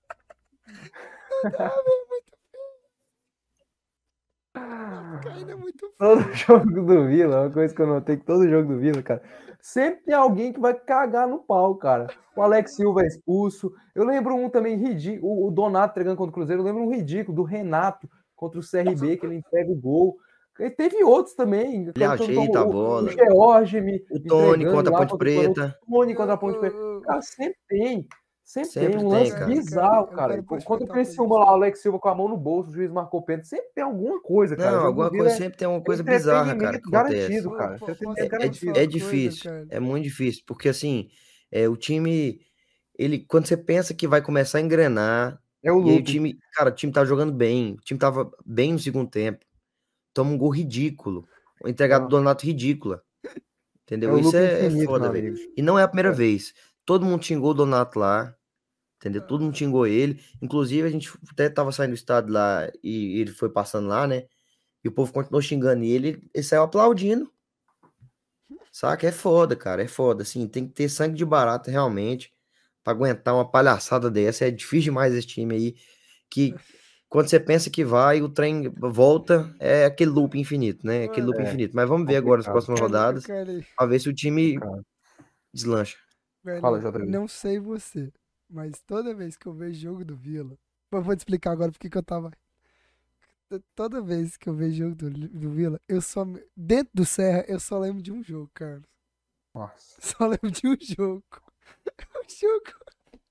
Ainda é muito todo jogo do Vila, uma coisa que eu notei que todo jogo do Vila, cara, sempre tem alguém que vai cagar no pau, cara. O Alex Silva é expulso. Eu lembro um também ridículo, o Donato entregando contra o Cruzeiro. Eu lembro um ridículo do Renato contra o CRB, que ele entrega o gol. E teve outros também. Ele ajeita a bola. O George O Tony contra a lá Ponte Preta. O Tony contra a Ponte Preta. Cara, sempre tem. Sempre tem um tem, lance cara. bizarro, cara. Quando o Criciúma lá, o Alex Silva com a mão no bolso, o juiz marcou pênalti, sempre tem alguma coisa, cara. Não, alguma coisa sempre tem uma coisa bizarra, cara, que acontece. Garantido, cara. É difícil, é muito difícil, porque assim, o time, quando você pensa que vai começar a engrenar, é o e aí o time tá jogando bem, o time tava bem no segundo tempo, toma um gol ridículo, uma entregada do Donato ridícula, entendeu? Isso é foda, velho. E não é a primeira vez. Todo mundo xingou o Donato lá, entendeu? Todo mundo xingou ele. Inclusive, a gente até tava saindo do estádio lá e ele foi passando lá, né? E o povo continuou xingando ele saiu aplaudindo. Saca? É foda, cara. É foda. Assim, tem que ter sangue de barata realmente pra aguentar uma palhaçada dessa. É difícil demais esse time aí. Que quando você pensa que vai, o trem volta, é aquele loop infinito, né? Aquele loop infinito. Mas vamos ver agora as próximas rodadas pra ver se o time deslancha. Fala, JV. Não sei você, mas toda vez que eu vejo jogo do Vila, eu vou te explicar agora porque que eu tava. Toda vez que eu vejo jogo do Vila, eu só. Dentro do Serra, eu só lembro de um jogo, Carlos. Nossa. Só lembro de um jogo. Um jogo.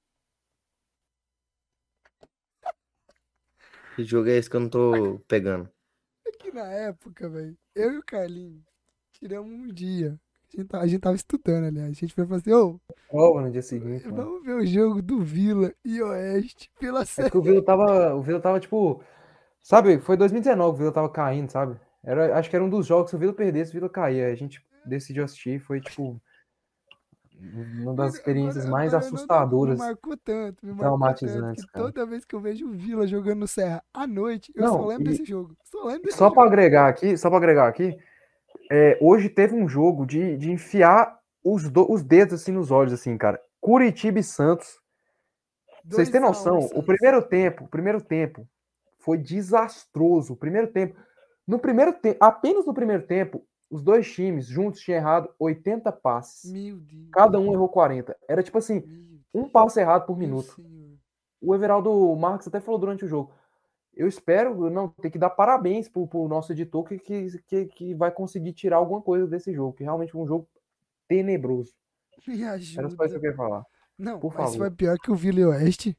Que jogo é esse que eu não tô pegando? É que na época, velho, eu e o Carlinhos tiramos um dia. A gente tava estudando, aliás. A gente foi falar assim, prova no dia seguinte. Vamos ver o jogo do Vila e Oeste pela série. É que o Vila tava, tipo. Sabe, foi 2019 o Vila tava caindo, sabe? Acho que era um dos jogos que o Vila perdesse, o Vila caía. A gente decidiu assistir, foi tipo. Uma das experiências mais assustadoras. Me marcou tanto, traumatizantes, que toda vez que eu vejo o Vila jogando no Serra à noite, eu só lembro desse jogo. Só pra agregar aqui, hoje teve um jogo de enfiar os dedos assim nos olhos, assim, cara. Curitiba e Santos. Vocês têm noção? O primeiro tempo, foi desastroso. O primeiro tempo. Apenas no primeiro tempo, os dois times juntos tinham errado 80 passes. Meu Deus. Cada um errou 40. Era tipo assim, um passe errado por Meu minuto. senhor. O Everaldo Marques até falou durante o jogo. Eu espero não ter que dar parabéns pro nosso editor que vai conseguir tirar alguma coisa desse jogo, que realmente foi um jogo tenebroso. Me Era só isso que eu ajuda. queria falar. Não, Por mas favor. foi pior que o Vila e Oeste.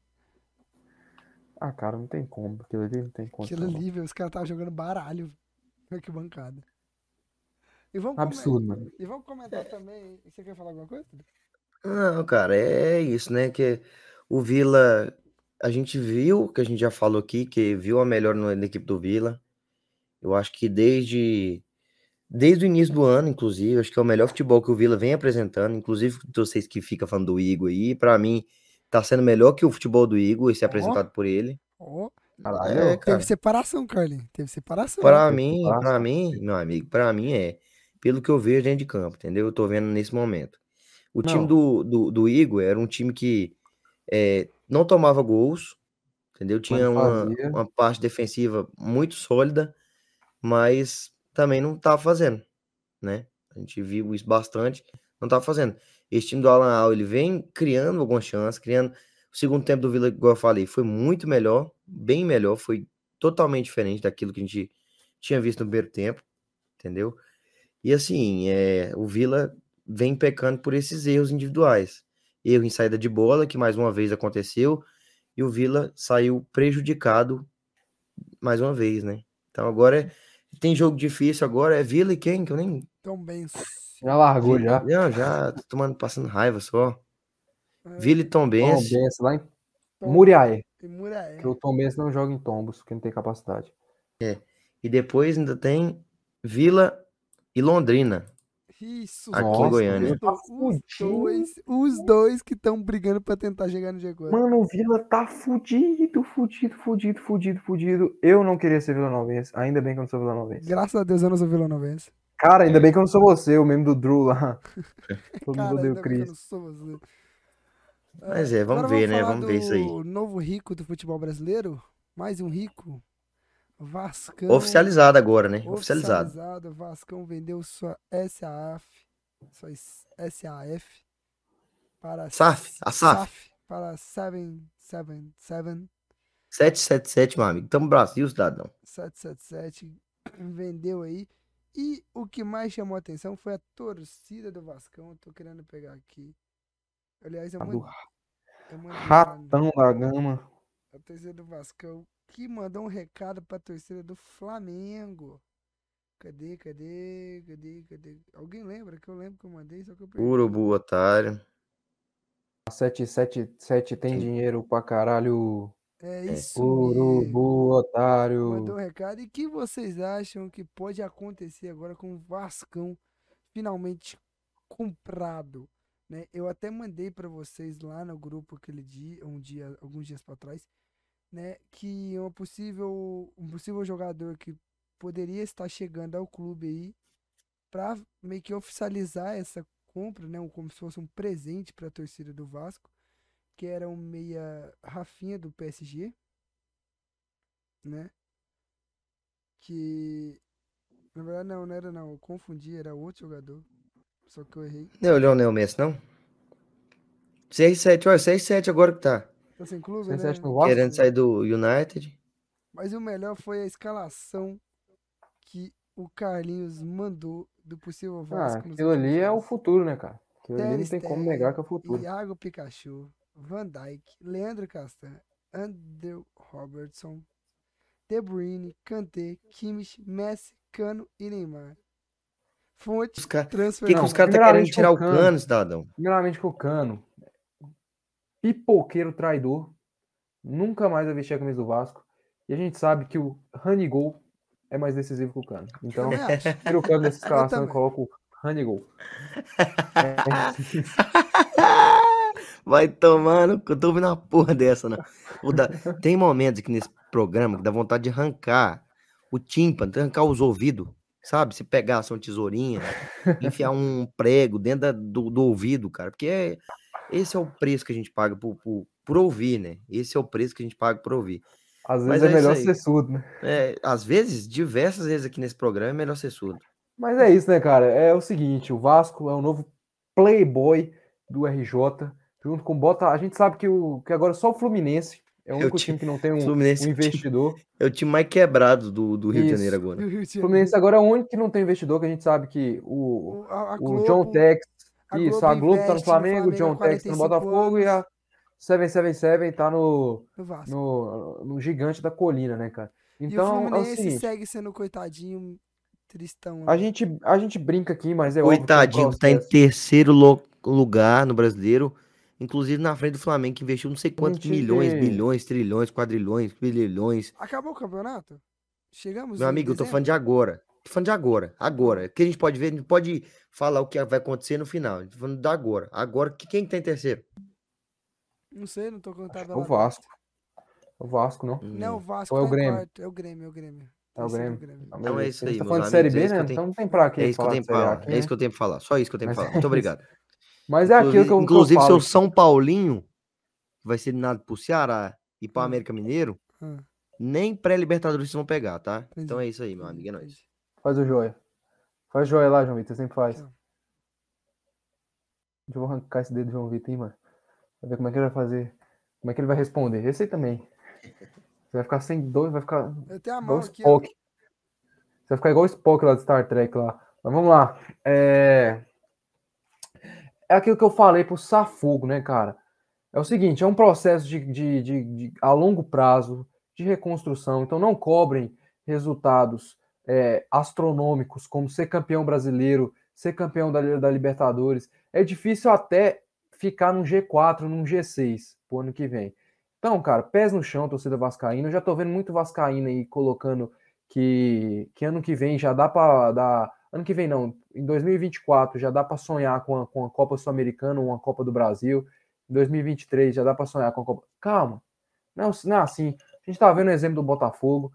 Ah, cara, não tem como. Aquilo ali não tem condição. Aquilo não. ali, velho, os caras estavam jogando baralho. Olha que bancada. E vamos, Absurdo, mano. e vamos comentar também. Você quer falar alguma coisa? Não, cara, é isso, né? Que o Vila, a gente viu, que a gente já falou aqui, que viu a melhor na equipe do Vila. Eu acho que desde o início do ano, inclusive, acho que é o melhor futebol que o Vila vem apresentando. Inclusive, vocês que ficam falando do Igor aí, pra mim, tá sendo melhor que o futebol do Igor, esse apresentado por ele. Ó, Caralho. É, teve cara. separação, Carlinhos. Teve separação. Pra Teve mim, separação. meu amigo, pra mim pelo que eu vejo dentro de campo, entendeu? Eu tô vendo nesse momento. O time Não. do Igor era um time que não tomava gols, entendeu? Mas Tinha fazia. uma parte defensiva muito sólida, mas também não tava fazendo, né? A gente viu isso bastante, não tava fazendo. Esse time do Alan Al, ele vem criando algumas chances, criando. O segundo tempo do Vila, igual eu falei, foi muito melhor, bem melhor, foi totalmente diferente daquilo que a gente tinha visto no primeiro tempo, entendeu? E assim, o Vila vem pecando por esses erros individuais. Erro em saída de bola, que mais uma vez aconteceu, e o Vila saiu prejudicado mais uma vez, né? Então agora tem jogo difícil agora, é Vila e quem? Que eu nem. Tão bem. Já largou já. Não, já tô passando raiva só. É, Vila e Tombense. Tombense lá em Tom- Muriaé. E Muraé. Que o Tombense não joga em tombos, porque não tem capacidade. E depois ainda tem Vila e Londrina. Isso, Aqui em Goiânia. Tá os dois que estão brigando pra tentar chegar no G4. Mano, o Vila tá fudido. Eu não queria ser vilanovense. Ainda bem que eu não sou vilanovense. Graças a Deus eu não sou vilanovense. Cara, ainda bem que eu não sou você, o meme do Drew lá. Todo mundo Cara, odeia ainda o bem que eu Chris. não sou você. Mas vamos Agora ver, né? falar Vamos ver isso aí. do novo rico do futebol brasileiro. Mais um rico. Vascão. Oficializado agora, né? Oficializado. Oficializado. Vascão vendeu sua SAF. Sua SAF. Para A SAF. Para 777. 777, meu amigo. Tamo no Brasil, cidadão. 777. Vendeu aí. E o que mais chamou a atenção foi a torcida do Vascão. Eu tô querendo pegar aqui. Aliás, eu mandei Ratão da Gama. a torcida do Vascão que mandou um recado pra torcida do Flamengo. Cadê? Alguém lembra? Que eu lembro que eu mandei, só que eu perdi. Urubu, otário. A 777 tem dinheiro pra caralho. É isso Urubu, mesmo. otário. Mandou um recado. E o que vocês acham que pode acontecer agora com o Vascão finalmente comprado? Né? Eu até mandei pra vocês lá no grupo aquele dia, alguns dias pra trás, né, que um possível jogador que poderia estar chegando ao clube aí para meio que oficializar essa compra, né, como se fosse um presente para a torcida do Vasco, que era um meia Rafinha do PSG, né? Que na verdade não era não, eu confundi, era outro jogador. Só que eu errei. Não é o Lionel Messi, não? 6-7, olha, 6-7 agora que tá. Tá sem clube, 6-7 né? no Vasco? Querendo sair do United. Mas o melhor foi a escalação que o Carlinhos mandou do possível Vasco nos aquilo ali últimos é o dias. futuro, né, cara? Aquilo ali Ter não tem como Stegen, negar que é o futuro. Iago Pikachu, Van Dijk, Leandro Castan, Andrew Robertson, De Bruyne, Kanté, Kimmich, Messi, Cano e Neymar. Fonte, Os cara... transfer. Por que os caras tá querendo primeiramente tirar com o o Cano. Cano, cidadão? Primeiramente com o Cano. Pipoqueiro traidor. Nunca mais vai vestir a camisa do Vasco. E a gente sabe que o Ranigol é mais decisivo que o Cano. Então, Também acho. tira o Cano dessa escalação e também. coloca o Ranigol. Vai tomando, que eu tô ouvindo uma porra dessa, né? Tem momentos aqui nesse programa que dá vontade de arrancar o tímpano, arrancar os ouvidos, sabe? Se pegar uma tesourinha, enfiar um prego dentro do ouvido, cara. Porque esse é o preço que a gente paga por ouvir, né? Esse é o preço que a gente paga por ouvir. Às Mas vezes é é isso melhor aí. ser surdo, né? Às vezes, diversas vezes aqui nesse programa é melhor ser surdo. Mas é isso, né, cara? É o seguinte, o Vasco é o novo playboy do RJ, junto com o Bota. A gente sabe que agora só o Fluminense é o É o único time que não tem um Fluminense investidor. é o time mais quebrado do Rio de Janeiro Isso. agora. Rio de O Janeiro. Fluminense agora é o único que não tem investidor, que a gente sabe que A o John Globo, Tex, a isso, Globo a Globo tá no investe no Flamengo, o Flamengo há John Tex tá no 45 Botafogo e anos. a 777 tá No Vasco. no Gigante da Colina, né, cara? E o Então é o Fluminense seguinte, segue sendo coitadinho, tristão a lá. gente, a gente brinca aqui, mas é óbvio que é um Coitadinho, tá em processo. terceiro lugar no brasileiro, inclusive na frente do Flamengo, que investiu não sei A quantos gente, milhões, bilhões, trilhões, quadrilhões, bilhões. Acabou o campeonato? Chegamos Meu em amigo, eu tô falando de dezembro? agora. Tô falando de agora. Agora. O que a gente pode ver, a gente pode falar o que vai acontecer no final. Tô falando de agora. Agora, quem tá em terceiro? Não sei, não tô com a acho que é o tabela Vasco. aberta. É o Vasco, não? Não, o Hum. Vasco Ou é o tá em Grêmio? quarto. É o Grêmio, é o Grêmio. É o Terceiro é o Grêmio? Grêmio. Então, Então é beleza. isso A gente aí, tá meus falando de Série amigos. É B, isso que né? eu tenho. Então não tem pra É que isso que eu falar tenho de pra Série A falar. aqui, É isso né? que eu tenho pra falar. Só isso que eu tenho Mas pra falar. é Muito isso. obrigado. Mas é aquilo que eu Inclusive, seu falo. São Paulinho vai ser eliminado pro Ceará e pro Ah, América Mineiro. ah, Nem pré-Libertadores vocês vão pegar, tá? Então entendi, é isso aí, meu amigo. entendi, É entendi. nóis. Faz o joia. Faz joia lá, João Vitor. Você sempre faz. Tchau. Deixa eu arrancar esse dedo do João Vitor aí, mano. Pra ver como é que ele vai fazer. Como é que ele vai responder. Esse aí também. Você vai ficar sem dois, vai ficar Eu tenho a igual mão o aqui, ó. Spock. Você vai ficar igual o Spock lá do Star Trek lá. Mas vamos lá. É aquilo que eu falei pro Safogo, né, cara? É o seguinte, é um processo a longo prazo, de reconstrução. Então não cobrem resultados astronômicos, como ser campeão brasileiro, ser campeão da Libertadores. É difícil até ficar num G4, num G6 pro ano que vem. Então, cara, pés no chão, torcida vascaína. Eu já tô vendo muito vascaína aí colocando que ano que vem já dá para dar. Ano que vem não, em 2024 já dá para sonhar com a Copa Sul-Americana, uma Copa do Brasil. Em 2023 já dá para sonhar com a Copa. Calma, não é assim. A gente tá vendo o exemplo do Botafogo.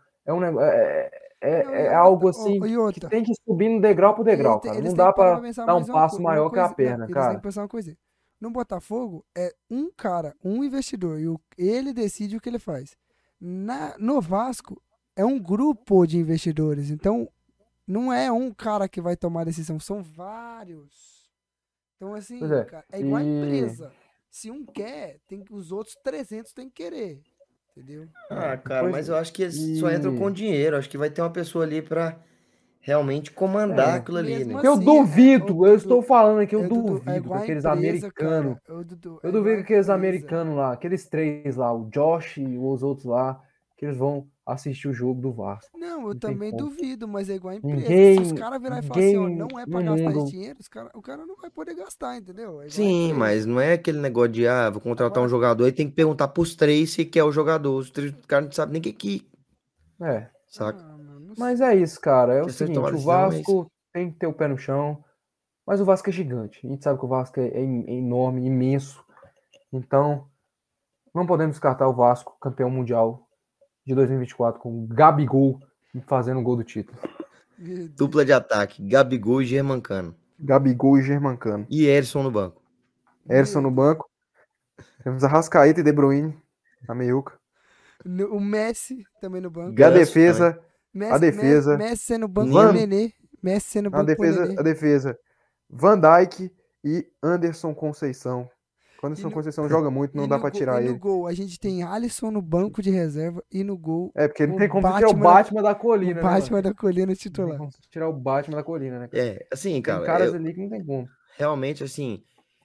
Não, É algo assim e que outra. tem que ir subindo degrau por degrau, cara. Eles Não têm dá que parar pra para pensar dar um mais passo uma maior que a coisa. Não, perna, eles têm cara. que pensar uma coisa. No Botafogo é um cara, um investidor, e ele decide o que ele faz. No Vasco é um grupo de investidores. Então, não é um cara que vai tomar a decisão, são vários. Então, Pois assim, é. cara, é igual a empresa. Se um quer, os outros 300 têm que querer. Entendeu? Ah, cara, Pois mas eu acho que eles só entram com e dinheiro. Acho que vai ter uma pessoa ali pra realmente comandar é. aquilo ali, Mesmo né? Eu assim, duvido, eu estou Dudu, falando aqui, eu Dudu, é duvido que igual a aqueles empresa, americanos. cara. Dudu, Eu é igual duvido a que aqueles empresa. americanos lá, aqueles três lá, o Josh e os outros lá, que eles vão assistir o jogo do Vasco. Não, eu Não tem também como. duvido, mas é igual a empresa. Se os Ninguém, caras virar e falar assim, ó, ninguém não é pra no gastar esse mundo. dinheiro, o cara não vai poder gastar, entendeu? É igual a Sim, mas empresa. não é aquele negócio de, vou contratar um Agora, jogador e tem que perguntar pros três se quer o jogador. Os três caras não sabem nem que, É. saca? mano, não Mas é isso, cara. É o Questão de tomar seguinte, o decisão é isso. Vasco tem que ter o pé no chão, mas o Vasco é gigante. A gente sabe que o Vasco é enorme, imenso. Então, não podemos descartar o Vasco campeão mundial de 2024 com o Gabigol fazendo o gol do título. meu Deus. Dupla de ataque, Gabigol e Germancano. Gabigol e Germancano. E Erson no banco. Erson Meu no Deus. banco. Temos Arrascaeta e De Bruyne na meiuca. O Messi também no banco. E a Ganso também. defesa, Messi sendo banco pro Van, Nino. Nenê. Messi sendo a banco pro defesa, Nenê. a defesa, Van Dijk e Anderson Conceição. Anderson Conceição joga muito, não dá pra E tirar no ele. gol, a gente tem Alisson no banco de reserva e no gol É, porque não o tem como tirar o Batman, Batman da o colina, né, mano? Batman da colina Não tem titular. como tirar o Batman da colina, né, cara? Assim, Tem cara, caras ali que não tem como. realmente, assim,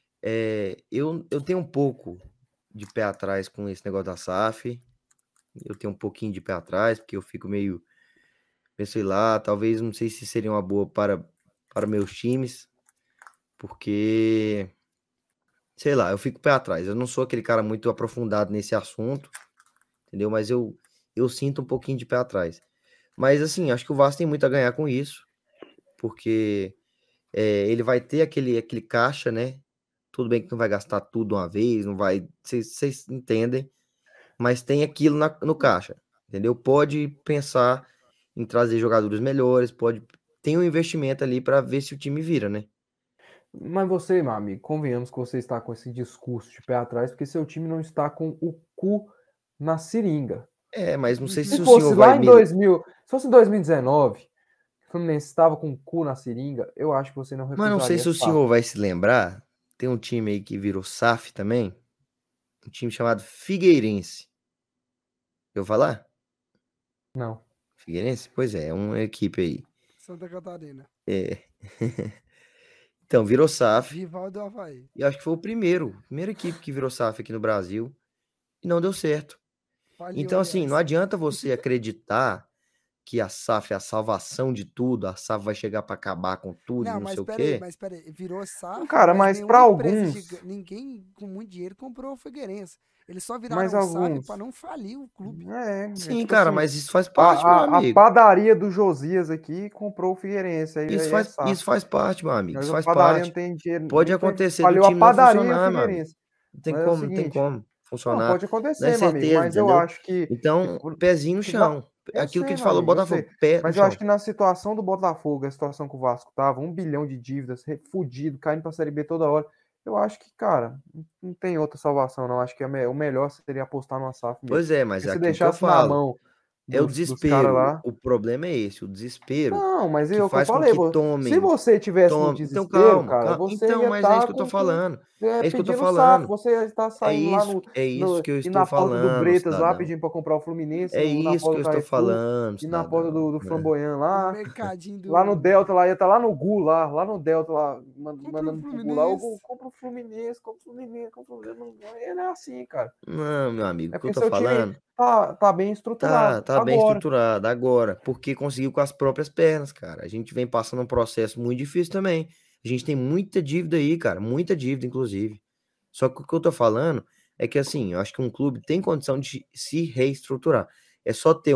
eu tenho um pouco de pé atrás com esse negócio da SAF. Eu tenho um pouquinho de pé atrás, porque eu fico meio, sei lá, talvez, não sei se seria uma boa para meus times, porque, sei lá, eu fico pé atrás. Eu não sou aquele cara muito aprofundado nesse assunto, entendeu? Mas eu sinto um pouquinho de pé atrás. Mas, assim, acho que o Vasco tem muito a ganhar com isso, porque ele vai ter aquele caixa, né? Tudo bem que não vai gastar tudo uma vez, não vai. Vocês entendem, mas tem aquilo no caixa, entendeu? Pode pensar em trazer jogadores melhores, tem um investimento ali para ver se o time vira, né? Mas você, meu amigo, convenhamos que você está com esse discurso de pé atrás, porque seu time não está com o cu na seringa. Mas não sei se Se o fosse senhor lá vai em me... 2000, se fosse em 2019, o Fluminense estava com o cu na seringa, eu acho que você não Mas não sei recusaria se o SAF. senhor vai se lembrar. Tem um time aí que virou SAF também. Um time chamado Figueirense. Eu falar? Não. Figueirense? Pois é uma equipe aí. Santa Catarina. É. Então, virou SAF. Rival do Avaí. E acho que foi a primeira equipe que virou SAF aqui no Brasil. E não deu certo. Faliu, Então, assim, não aliás. adianta você acreditar que a SAF é a salvação de tudo, a SAF vai chegar para acabar com tudo e Não, não sei o peraí, quê. virou SAF, Cara, mas mas para nenhuma empresa alguns, ninguém com muito dinheiro comprou o Figueirense. Eles só mas viraram SAF alguns, para não falir o clube. é Sim, tipo cara, assim, mas isso faz parte, meu a amigo. padaria do Josias aqui comprou o Figueirense, aí é Isso SAF. faz parte, meu amigo. Isso Mas a faz padaria não parte. tem dinheiro, Pode nem acontecer do faliu a time não padaria e o funcionar, meu amigo. Figueirense. Mas é o Não tem seguinte, como não, funcionar. pode Não é acontecer, meu amigo, certeza, mas eu entendeu? acho que Então, pezinho no que na- chão. eu Aquilo que a sei, gente meu falou, amigo, eu sei. Botafogo, pé no Mas eu acho chão. que na situação do Botafogo, a situação que o Vasco tava, 1 bilhão de dívidas, fudido, caindo pra Série B toda hora. Eu acho que, cara, não tem outra salvação, não. Acho que o melhor seria apostar numa SAF mesmo. Pois é, mas Porque é se aquilo que eu deixasse na falo. mão É o dos caras desespero. lá. O problema é esse, o desespero Não, mas é que o que eu faz com falei. que Se tomem. você tivesse no Então, desespero, calma, cara, calma. você Então, ia mas é isso estar que eu tô falando. É isso que eu tô pedindo SAF. falando. Você ia estar saindo lá É isso que eu e estou na porta do falando, Bretas lá cidadão. pedindo para comprar o Fluminense, É na isso que porta eu do estou Carrefour falando, e na porta cidadão. do Né? Flamboyant No lá. mercadinho Lá no do. Delta, lá ia estar lá no Gu, lá no Delta, lá, Compra o mandando pro Gu lá, Fluminense. compra o Fluminense, compra o Fluminense, compra o Fluminense. Não é assim, cara. Não, meu amigo, É o que eu porque tô seu time falando tá bem estruturado. tá bem Agora, estruturado agora, porque conseguiu com as próprias pernas, cara. A gente vem passando um processo muito difícil também. A gente tem muita dívida aí, cara, muita dívida, inclusive. Só que o que eu tô falando é que, assim, eu acho que um clube tem condição de se reestruturar. É só ter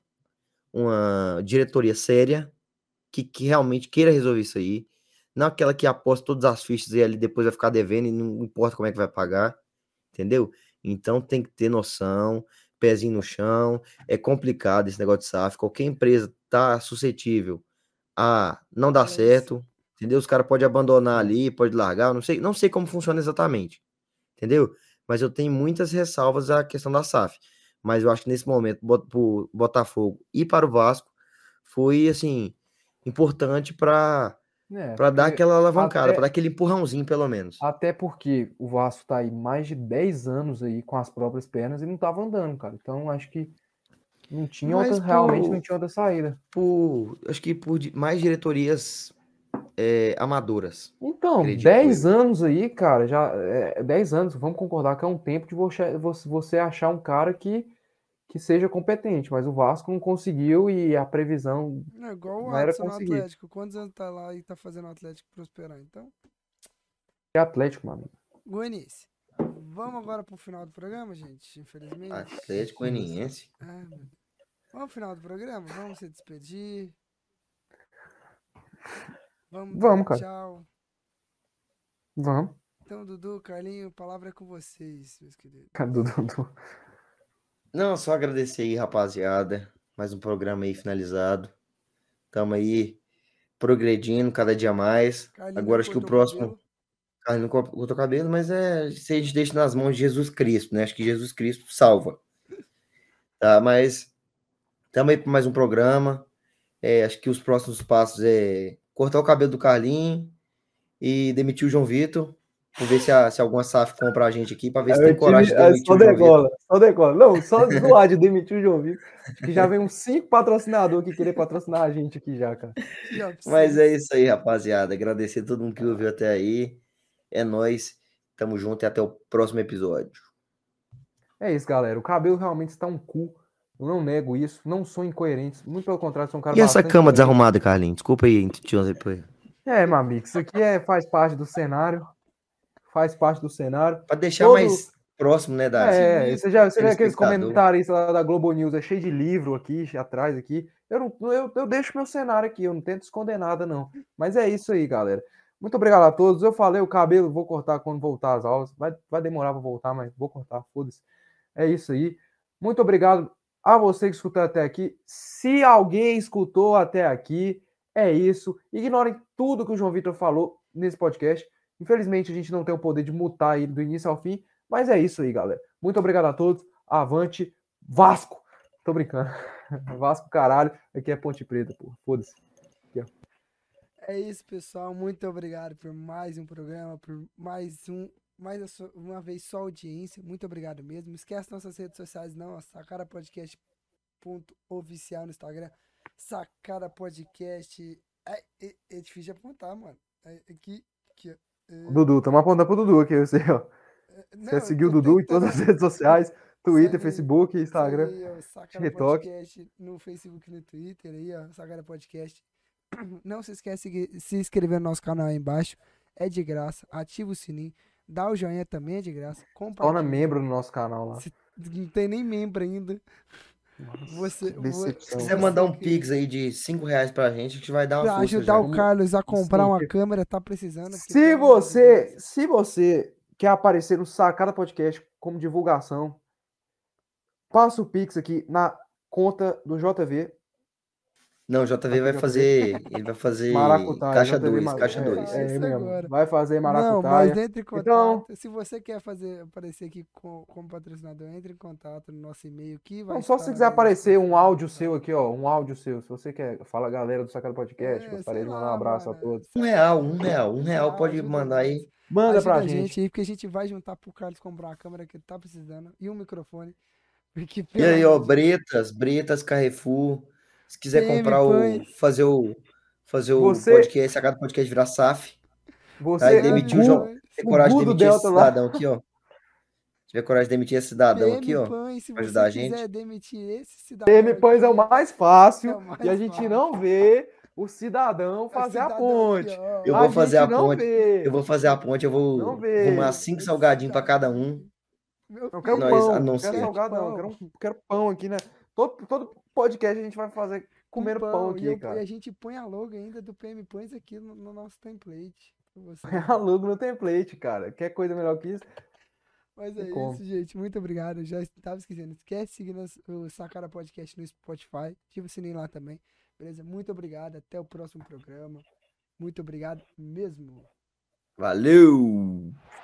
uma diretoria séria que realmente queira resolver isso aí. Não aquela que aposta todas as fichas e ali depois vai ficar devendo e não importa como é que vai pagar, entendeu? Então tem que ter noção, pezinho no chão. É complicado esse negócio de SAF. Qualquer empresa tá suscetível a não dar É isso. certo, entendeu? Os caras podem abandonar É. ali, pode largar, eu não sei como funciona exatamente, entendeu? Mas eu tenho muitas ressalvas à questão da SAF. Mas eu acho que nesse momento, pro Botafogo e para o Vasco, foi, assim, importante para dar porque aquela alavancada, para dar até, aquele empurrãozinho, pelo menos. até porque o Vasco tá aí mais de 10 anos aí com as próprias pernas e não tava andando, cara. Então acho que não tinha Mas realmente não tinha outra saída. acho que por mais diretorias amadoras, Então, acredito 10 eu. anos aí, cara, já 10 anos, vamos concordar que é um tempo de você achar um cara que seja competente, mas o Vasco não conseguiu e a previsão É igual o não era Watson no conseguir. Atlético. Quantos anos tá lá e tá fazendo o Atlético prosperar? Então, É Atlético, mano. Goianiense. Vamos agora pro final do programa, gente. Infelizmente. Atlético Goianiense. Ah, meu Deus. Vamos pro final do programa? Vamos se despedir. Vamos dar Vamos, cara. tchau. Vamos. Então, Dudu, Carlinho, a palavra é com vocês, meus queridos. Dudu. Não, só agradecer aí, rapaziada. Mais um programa aí finalizado. Tamo aí progredindo cada dia mais. Carlinho Agora não acho que o cortou o próximo. cabelo. Ah, não cortou o cabelo, mas se a gente deixa nas mãos de Jesus Cristo, né? Acho que Jesus Cristo salva. Tá, mas tamo aí para mais um programa. Acho que os próximos passos é cortar o cabelo do Carlinho e demitir o João Vitor. Vou ver se alguma SAF compra a gente aqui para ver se tem coragem de demitir o João Vitor. Só decola. Não, só zoar de demitir o João Vitor. Acho que já vem uns 5 patrocinadores que querer patrocinar a gente aqui já, cara. Já Mas precisa. é isso aí, rapaziada. Agradecer a todo mundo que ouviu até aí. É nóis. Tamo junto e até o próximo episódio. É isso, galera. O cabelo realmente está um cu. Eu não nego isso. Não sou incoerente. Muito pelo contrário, sou um cara E essa bastante cama coerente. desarrumada, Carlinhos? Desculpa aí, depois. Meu amigo, isso aqui faz parte do cenário. Faz parte do cenário. Para deixar mais próximo, né, Você já vê aqueles telespectador. comentaristas lá da Globo News, é cheio de livro aqui, atrás aqui. Eu deixo meu cenário aqui, eu não tento esconder nada, não. Mas é isso aí, galera. Muito obrigado a todos. Eu falei, o cabelo vou cortar quando voltar às aulas. Vai demorar para voltar, mas vou cortar, foda-se. É isso aí. Muito obrigado a você que escutou até aqui. Se alguém escutou até aqui, é isso. Ignorem tudo que o João Vitor falou nesse podcast. Infelizmente, a gente não tem o poder de mutar aí do início ao fim. Mas é isso aí, galera. Muito obrigado a todos. Avante, Vasco! Tô brincando. Vasco, caralho. Aqui é Ponte Preta, pô. Foda-se. Aqui, ó. É isso, pessoal. Muito obrigado por mais um programa, por uma vez só audiência. Muito obrigado mesmo. Não esquece nossas redes sociais, não. Sacara Podcast oficial no Instagram. Sacara Podcast. É difícil de apontar, mano. Aqui, ó. Dudu, tamo apontando pro Dudu aqui, você, ó. Não, Você eu seguiu o tô Dudu em tentando. todas as redes sociais, Twitter, Segue aí. Facebook, Instagram, Segue aí, ó, Sacara TikTok. Podcast no Facebook e no Twitter aí, ó, Sacara Podcast. Não se esquece de se inscrever no nosso canal aí embaixo, é de graça, ativa o sininho, dá o joinha também é de graça, Torna compartilha. membro no nosso canal lá. Não tem nem membro ainda. Nossa, que Se decepção. quiser mandar um pix aí de R$ 5 pra gente, a gente vai dar uma Pra força ajudar já. o Carlos a comprar Sim. uma câmera, tá precisando. porque, Se pelo amor de Deus, se você quer aparecer no Sacada Podcast como divulgação, passa o Pix aqui na conta do JV. Não, o JV vai JV. fazer. Ele vai fazer Maracutaia. caixa JV 2, caixa 2. É É isso mesmo. agora. Vai fazer Não, Maracutaia. mas entre em contato. Então, Se você quer aparecer aqui como patrocinador, entre em contato no nosso e-mail que vai não, só se estar quiser aí na aparecer um descrição. áudio seu aqui, ó. Um áudio seu. Se você quer, fala galera do Sacada Podcast. Gostaria sei de mandar um lá, abraço mano. a todos. R$ 1 pode Ajuda mandar nós. aí. Manda Ajuda pra a gente. gente aí, porque a gente vai juntar pro Carlos comprar uma câmera que ele tá precisando e um microfone. Porque, E pelo aí, ó, amor de Deus. Bretas, Carrefour. Se quiser PM comprar Pães. fazer o Você, podcast, Sacada Podcast virar SAF. Tá? E você, demitir PM o João. Pães. Ter o coragem de Gu do demitir esse Delta lá. cidadão aqui, ó. Se tiver coragem de demitir esse cidadão aqui, PM ó. Pães, se Pra ajudar você a gente. quiser demitir esse cidadão PM Pães é o aqui, mais é fácil o mais e a gente fácil. não vê o cidadão É fazer a cidadão aqui, ponte. ó. Eu A vou fazer gente a não ponte. vê. Eu vou fazer a ponte, eu Não vou vê. arrumar 5 Esse salgadinhos pra cada cidadão um. aqui. Meu Não filho, quero Nós pão, não anuncia. quero salgado, não. Quero pão aqui, né? Todo podcast a gente vai fazer comendo pão aqui, e cara. a gente põe a logo ainda do PM Pães aqui no nosso template. Pra você. É a logo no template, cara. Quer coisa melhor que isso? Mas Tem é como. isso, gente. Muito obrigado. Eu já estava esquecendo. Esquece de seguir o Sacara Podcast no Spotify. Ativa o sininho lá também. Beleza? Muito obrigado. Até o próximo programa. Muito obrigado mesmo. Valeu!